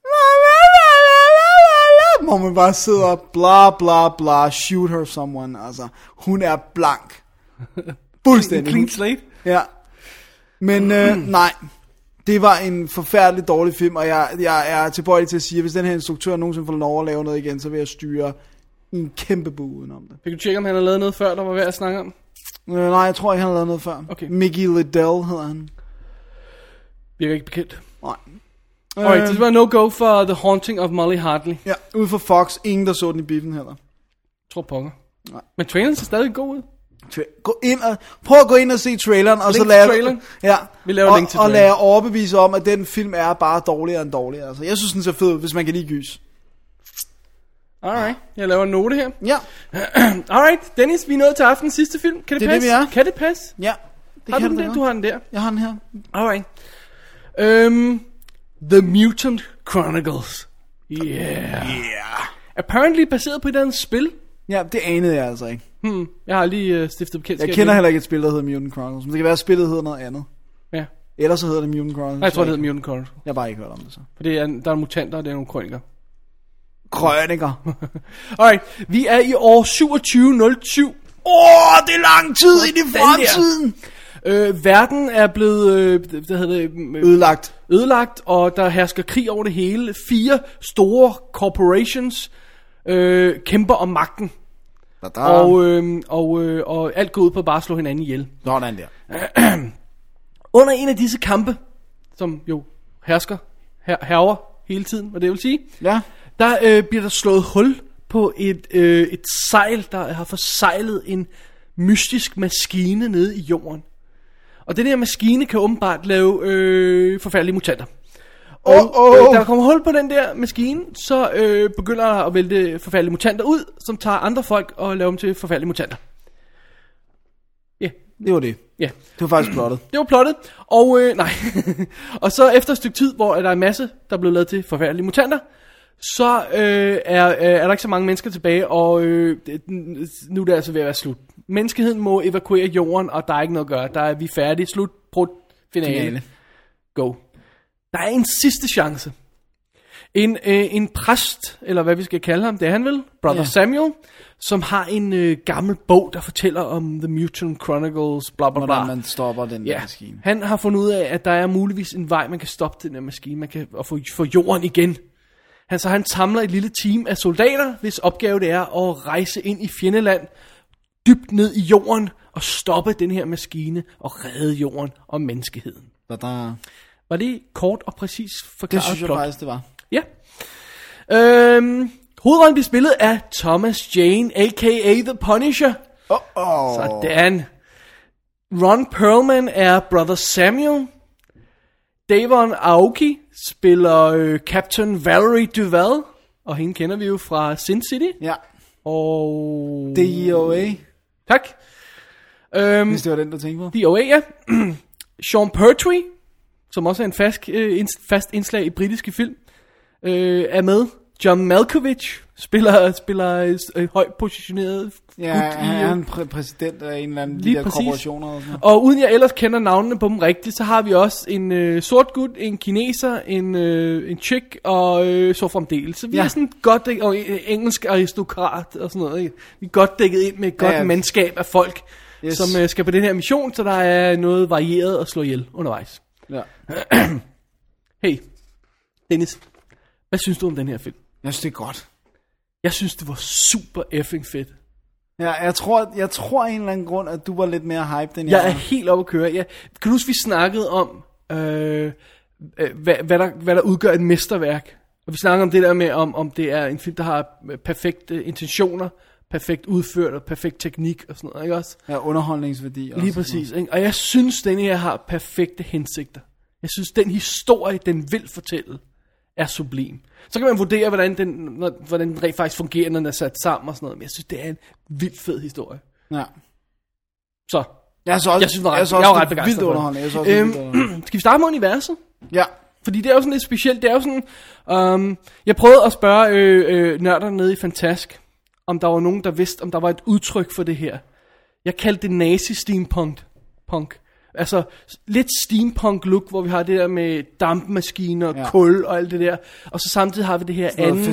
hvor man bare sidder og bla bla bla, shoot her someone. Altså, hun er blank. Fuldstændig. Clean slate. Ja. Men nej, det var en forfærdelig dårlig film, og jeg er tilbøjelig til at sige, at hvis den her instruktør nogensinde får lov at lave noget igen, så vil jeg styre en kæmpe bue udenom det. Fik du tjekke, om han har lavet noget før, der var værd at snakke om? Nej, jeg tror ikke, han har lavet noget før. Okay. Mickey Liddell hedder han. Virker ikke bekendt. Nej. Alright, det var no-go for The Haunting of Molly Hartley. Ja, ude for Fox. Ingen, der så den i biffen heller. Tror pokker. Nej. Men traileren ser stadig god ud. Prøv at gå ind og se traileren, og link så lad traileren. Ja. Vi laver link til traileren. Og lad jer overbevise om, at den film er bare dårligere end dårligere. Altså, jeg synes, den ser fed ud, hvis man kan lide gys. Alright, jeg laver en note her. Ja. Alright, Dennis, vi er nået til aftenens sidste film. Kan det passe? Det vi er. Kan det passe? Ja. Det har kan du den der? Du har den der. Jeg har den her. Alright. The Mutant Chronicles. Yeah. Apparently baseret på et andet spil. Ja, det anede jeg altså ikke. Jeg har lige stiftet bekendtskab. Jeg kender heller ikke et spil, der hedder Mutant Chronicles. Men det kan være, at spillet hedder noget andet. Ja. Ellers så hedder det Mutant Chronicles. Jeg tror, det hedder Mutant Chronicles. Jeg har bare ikke hørt om det så. For det er, der er mutanter, og det er nogle krøniker. Alright, vi er i år 2707. Det er lang tid ind i fremtiden. Verden er blevet ødelagt, og der hersker krig over det hele. 4 store corporations kæmper om magten. Og alt går ud på bare at slå hinanden ihjel. Sådan der. Under en af disse kampe, som jo hersker hele tiden, hvad det vil sige, der bliver der slået hul på et sejl, der har forsejlet en mystisk maskine nede i jorden. Og den her maskine kan åbenbart lave forfærdelige mutanter. Og der kommer hul på den der maskine, så begynder der at vælte forfærdelige mutanter ud, som tager andre folk og laver dem til forfærdelige mutanter. Ja. Det var det. Ja. Det var faktisk plottet. Det var plottet. Og nej. Og så efter et stykke tid, hvor der er en masse, der er blevet lavet til forfærdelige mutanter, så er der ikke så mange mennesker tilbage, og nu er det altså ved at være slut. Menneskeheden må evakuere jorden, og der er ikke noget at gøre. Der er vi færdige. Slut. Prut. Finale. Go. Der er en sidste chance. En præst, eller hvad vi skal kalde ham, det er han vel, Brother Samuel, som har en gammel bog, der fortæller om The Mutant Chronicles, bla bla bla. Hvordan man stopper den der maskine. Han har fundet ud af, at der er muligvis en vej, man kan stoppe den der maskine, man kan få jorden igen. Så han samler et lille team af soldater, hvis opgave det er at rejse ind i fjendeland, dybt ned i jorden, og stoppe den her maskine, og redde jorden og menneskeheden. Var det kort og præcis forklaret? Det synes jeg faktisk, det var. Ja. Hovedrollen bliver spillet af Thomas Jane, a.k.a. The Punisher. Sådan. Ron Perlman er Brother Samuel. Davon Aoki spiller Captain Valerie Duval. Og hende kender vi jo fra Sin City. Ja. Og DOA. Tak. Hvis det var den, du tænkte på. DOA, ja. Sean Pertwee, som også er en fast indslag i britiske film, er med. John Malkovich spiller højt positioneret. Ja, han er præsident af en eller anden de der korporationer. Og, sådan. Og uden jeg ellers kender navnene på dem rigtigt, så har vi også en sort gut, en kineser, en chick og så fremdeles. Så vi er sådan godt dækket, og engelsk aristokrat og sådan noget. Ikke? Vi er godt dækket ind med et godt mandskab af folk, som skal på den her mission, så der er noget varieret at slå ihjel undervejs. Ja. Hey, Dennis, hvad synes du om den her film? Jeg synes, det er godt. Jeg synes, det var super effing fedt. Ja, jeg tror af en eller anden grund, at du var lidt mere hype, end jeg er helt oppe at køre. Kan du huske, vi snakkede om, hvad der udgør et mesterværk? Og vi snakkede om det der med, om det er en film, der har perfekte intentioner, perfekt udført og perfekt teknik og sådan noget, ikke også? Ja, underholdningsværdi også. Lige præcis, ikke? Og jeg synes, den her har perfekte hensigter. Jeg synes, den historie, den vil fortælle, er sublim. Så kan man vurdere, hvordan den rent faktisk fungerer, når den er sat sammen og sådan noget. Men jeg synes, det er en vildt fed historie. Ja. Så. Jeg synes, jeg er ret begejstret for det. Skal vi starte med universet? Ja. Fordi det er jo sådan lidt specielt. Det er jo sådan, jeg prøvede at spørge nørderne nede i Fantask, om der var nogen, der vidste, om der var et udtryk for det her. Jeg kaldte det nazi-steampunk. Altså lidt steampunk look, hvor vi har det der med dampmaskiner og kul og alt det der. Og så samtidig har vi det her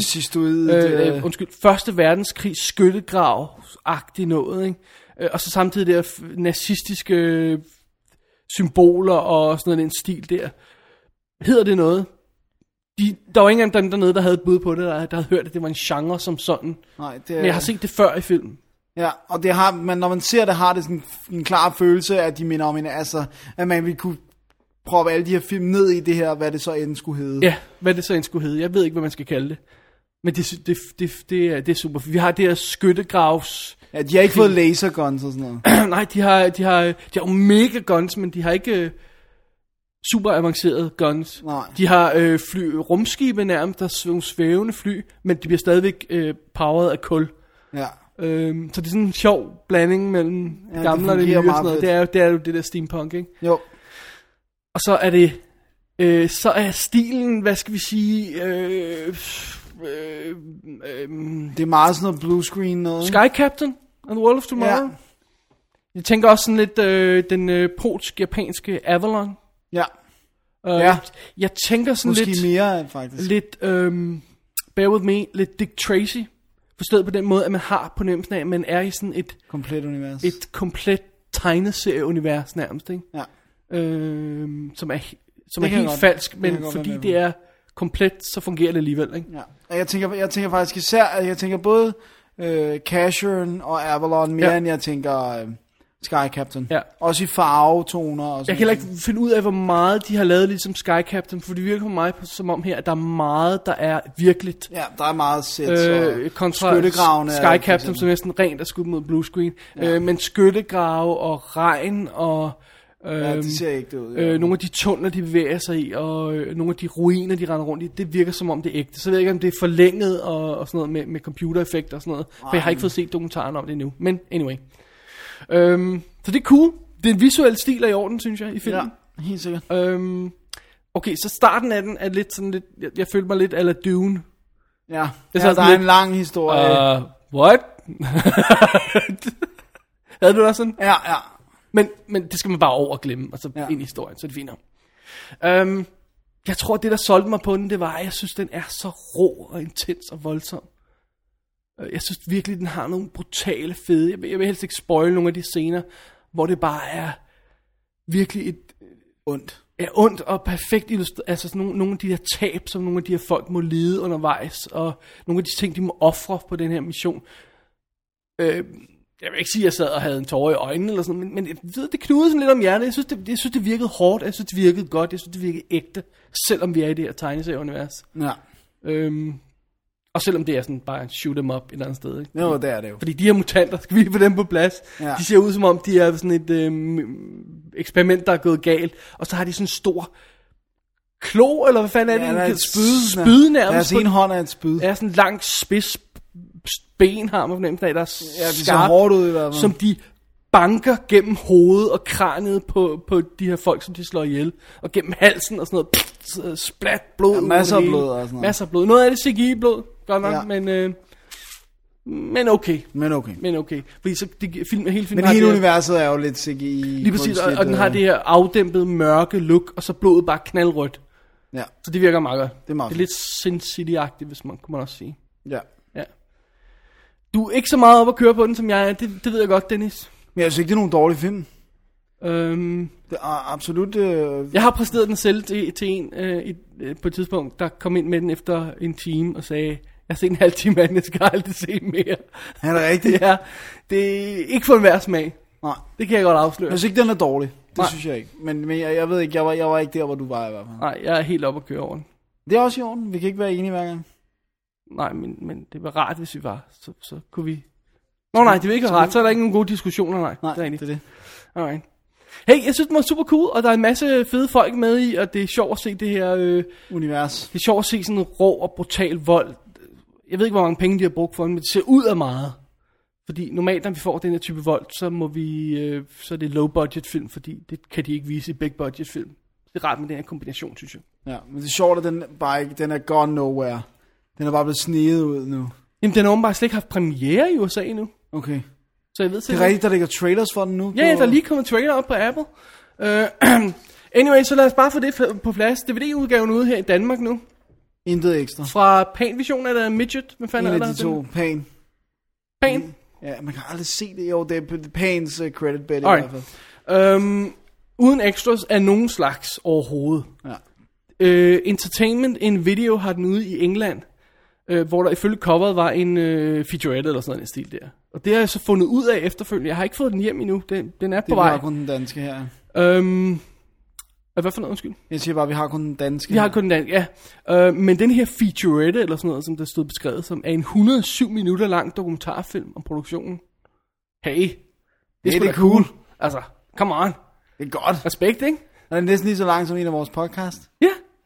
Første verdenskrig skyttegrav-agtigt noget, ikke? Og så samtidig der nazistiske symboler og sådan noget, en stil der. Hedder det noget? Der var ingen af dem dernede, der havde et bud på det, der havde hørt, at det var en genre som sådan. Nej, men jeg har set det før i filmen. Ja, og det har, men når man ser det, har det sådan en klar følelse, at de minder om at man ville kunne proppe alle de her film ned i det her, hvad det så end skulle hedde. Ja, hvad det så end skulle hedde. Jeg ved ikke, hvad man skal kalde det. Men det er super. Vi har det her skyttegravs... Ja, de har ikke fået laserguns og sådan noget. Nej, de har jo mega guns, men de har ikke super avancerede guns. Nej. De har rumskibe nærmest, der er nogle svævende fly, men de bliver stadigvæk powered af kul. Ja. Så det er sådan en sjov blanding mellem gamle og det nye og sådan noget. Det er jo det der steampunk, ikke? Jo. Og så er det så er stilen, hvad skal vi sige, det er meget sådan noget blue screen noget. Sky Captain and the World of Tomorrow. Ja. Jeg tænker også sådan lidt den polsk-japanske Avalon. Ja. Jeg tænker sådan måske lidt mere faktisk. Lidt bear with me, lidt Dick Tracy. Forstået på den måde, at man har på nemmelsen af, at man er i sådan et komplet univers. Et komplet tegneserieunivers nærmest, ikke? Ja. Som er helt falsk, men fordi det er komplet, så fungerer det alligevel, ikke? Ja. Og jeg tænker faktisk især, at jeg tænker både Casheron og Avalon mere end jeg tænker Sky Captain. Ja. Også i farvetoner og sådan. Jeg kan heller ikke finde ud af, hvor meget de har lavet ligesom Sky Captain, for det virker på mig som om her, at der er meget, der er virkeligt. Ja, der er meget sæt kontra skyttegravene. Sky Captain, som næsten rent er skudt mod blue screen. Ja. Men skyttegrave og regn og det ser ikke det ud. Nogle af de tunneler, de bevæger sig i, og nogle af de ruiner, de render rundt i, det virker som om det er ægte. Så jeg ved ikke, om det er forlænget og sådan noget med computereffekter og sådan noget. For jeg har ikke fået set dokumentaren om det endnu. Men anyway. Så det er cool. Det er en visuel stil af i orden, synes jeg, i filmen. Ja, helt sikkert. Okay, så starten af den er lidt sådan lidt, jeg følte mig lidt a la Dune. Ja, der er en lang historie. What? Havde du da sådan? Ja. Men det skal man bare overglemme, og så ind i historien, så er det fint nok. Jeg tror, det der solgte mig på den, det var, at jeg synes, den er så rå og intens og voldsom. Jeg synes virkelig, den har nogle brutale fede. Jeg vil helst ikke spoile nogle af de scener, hvor det bare er virkelig et ondt og perfekt illustreret. Altså sådan nogle af de der tab, som nogle af de her folk må lide undervejs, og nogle af de ting, de må ofre på den her mission. Jeg vil ikke sige, at jeg sad og havde en tårer i øjnene eller sådan, men det knudede sådan lidt om hjertet. Jeg synes, det virkede hårdt, jeg synes, det virkede godt, jeg synes, det virkede ægte, selvom vi er i det her tegneserieunivers. Ja. Og selvom det er sådan bare en shoot 'em up et eller andet sted, ikke? Jo, det er det jo. Fordi de her mutanter, skal vi få dem på plads? Ja. De ser ud som om, de er sådan et eksperiment, der er gået galt. Og så har de sådan en stor klo, eller hvad fanden er det? Ja, et spyd nærmest. Deres en hånd er et spyd. Ja, sådan en lang spids ben har man fornemmelsen af, der er skarpt, det ser hårdt ud i hvert fald. Som de banker gennem hovedet og kraniet på de her folk, som de slår ihjel. Og gennem halsen og sådan noget. Splat blod. Ja, masser af blod og sådan noget. Masser af blod. Noget af det CGI-blod, godt nok, men okay. Men okay. Fordi så hele filmen men hele universet er jo lidt CGI. Lige præcis, og den har det her afdæmpede, mørke look, og så blodet bare knaldrødt. Ja. Så det virker meget godt. Det er lidt Sin City-agtigt, hvis man kunne også sige. Ja. Du er ikke så meget op at køre på den, som jeg er. Det ved jeg godt, Dennis. Men jeg synes ikke, det er nogen dårlig film. Det er absolut... Jeg har præsteret den selv til en på et tidspunkt, der kom ind med den efter en time og sagde, jeg har set en halv time af den, jeg skal aldrig se mere. Er det rigtigt? Ja, det er ikke for enhver smag. Nej. Det kan jeg godt afsløre. Jeg synes ikke, den er dårlig. Det synes jeg ikke. Men jeg ved ikke, jeg var ikke der, hvor du var i hvert fald. Nej, jeg er helt op at køre over den. Det er også i orden. Vi kan ikke være enige hver gang. Nej, men det var rart, hvis vi var. Så kunne vi... Nej, det vil ikke være rart. Så er der ikke nogen gode diskussioner, nej. Det er det. Alright. Hey, jeg synes, den var super cool, og der er en masse fede folk med i, og det er sjovt at se det her... univers. Det er sjovt at se sådan en rå og brutal vold. Jeg ved ikke, hvor mange penge de har brugt for den, men det ser ud af meget. Fordi normalt, når vi får den her type vold, så må vi... så er det low budget film, fordi det kan de ikke vise i big budget film. Det er rart med den her kombination, synes jeg. Ja, men det er sjovt, at den er gone nowhere. Den er bare blevet sneget ud nu. Jamen, den har åbenbart slet ikke haft premiere i USA nu. Okay. Så jeg ved det er rigtigt, der ligger trailers for den nu. Ja, der er lige kommet trailer op på Apple. Anyway, så lad os bare få det på plads. DVD-udgaven ude her i Danmark nu. Intet ekstra. Fra Pan-vision er der Midget. Hvad fanden er der? En af de to. Pan. Ja, man kan aldrig se det. Jo, det er Pans credit bed i hvert fald. Uden extras af nogen slags overhovedet. Ja. Entertainment in Video har den ude i England. Hvor der ifølge coveret var en featurette eller sådan en stil der. Og det har jeg så fundet ud af efterfølgende. Jeg har ikke fået den hjem endnu. Den er på vej. Vi har kun den danske her. Hvad for noget, undskyld? Jeg siger bare, vi har kun den danske. Vi har kun den danske, ja. Men den her featurette eller sådan noget, som der stod beskrevet som, er en 107 minutter lang dokumentarfilm om produktionen. Hey, det er cool. Altså, come on. Det er godt. Respekt, ikke? Og det er næsten lige så lang som en af vores podcast. Ja.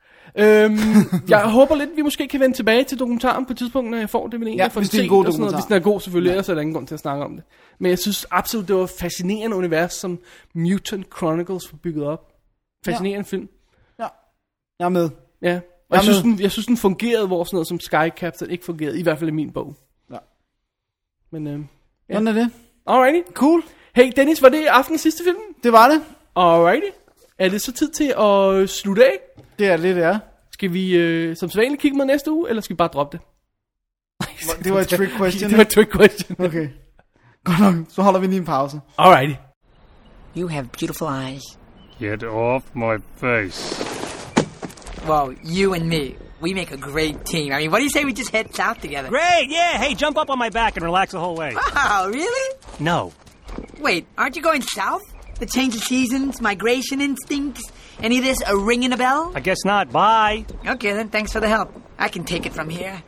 Jeg håber lidt, vi måske kan vende tilbage til dokumentaren på et tidspunkt, når jeg får det med en. Ja, hvis det er en god dokumentar. Hvis den er god, selvfølgelig, ellers er der ingen grund til at snakke om det. Men jeg synes absolut, det var et fascinerende univers, som Mutant Chronicles var bygget op. Fascinerende film. Ja, jeg er med. Ja, og jeg synes, den fungerede, hvor sådan noget som Sky Captain ikke fungerede, i hvert fald i min bog. Ja. Men, ja. Sådan er det. Alrighty. Cool. Hey, Dennis, var det aftenens sidste film? Det var det. Alrighty. Er det så tid til at slutte af? Det er det, det er. Skal vi som sædvanligt kigge med næste uge, eller skal vi bare droppe det? Det var et trick question. Det var et trick question. Okay. Godt nok, så holder vi lige en pause. Alrighty. You have beautiful eyes. Get off my face. Well, you and me, we make a great team. I mean, what do you say we just head south together? Great, yeah. Hey, jump up on my back and relax the whole way. Wow, really? No. Wait, aren't you going south? The change of seasons, migration instincts, any of this a ringing a bell? I guess not. Bye. Okay, then thanks for the help. I can take it from here.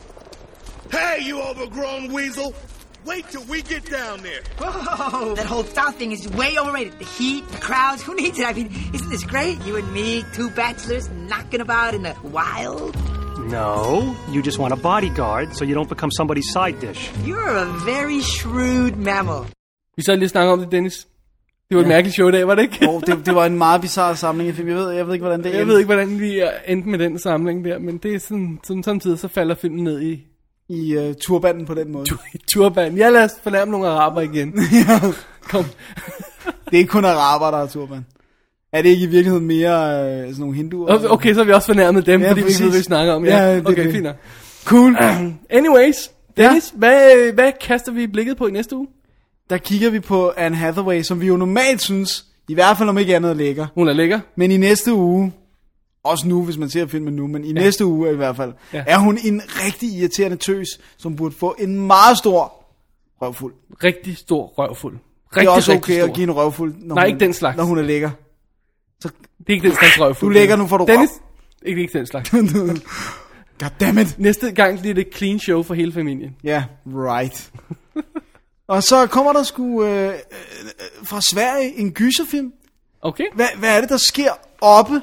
Hey, you overgrown weasel! Wait till we get down there. Whoa, that whole South thing is way overrated. The heat, the crowds, who needs it? I mean, isn't this great? You and me, two bachelors, knocking about in the wild. No, you just want a bodyguard so you don't become somebody's side dish. You're a very shrewd mammal. Vi så lige snakke om det, Dennis. Det var et mærkeligt show i dag, var det ikke? Det var en meget bizarre samling af film. Jeg ved ikke, hvordan det endte. Jeg ved ikke, hvordan vi endte med den samling der, men det er sådan samtidig, så falder filmen ned i turbanden på den måde. Turbanden. Ja, lad os fornærme nogle araber igen. Ja. Kom. Det er ikke kun araber, der har turban. Er det ikke i virkeligheden mere sådan nogle hinduer? Okay, så har vi også fornærmet dem, fordi præcis. Vi ved, hvad vi snakker om. Ja, okay, fint. Cool. Anyways, Dennis, hvad kaster vi blikket på i næste uge? Der kigger vi på Anne Hathaway, som vi jo normalt synes, i hvert fald om ikke andet, er lækker. Hun er lækker. Men i næste uge, også nu, hvis man ser filmen nu, men i næste uge i hvert fald, er hun en rigtig irriterende tøs, som burde få en meget stor røvfuld. Rigtig stor røvfuld. Det er også okay at give en røvfuld, ikke den slags. Når hun er lækker. Så det er ikke den slags røvfuld. Du er lækker, nu får du Dennis, ikke den slags. Goddammit. Næste gang bliver det clean show for hele familien. Ja, right. Og så kommer der sgu fra Sverige en gyserfilm. Okay. Hvad er det, der sker oppe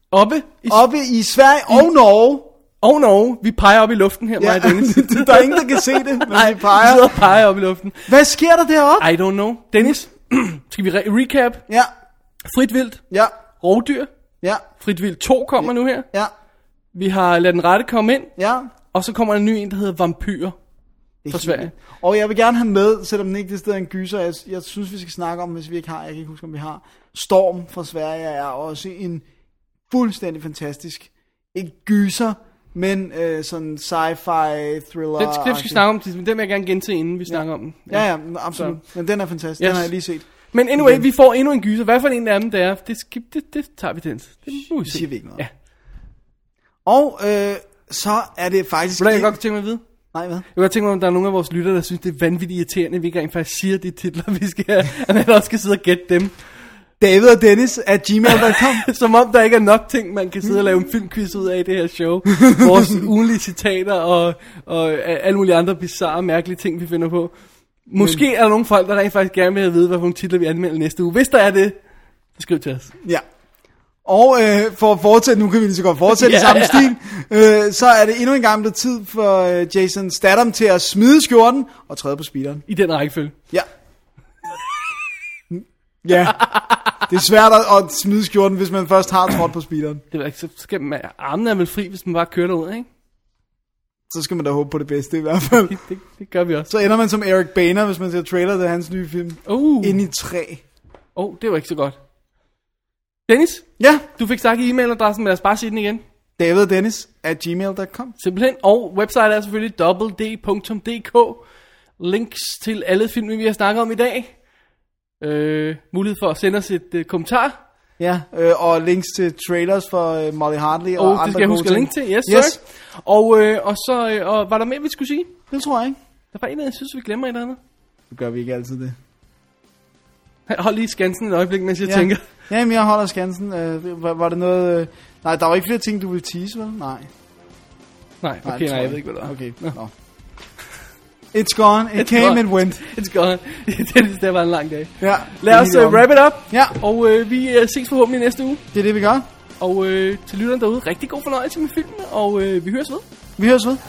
i Sverige og Norge? Og Norge. Vi peger op i luften her, mig og Dennis. Der er ingen, der kan se det, men vi peger. Vi sidder og peger op i luften. Hvad sker der deroppe? I don't know. Dennis, Skal vi recap? Ja. Frit vildt. Ja. Rovdyr. Ja. Frit vildt 2 kommer nu her. Ja. Vi har Lad den rette komme ind. Ja. Og så kommer der en ny en, der hedder Vampyrer. Fra Sverige. Og jeg vil gerne have med, selvom den ikke det sted er en gyser, jeg synes vi skal snakke om, hvis vi ikke har, jeg kan ikke huske om vi har. Storm fra Sverige er også en fuldstændig fantastisk, ikke gyser, men sådan sci-fi thriller. Det skal vi snakke om, den vil jeg gerne gense inden vi snakker om den. Ja, absolut. Så. Men den er fantastisk, den har jeg lige set. Men anyway, vi får endnu en gyser. Hvad for en af dem det er? Det tager vi den. Det må vi se. Siger vi ikke noget. Ja. Og så er det faktisk... Hvordan jeg godt tænke mig at vide? Nej, hvad? Jeg kan godt tænke mig, om der er nogle af vores lyttere, der synes, det er vanvittigt irriterende, at vi ikke engang faktisk siger de titler, vi skal have, at man også skal sidde og gætte dem. David og Dennis at gmail.com. Som om der ikke er nok ting, man kan sidde og lave en filmquiz ud af i det her show. Vores ugenlige citater og alle mulige andre bizarre, mærkelige ting, vi finder på. Måske er der nogle folk, der rent faktisk gerne vil have vide, hvad for nogle titler vi anmelder næste uge. Hvis der er det, så skriv til os. Ja. Og for at fortsætte, nu kan vi lige så godt fortsætte i samme stil, så er det endnu en gang blevet tid for Jason Statham til at smide skjorten og træde på speederen. I den rækkefølge. Ja. Ja. Det er svært at smide skjorten, hvis man først har trådt på speederen. Det er ikke, så skal man, armen er vel fri, hvis man bare kører derud, ikke? Så skal man da håbe på det bedste i hvert fald. Det gør vi også. Så ender man som Eric Boehner, hvis man ser trailer til hans nye film. Ind i træ. Det var ikke så godt. Dennis? Ja? Du fik sagt e-mailadressen, men lad os bare sige den igen. daviddennis at gmail.com. Simpelthen. Og website er selvfølgelig www.d.dk. Links til alle film, vi har snakket om i dag. Mulighed for at sende os et kommentar. Ja, og links til trailers for Molly Hartley og andre det skal jeg huske at link til. Yes. Og så var der mere, vi skulle sige? Det tror jeg ikke. Der var en af jeg synes, vi glemmer et eller andet. Det gør vi ikke altid det. Hold lige skansen et øjeblik, mens jeg tænker. Jamen, jeg holder skansen. Var det noget... Nej, der var ikke flere ting, du ville tease, vel? Nej, okay, jeg ved ikke, hvad der er. Okay, no. It's gone, it came and went. It's gone. Det var en lang dag. Ja, lad os wrap it up. Ja. Og vi ses forhåbentlig næste uge. Det er det, vi gør. Og til lytterne derude, rigtig god fornøjelse med filmen. Og vi høres ved. Vi høres ved.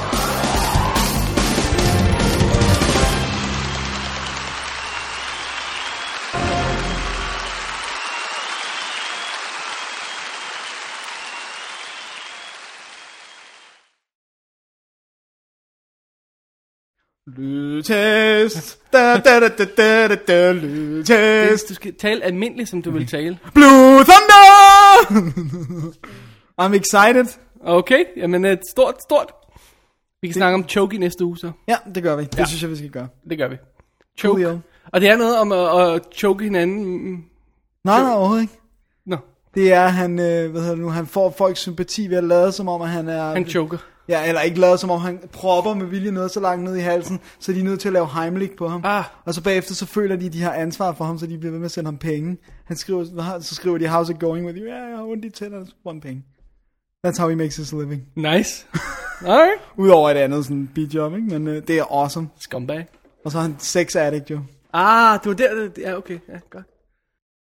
Lydtest. Lydtest. Du skal tale almindeligt, som du vil tale. Blue Thunder! I'm excited. Okay, jamen stort. Vi kan snakke om choke i næste uge, så. Ja, det gør vi. Det synes jeg, vi skal gøre. Det gør vi. Choke. Cool, og det er noget om at choke hinanden. Nej, overhovedet ikke. Nå. Det er, han får folks sympati ved at lade som om, at han er... Han choker. Ja, eller ikke lavet som om han propper med vilje noget så langt ned i halsen, så de er nødt til at lave Heimlich på ham. Og så bagefter så føler de har ansvar for ham, så de bliver ved med at sende ham penge. Så skriver de, how's it going with you? Ja, jeg har ondt i tænderne, så får han penge. That's how he makes his living. Nice. Alright. Udover et andet sådan beatjob, ikke? Men det er awesome. Scumbag. Og så er han sex addict jo. Det var der. Ja, okay. Ja, godt.